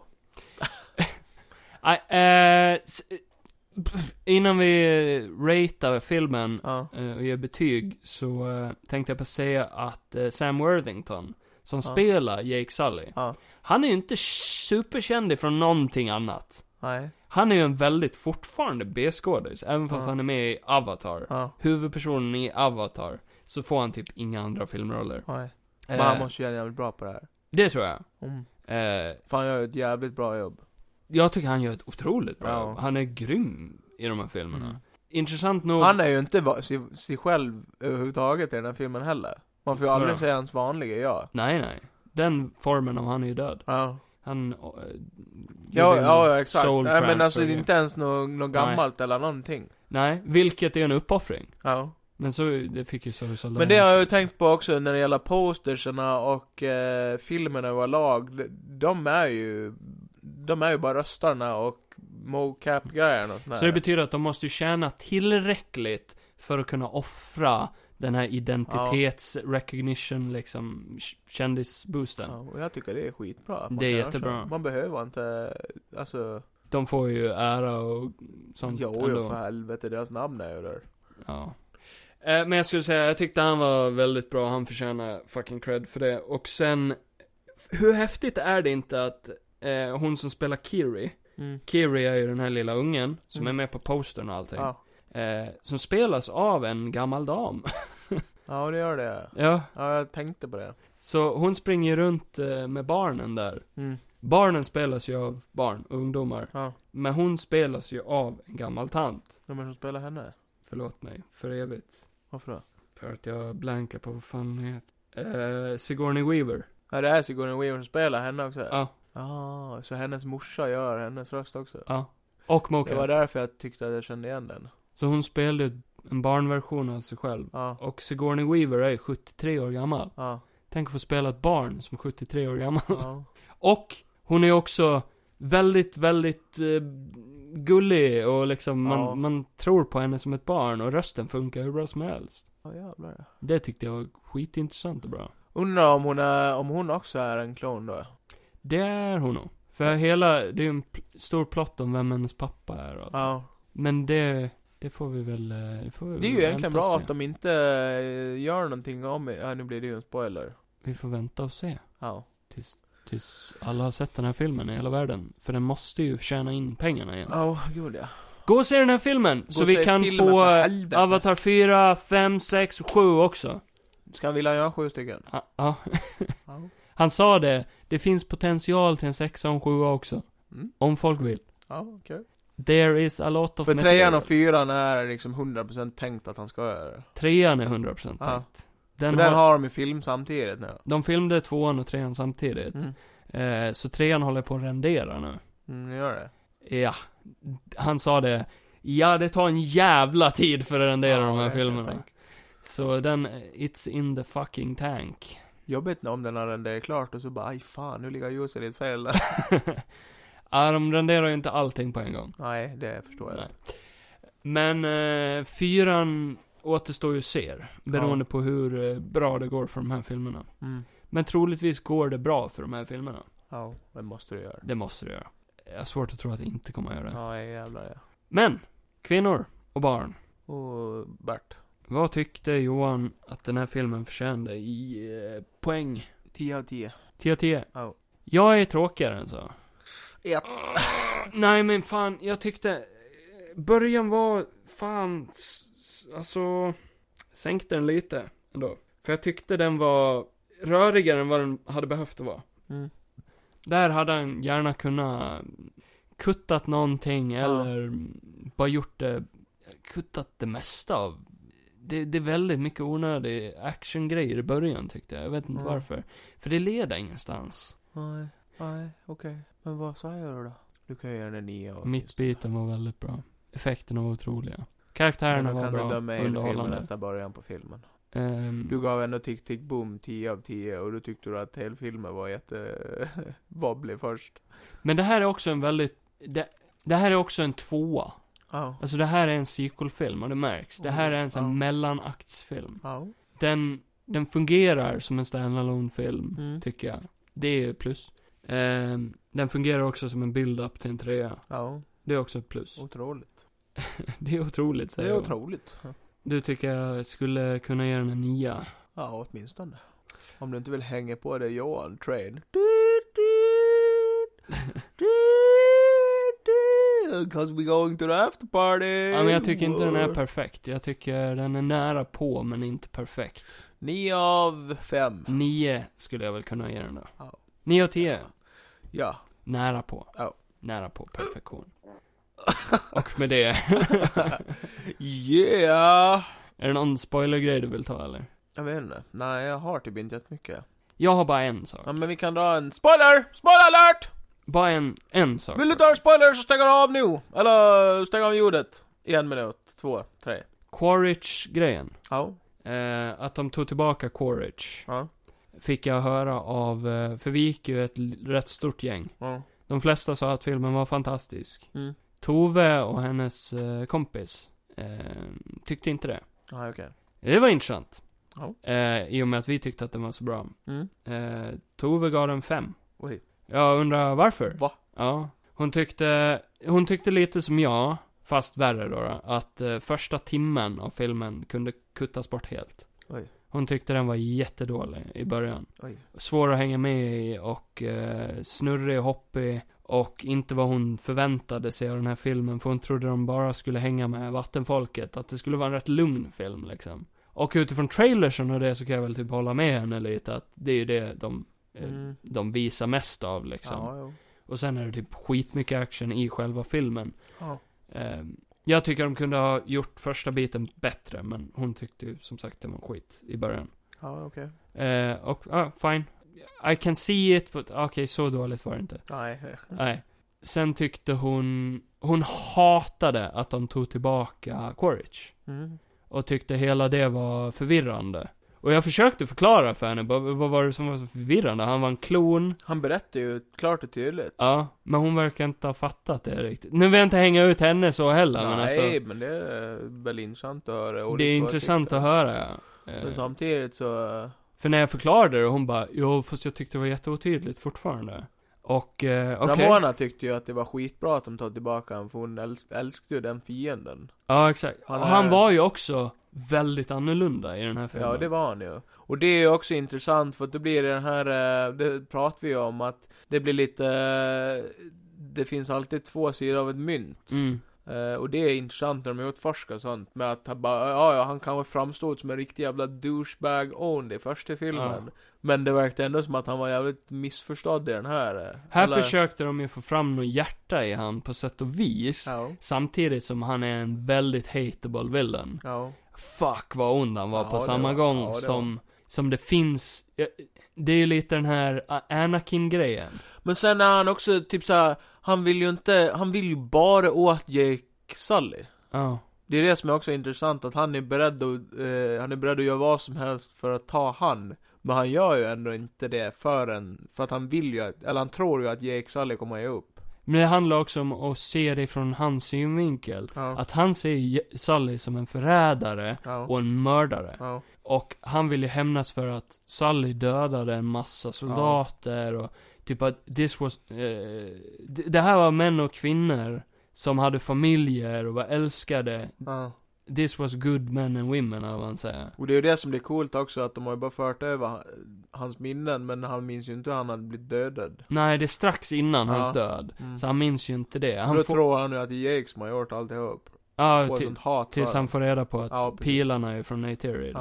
Innan vi ratear filmen och ger betyg, så tänkte jag på säga att Sam Worthington, som spelar Jake Sully, han är ju inte superkänd från någonting annat. Nej. Han är ju en väldigt fortfarande B-skådis, även fast han är med i Avatar. Huvudpersonen i Avatar, så får han typ inga andra filmroller. Nej. Men han måste göra jävligt bra på det här. Det tror jag. För han gör ett jävligt bra jobb. Jag tycker han gör ett otroligt bra jobb. Han är grym i de här filmerna. Intressant nog. Han är ju inte sig själv överhuvudtaget i den här filmen heller. Man får ju aldrig säga hans vanliga jag. Nej. Den formen av han är ju död. Ja. Han... Ja, exakt. Nej, men alltså det är inte ens något gammalt eller någonting. Nej, vilket är en uppoffring. Ja. Men så, det fick ju så. Men det har jag ju tänkt på också när det gäller posterserna och filmerna överlag. De är ju bara röstarna och mocap-grejerna och sådär. Så det betyder att de måste ju tjäna tillräckligt för att kunna offra den här identitets-recognition, liksom, kändisboosten. Ja, och jag tycker det är skitbra. Det är jättebra. Man behöver inte, alltså... De får ju ära och sånt. Jo, för helvete, deras namn är ju där. Ja. Men jag skulle säga, jag tyckte han var väldigt bra. Han förtjänar fucking cred för det. Och sen, hur häftigt är det inte att hon som spelar Kiri, Kiri är ju den här lilla ungen som är med på postern och allting. Som spelas av en gammal dam. Ja, det gör det. Ja, jag tänkte på det. Så hon springer runt med barnen där. Barnen spelas ju av barn och ungdomar. Men hon spelas ju av en gammal tant. Vem är det som spelar henne? Förlåt mig, för evigt. Varför då? För att jag blankar på vad fan hon heter. Sigourney Weaver. Ja, det är Sigourney Weaver som spelar henne också. Ja. Så hennes morsa gör hennes röst också. Ja. Och mocap. Det var därför jag tyckte att jag kände igen den. Så hon spelade en barnversion av sig själv. Och Sigourney Weaver är 73 år gammal. Tänk att få spela ett barn som är 73 år gammal. Och hon är också väldigt, väldigt gullig. Och liksom man tror på henne som ett barn. Och rösten funkar hur bra som helst. Ja, jävlar. Det tyckte jag var skitintressant och bra. Undrar om hon också är en klon då? Det är hon nog. För det är ju en stor plott om vem hennes pappa är. Och men det får vi väl... Det är ju egentligen bra att de inte gör någonting om... Ja, nu blir det ju en spoiler. Vi får vänta och se. Ja. Tills alla har sett den här filmen i hela världen. För den måste ju tjäna in pengarna igen. Ja, gud ja. Gå och se den här filmen. Så och vi se kan filmen, få för helvete. Avatar 4, 5, 6 och 7 också. Ska vi vilja göra 7 stycken? Ja. Ja. Han sa det. Det finns potential till en 6 och en 7 också. Mm. Om folk vill. Ja, okej. There is a lot of För material. 3 och 4 är liksom 100% tänkt att han ska göra det. 3:an är 100% Ja. tänkt. Den har de i film samtidigt nu. De filmade 2:an och 3:an samtidigt. Så 3:an håller på att rendera nu. Gör det. Ja. Han sa det. Ja, det tar en jävla tid för att rendera de här filmerna. Så den, it's in the fucking tank. Jobbigt om den har renderat klart och så bara, aj fan, nu ligger ljuset i ett fel där. Ja, de renderar ju inte allting på en gång. Nej, det förstår jag. Nej. Men 4:an återstår ju ser. Beroende på hur bra det går för de här filmerna. Men troligtvis går det bra för de här filmerna. Ja, det måste du göra. Det måste det göra. Jag har svårt att tro att det inte kommer att göra det. Ja, jävlar ja. Men, kvinnor och barn. Och Bert. Vad tyckte Johan att den här filmen förtjänade i poäng? 10 av 10. 10 av 10. Ja. Jag är tråkigare än så. 1. Nej men fan, jag tyckte början var fan alltså sänkte den lite ändå. För jag tyckte den var rörigare än vad den hade behövt att vara. Där hade han gärna kunnat kuttat någonting eller bara kuttat det mesta av. Det är väldigt mycket onödig actiongrejer i början tyckte jag. Jag vet inte varför. För det leder ingenstans. Nej, okej. Men vad sa jag då? Du kan göra en 9 av. Mittbiten var väldigt bra. Effekterna var otroliga. Karaktärerna var bra. Kan du döma hela filmen underhållande. efter början på filmen? Du gav ändå Tick Tick Boom 10 av 10 och då tyckte du att hela filmen var jättevobblig först. Men det här är också en väldigt... Det här är också en 2:a. Alltså det här är en sequel-film och det märks. Det här är en sån mellanaktsfilm. Den fungerar som en standalone-film, tycker jag. Det är plus. Den fungerar också som en build-up till en 3:a. Det är också ett plus. Otroligt. Det är otroligt, säger jag. Det är otroligt. Du tycker jag skulle kunna ge den en 9:a? Ja, åtminstone. Om du inte vill hänga på det Johan Train. Cause we going to the after party. Ja, men jag tycker inte den är perfekt. Jag tycker den är nära på, men inte perfekt. 9 av 5. 9 skulle jag väl kunna ge den då. 9 av 10. Ja. Nära på. Ja. Nära på perfektion. Och med det. Yeah. Är det någon spoilergrej du vill ta, eller? Jag vet inte. Nej, jag har typ inte jättemycket. Jag har bara en sak. Ja, men vi kan dra en spoiler! Spoiler alert! Bara en sak. Vill du ta en spoiler så stänger du av nu. Eller stäng av ljudet. I 1 minut, 2, 3. Quaritch-grejen. Ja. Att de tog tillbaka Quaritch. Ja. Fick jag höra av, för vi gick ju ett rätt stort gäng. Ja. De flesta sa att filmen var fantastisk. Tove och hennes kompis tyckte inte det. Ja, okej. Det var intressant. Ja. I och med att vi tyckte att den var så bra. Tove gav den 5. Oj. Jag undrar varför. Va? Ja. Hon tyckte lite som jag, fast värre då, att första timmen av filmen kunde kuttas bort helt. Oj. Hon tyckte den var jättedålig i början. Oj. Svår att hänga med i och snurrig och hoppig. Och inte vad hon förväntade sig av den här filmen. För hon trodde de bara skulle hänga med vattenfolket. Att det skulle vara en rätt lugn film liksom. Och utifrån trailersen och det så kan jag väl typ hålla med henne lite. Att det är ju det de visar mest av liksom. Ja. Och sen är det typ skitmycket action i själva filmen. Ja. Jag tycker de kunde ha gjort första biten bättre. Men hon tyckte ju som sagt det var skit i början. Ja, okej. Fine. I can see it, but okej, så dåligt var det inte. Nej. Sen tyckte hon hatade att de tog tillbaka Quaritch. Och tyckte hela det var förvirrande. Och jag försökte förklara för henne, vad var det som var så förvirrande? Han var en klon. Han berättade ju klart och tydligt. Ja, men hon verkar inte ha fattat det riktigt. Nu vill jag inte hänga ut henne så heller. Nej, men det är väl intressant att höra. Det är intressant att höra, ja. Men samtidigt så... För när jag förklarade det, hon bara, jo, fast jag tyckte det var jätteotydligt fortfarande. Och, okej. Ramona tyckte ju att det var skitbra att de tog tillbaka honom, för hon älskade ju den fienden. Ja, exakt. Han var ju också väldigt annorlunda i den här filmen. Ja, det var han ju. Och det är ju också intressant, för att det blir den här, det pratar vi om, att det blir lite, det finns alltid två sidor av ett mynt. Och det är intressant när de utforskar sånt med att han bara, han kanske framstod som en riktig jävla douchebag-own i första filmen. Men det verkade ändå som att han var jävligt missförstådd i den här. Här försökte de ju få fram något hjärta i han på sätt och vis. Ja. Samtidigt som han är en väldigt hateable villain. Ja. Fuck vad ond han var på samma var, gång ja, som det finns. Det är ju lite den här Anakin-grejen. Men sen är han också typ såhär, han vill ju bara åt Jake Sully. Ja. Det är det som är också intressant, att han är beredd att göra vad som helst för att ta han. Men han gör ju ändå inte det för att han vill ju, eller han tror ju att Jake Sully kommer ge upp. Men det handlar också om att se det från hans synvinkel. Ja. Att han ser Sully som en förrädare och en mördare. Ja. Och han vill ju hämnas för att Sully dödade en massa soldater och typ att det här var män och kvinnor som hade familjer och var älskade. Ja. This was good men and women, eller vad man säger. Och det är ju det som blir coolt också, att de har ju bara fört över hans minnen, men han minns ju inte hur han hade blivit dödad. Nej, det är strax innan hans död. Så han minns ju inte det. Då tror han ju att det är Jake som har gjort alltihop. Ja, tills han får reda på att pilarna är från Neytiri.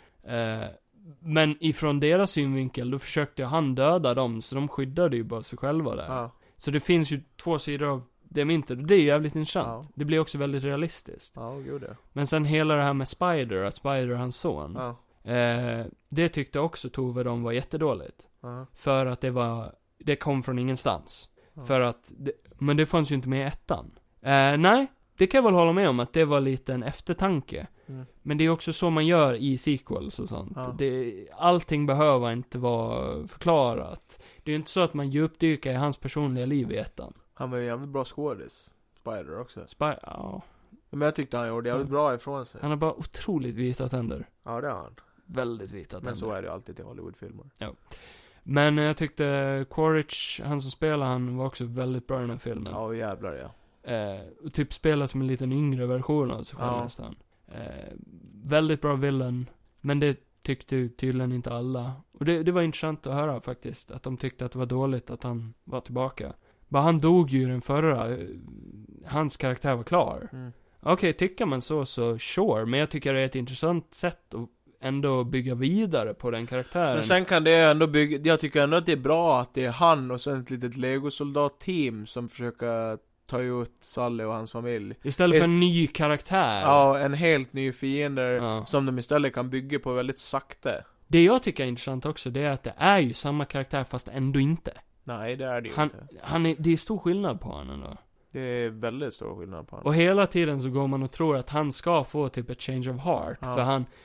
Men ifrån deras synvinkel, då försökte han döda dem, så de skyddade ju bara sig själva där. Ja. Så det finns ju två sidor av det myntet. Det är jävligt intressant. Det blir också väldigt realistiskt. Ja, gud det. Men sen hela det här med Spider, att Spider är hans son. Det tyckte också Tove de var jättedåligt. För att det kom från ingenstans. För att men det fanns ju inte med i ettan. Nej, det kan jag väl hålla med om, att det var lite en eftertanke. Men det är också så man gör i sequels och sånt. Allting behöver inte vara förklarat. Det är ju inte så att man djupdyker i hans personliga liv i ettan. Han var ju jävligt bra skådis, Spider också. Ja. Men jag tyckte han gjorde jävligt bra ifrån sig. Han har bara otroligt vita tänder. Ja, det har han. Väldigt vita tänder. Men så är det ju alltid i Hollywoodfilmer. Ja. Men jag tyckte Quaritch, han som spelar, han var också väldigt bra i den här filmen. Ja, jävlar ja. Och typ spelar som en liten yngre version av sig själv nästan. Väldigt bra villain. Men det tyckte ju tydligen inte alla. Och det var intressant att höra faktiskt. Att de tyckte att det var dåligt att han var tillbaka. Bara han dog ju den förra. Hans karaktär var klar. Okej, tycker man så sure. Men jag tycker det är ett intressant sätt att ändå bygga vidare på den karaktären. Men sen kan det ändå jag tycker ändå att det är bra att det är han och sen ett litet legosoldat-team som försöker ta ut Sully och hans familj. Istället för en ny karaktär. Ja, en helt ny fiende som de istället kan bygga på väldigt sakta. Det jag tycker är intressant också, det är att det är ju samma karaktär fast ändå inte. Nej, det är det ju inte. Det är stor skillnad på honom då. Det är väldigt stor skillnad på honom. Och hela tiden så går man och tror att han ska få typ ett change of heart. För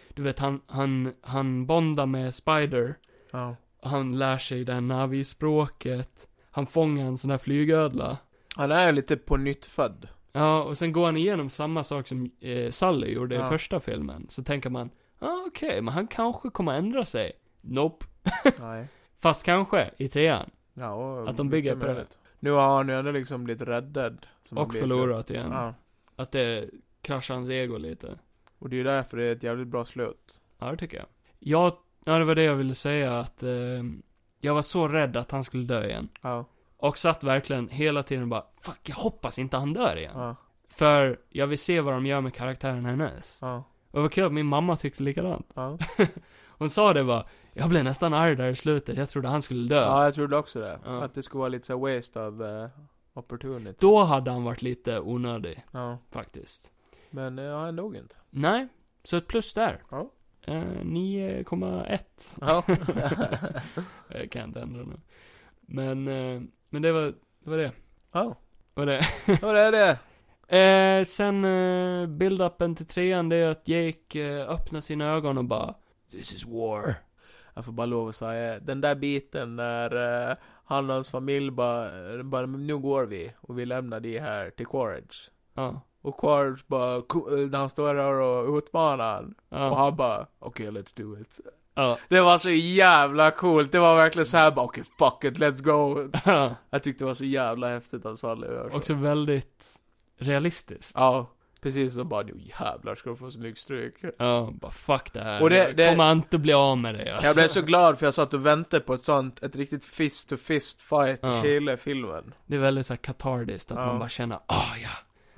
han bondar med Spider. Ja. Han lär sig det här Navi-språket. Han fångar en sån här flygödla. Han är lite på nytt född. Ja, och sen går han igenom samma sak som Sully gjorde i första filmen. Så tänker man, okej, men han kanske kommer ändra sig. Nope. Nej. Fast kanske i trean. Ja, och att de bygger på det. Nu har han ju ändå liksom blivit räddad. Och förlorat igen. Ja. Att det kraschar hans ego lite. Och det är ju därför det är ett jävligt bra slut. Ja, det tycker jag. Det var det jag ville säga. Att jag var så rädd att han skulle dö igen. Ja. Och satt verkligen hela tiden och bara, fuck, jag hoppas inte han dör igen. Ja. För jag vill se vad de gör med karaktären härnäst. Ja. Och det var kul att min mamma tyckte likadant. Ja. Hon sa det bara, jag blev nästan arg där i slutet. Jag trodde han skulle dö. Ja, jag trodde också det. Ja. Att det skulle vara lite så waste of opportunity. Då hade han varit lite onödig. Ja. Faktiskt. Men han dog inte. Nej, så ett plus där. Ja. 9,1. Ja. Jag kan inte ändra nu. Men det var det. Ja. Var det. Ja, det är det. Sen build-upen till trean, det är att Jake öppnar sina ögon och bara, this is war. Jag får bara lov att säga, den där biten när han och hans familj bara nu går vi och vi lämnar det här till Quaritch. Ja. Och Quaritch bara, när han står där och utmanar han. Ja. Och han bara, okej, let's do it. Ja. Det var så jävla coolt. Det var verkligen så här bara, okej, fuck it, let's go. Jag tyckte det var så jävla häftigt av Sully. Också väldigt realistiskt. Ja, precis, så bara, nu jävlar ska du få så mycket stryk. Ja, bara fuck det här. Och det kommer inte bli av med det, alltså. Jag blev så glad för jag satt och väntade på ett riktigt fist-to-fist fight hela filmen. Det är väldigt så här katardiskt att man bara känner, ja.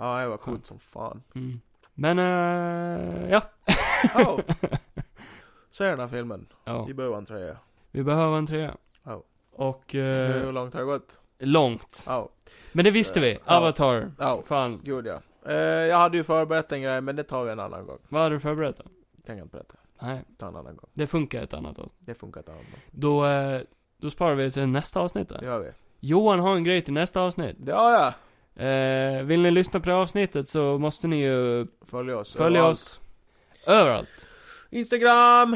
Ja, det var coolt som fan. Men, ja. Oh. Så är den här filmen. Ja. Vi behöver en 3. Vi behöver en 3. Ja. Och, Hur långt har det gått? långt. Ja. Men det visste vi. Ja. Avatar. Ja. Fan. Gud ja. Jag hade ju förberett en grej, men det tar vi en annan gång. Vad hade du förberett då? Kan jag inte berätta. Nej. Ta en annan gång. Det funkar ett annat då. Det funkar ett annat gång. Då sparar vi det till nästa avsnitt då. Det gör vi. Johan har en grej till nästa avsnitt. Det har jag. Vill ni lyssna på det avsnittet så måste ni ju Följ oss. följa oss överallt. Instagram.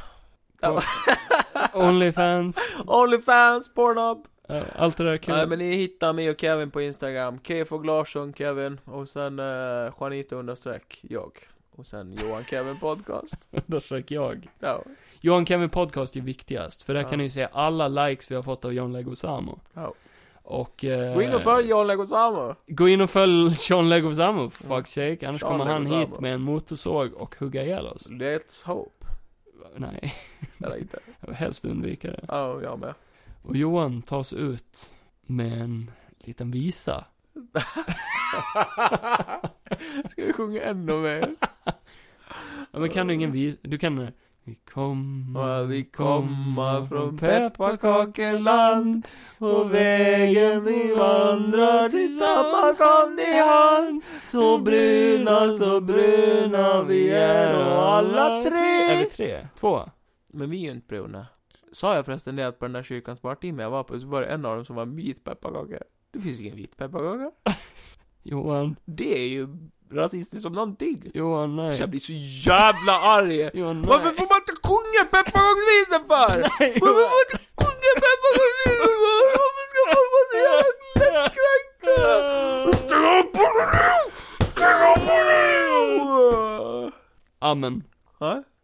Onlyfans. Onlyfans, Pornhub. Allt det där kul. Nej, men ni hittar mig och Kevin på Instagram. Kfoglarsson Kevin. Och sen Juanito_jag. Och sen Johan Kevin podcast. Undersök jag. Ja. Johan Kevin podcast är viktigast. För där Ja. kan ni se alla likes vi har fått av John Leguizamo. Ja. Och Gå in och följ John Leguizamo. Gå in och följ John Leguizamo, for fuck's sake. Annars John kommer han Leguizamo. hit med en motorsåg och hugga ihjäl oss. Let's hope. Nej, Eller inte. jag vill helst undvika det. Ja, jag med. Och Johan tas ut med en liten visa. Ska vi sjunga ännu mer? Ja, men kan du ingen visa? Du kan... Vi Vi komma från pepparkakeland och vägen vi vandrar tillsammans hand i hand. Så bruna vi är och alla tre. Är vi 3? 2? Men vi är ju inte bruna. Sa jag förresten det att på den där kyrkans bartimme jag var på så var det en av dem som var en vit pepparkaka. Det finns ingen vit pepparkaka. Johan. Det är ju rasistiskt som någonting. Johan, nej. Så jag blir så jävla arg. Johan, nej. Varför får man inte sjunga pepparkaksvisan för? Nej, Varför får man inte sjunga pepparkaksvisan för? Varför ska man vara så jävla lättkränkta? Stäng upp på det nu! Stäng upp på det nu! Amen. Ja?